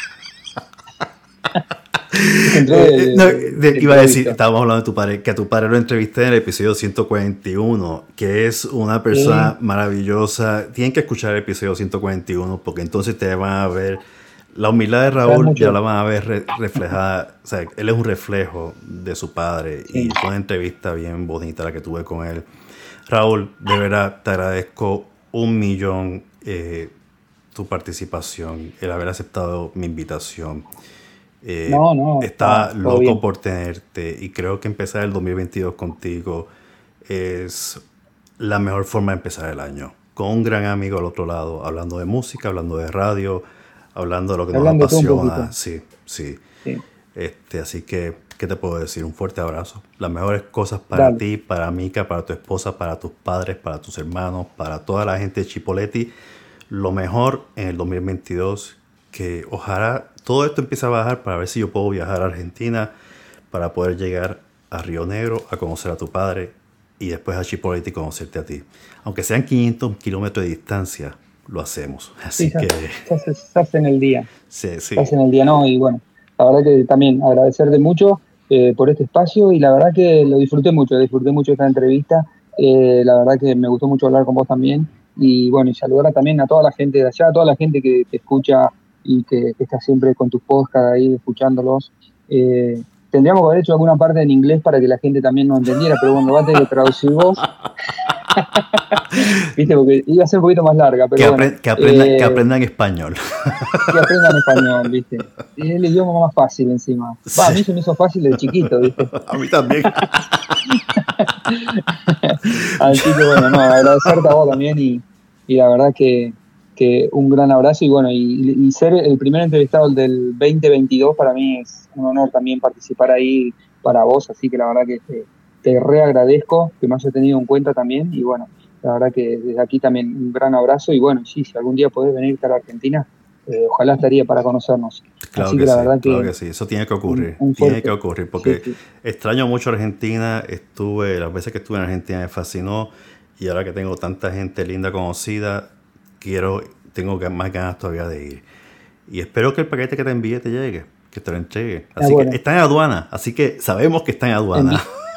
Iba a decir, estábamos hablando de tu padre, que a tu padre lo entrevisté en el episodio 141, que es una persona maravillosa. Tienen que escuchar el episodio 141 porque entonces te van a ver la humildad de Raúl, ya la van a ver reflejada. O sea, él es un reflejo de su padre y fue una entrevista bien bonita la que tuve con él. Raúl, de verdad te agradezco 1,000,000 tu participación, el haber aceptado mi invitación. Estaba loco bien por tenerte y creo que empezar el 2022 contigo es la mejor forma de empezar el año, con un gran amigo al otro lado, hablando de música, hablando de radio, hablando de lo que nos apasiona. Sí. Así que, ¿qué te puedo decir? Un fuerte abrazo. Las mejores cosas para ti, para Mica, para tu esposa, para tus padres, para tus hermanos, para toda la gente de Chipoleti. Lo mejor en el 2022, que ojalá todo esto empiece a bajar para ver si yo puedo viajar a Argentina para poder llegar a Río Negro a conocer a tu padre y después a Chipoleti y conocerte a ti. Aunque sean 500 kilómetros de distancia, lo hacemos. Así que... Se hace en el día. Sí. Se hace en el día, ¿no? Y bueno, la verdad que también agradecerte mucho por este espacio y la verdad que lo disfruté mucho esta entrevista. La verdad que me gustó mucho hablar con vos también. Y bueno, y saludar también a toda la gente de allá, a toda la gente que te escucha y que está siempre con tus podcasts ahí escuchándolos. Tendríamos que haber hecho alguna parte en inglés para que la gente también nos entendiera, pero bueno, va a tener que traducir vos. Viste, porque iba a ser un poquito más larga, pero que aprendan español. Que aprendan español, viste. Y es el idioma más fácil encima. A mí se me hizo fácil de chiquito, viste. A mí también. Así que bueno, agradecerte a vos también y la verdad que un gran abrazo y bueno, y ser el primer entrevistado del 2022 para mí es un honor también participar ahí para vos, así que la verdad que te reagradezco que me hayas tenido en cuenta también y bueno, la verdad que desde aquí también un gran abrazo y bueno, sí, si algún día podés venir a la Argentina, ojalá estaría para conocernos. Claro así que la sí, verdad claro que sí, eso tiene que ocurrir, tiene que ocurrir porque extraño mucho Argentina, las veces que estuve en Argentina me fascinó y ahora que tengo tanta gente linda conocida, tengo más ganas todavía de ir. Y espero que el paquete que te envíe te llegue, que te lo entregue. Así que está en aduana, así que sabemos que está en aduana.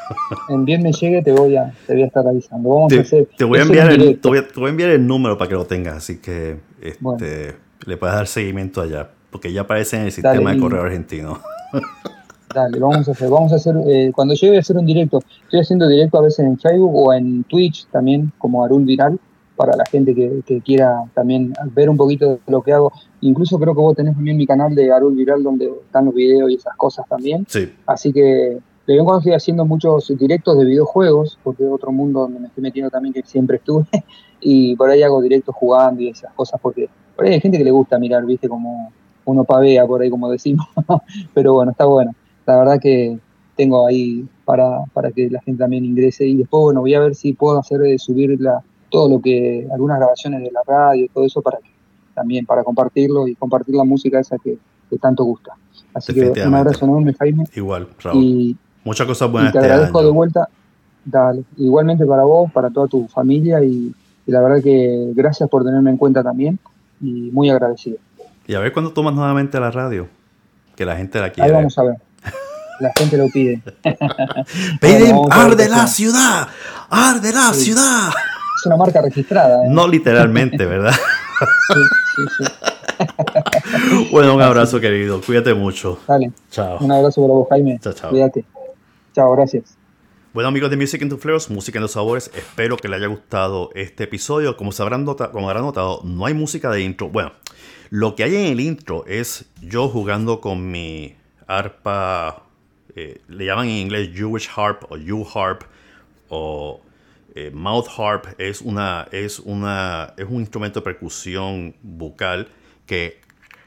En bien me llegue te voy a estar avisando. Vamos a hacer. Te voy a Es enviar un directo. te voy a enviar el número para que lo tengas, así que Bueno, le puedes dar seguimiento allá, porque ya aparece en el dale, sistema de correo argentino. dale, vamos a hacer, cuando llegue voy a hacer un directo. Estoy haciendo directo a veces en Facebook o en Twitch también, como Arul Viral, para la gente que quiera también ver un poquito de lo que hago. Incluso creo que vos tenés también mi canal de Arul Viral donde están los videos y esas cosas también. Sí, Así que de vez en cuando estoy haciendo muchos directos de videojuegos, porque es otro mundo donde me estoy metiendo también que siempre estuve, y por ahí hago directos jugando y esas cosas, porque por ahí hay gente que le gusta mirar, viste, como uno pavea por ahí, como decimos, pero bueno, está bueno. La verdad que tengo ahí para que la gente también ingrese y después, bueno, voy a ver si puedo hacer subir todo lo que, algunas grabaciones de la radio y todo eso para que también para compartirlo y compartir la música esa que tanto gusta. Así que un definitivamente. abrazo enorme, Jaime, Igual, Raúl. y, Muchas cosas y buenas te este agradezco de año. vuelta. Dale, igualmente para vos, para toda tu familia y la verdad que gracias por tenerme en cuenta también y muy agradecido. Y a ver cuándo tomas nuevamente la radio, que la gente la Ahí quiere. vamos a ver, la gente lo pide. Bueno, ¡Piden vamos a ver qué arde la hacemos. ciudad! ¡Arde la Sí, ciudad! es una marca registrada, ¿eh? No literalmente, ¿verdad? Sí, sí, sí. Bueno, un Así abrazo, que, querido. Cuídate mucho. dale, Chao. un abrazo para vos, Jaime. Chao, chao. Cuídate. Chao, gracias. Bueno, amigos de Music into Flavors, Música en los Sabores, espero que les haya gustado este episodio. Como habrán notado, no hay música de intro. Bueno, lo que hay en el intro es yo jugando con mi arpa, le llaman en inglés Jewish harp o U-harp o mouth harp. Es un instrumento de percusión bucal que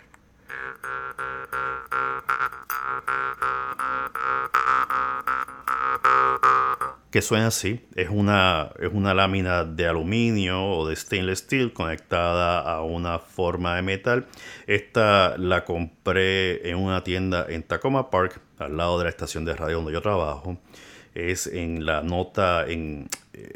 suena así. Es una lámina de aluminio o de stainless steel conectada a una forma de metal. Esta la compré en una tienda en Tacoma Park, al lado de la estación de radio donde yo trabajo. Es en la nota en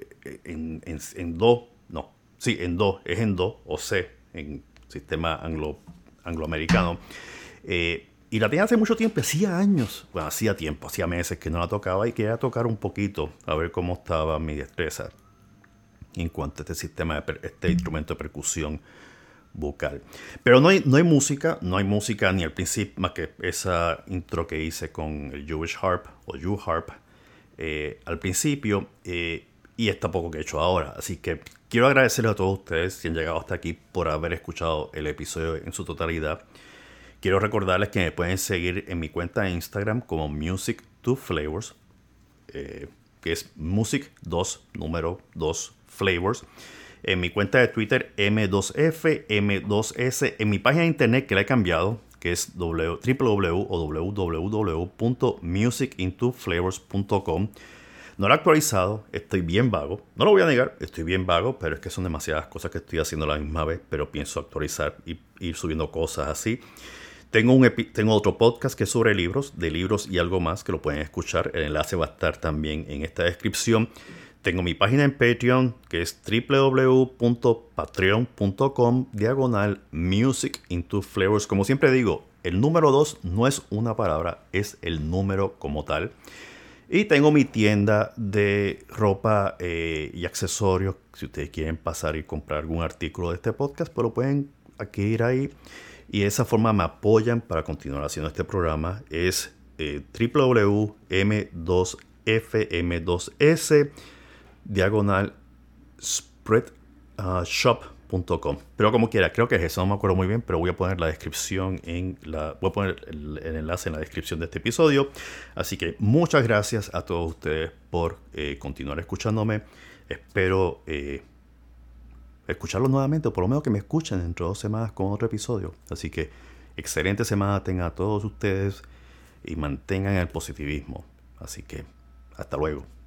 do, no, sí, en do, es en do o C, en sistema angloamericano. Y la tenía hace mucho tiempo, hacía años, bueno, hacía meses que no la tocaba y quería tocar un poquito a ver cómo estaba mi destreza en cuanto a este sistema, este instrumento de percusión bucal. Pero no hay música ni al principio, más que esa intro que hice con el Jewish harp o U-harp al principio y esta poco que he hecho ahora. Así que quiero agradecerles a todos ustedes si han llegado hasta aquí por haber escuchado el episodio en su totalidad. Quiero recordarles que me pueden seguir en mi cuenta de Instagram como Music2Flavors, que es Music2, número 2 Flavors. En mi cuenta de Twitter M2F, M2S. En mi página de internet que la he cambiado, que es www.musicintoflavors.com. No lo he actualizado, estoy bien vago. No lo voy a negar, estoy bien vago, pero es que son demasiadas cosas que estoy haciendo a la misma vez, pero pienso actualizar y ir subiendo cosas así. Tengo otro podcast que es sobre libros, de libros y algo más, que lo pueden escuchar. El enlace va a estar también en esta descripción. Tengo mi página en Patreon, que es www.patreon.com/musicintoflavors. Como siempre digo, el número 2 no es una palabra, es el número como tal. Y tengo mi tienda de ropa y accesorios. Si ustedes quieren pasar y comprar algún artículo de este podcast, pues lo pueden adquirir ahí. Y de esa forma me apoyan para continuar haciendo este programa. Es www.m2f/spreadshop.com. Pero como quiera, creo que es eso, no me acuerdo muy bien, pero voy a poner la descripción voy a poner el enlace en la descripción de este episodio. Así que muchas gracias a todos ustedes por continuar escuchándome. Espero escucharlo nuevamente, o por lo menos que me escuchen dentro de 2 semanas con otro episodio. Así que excelente semana tengan a todos ustedes y mantengan el positivismo. Así que hasta luego.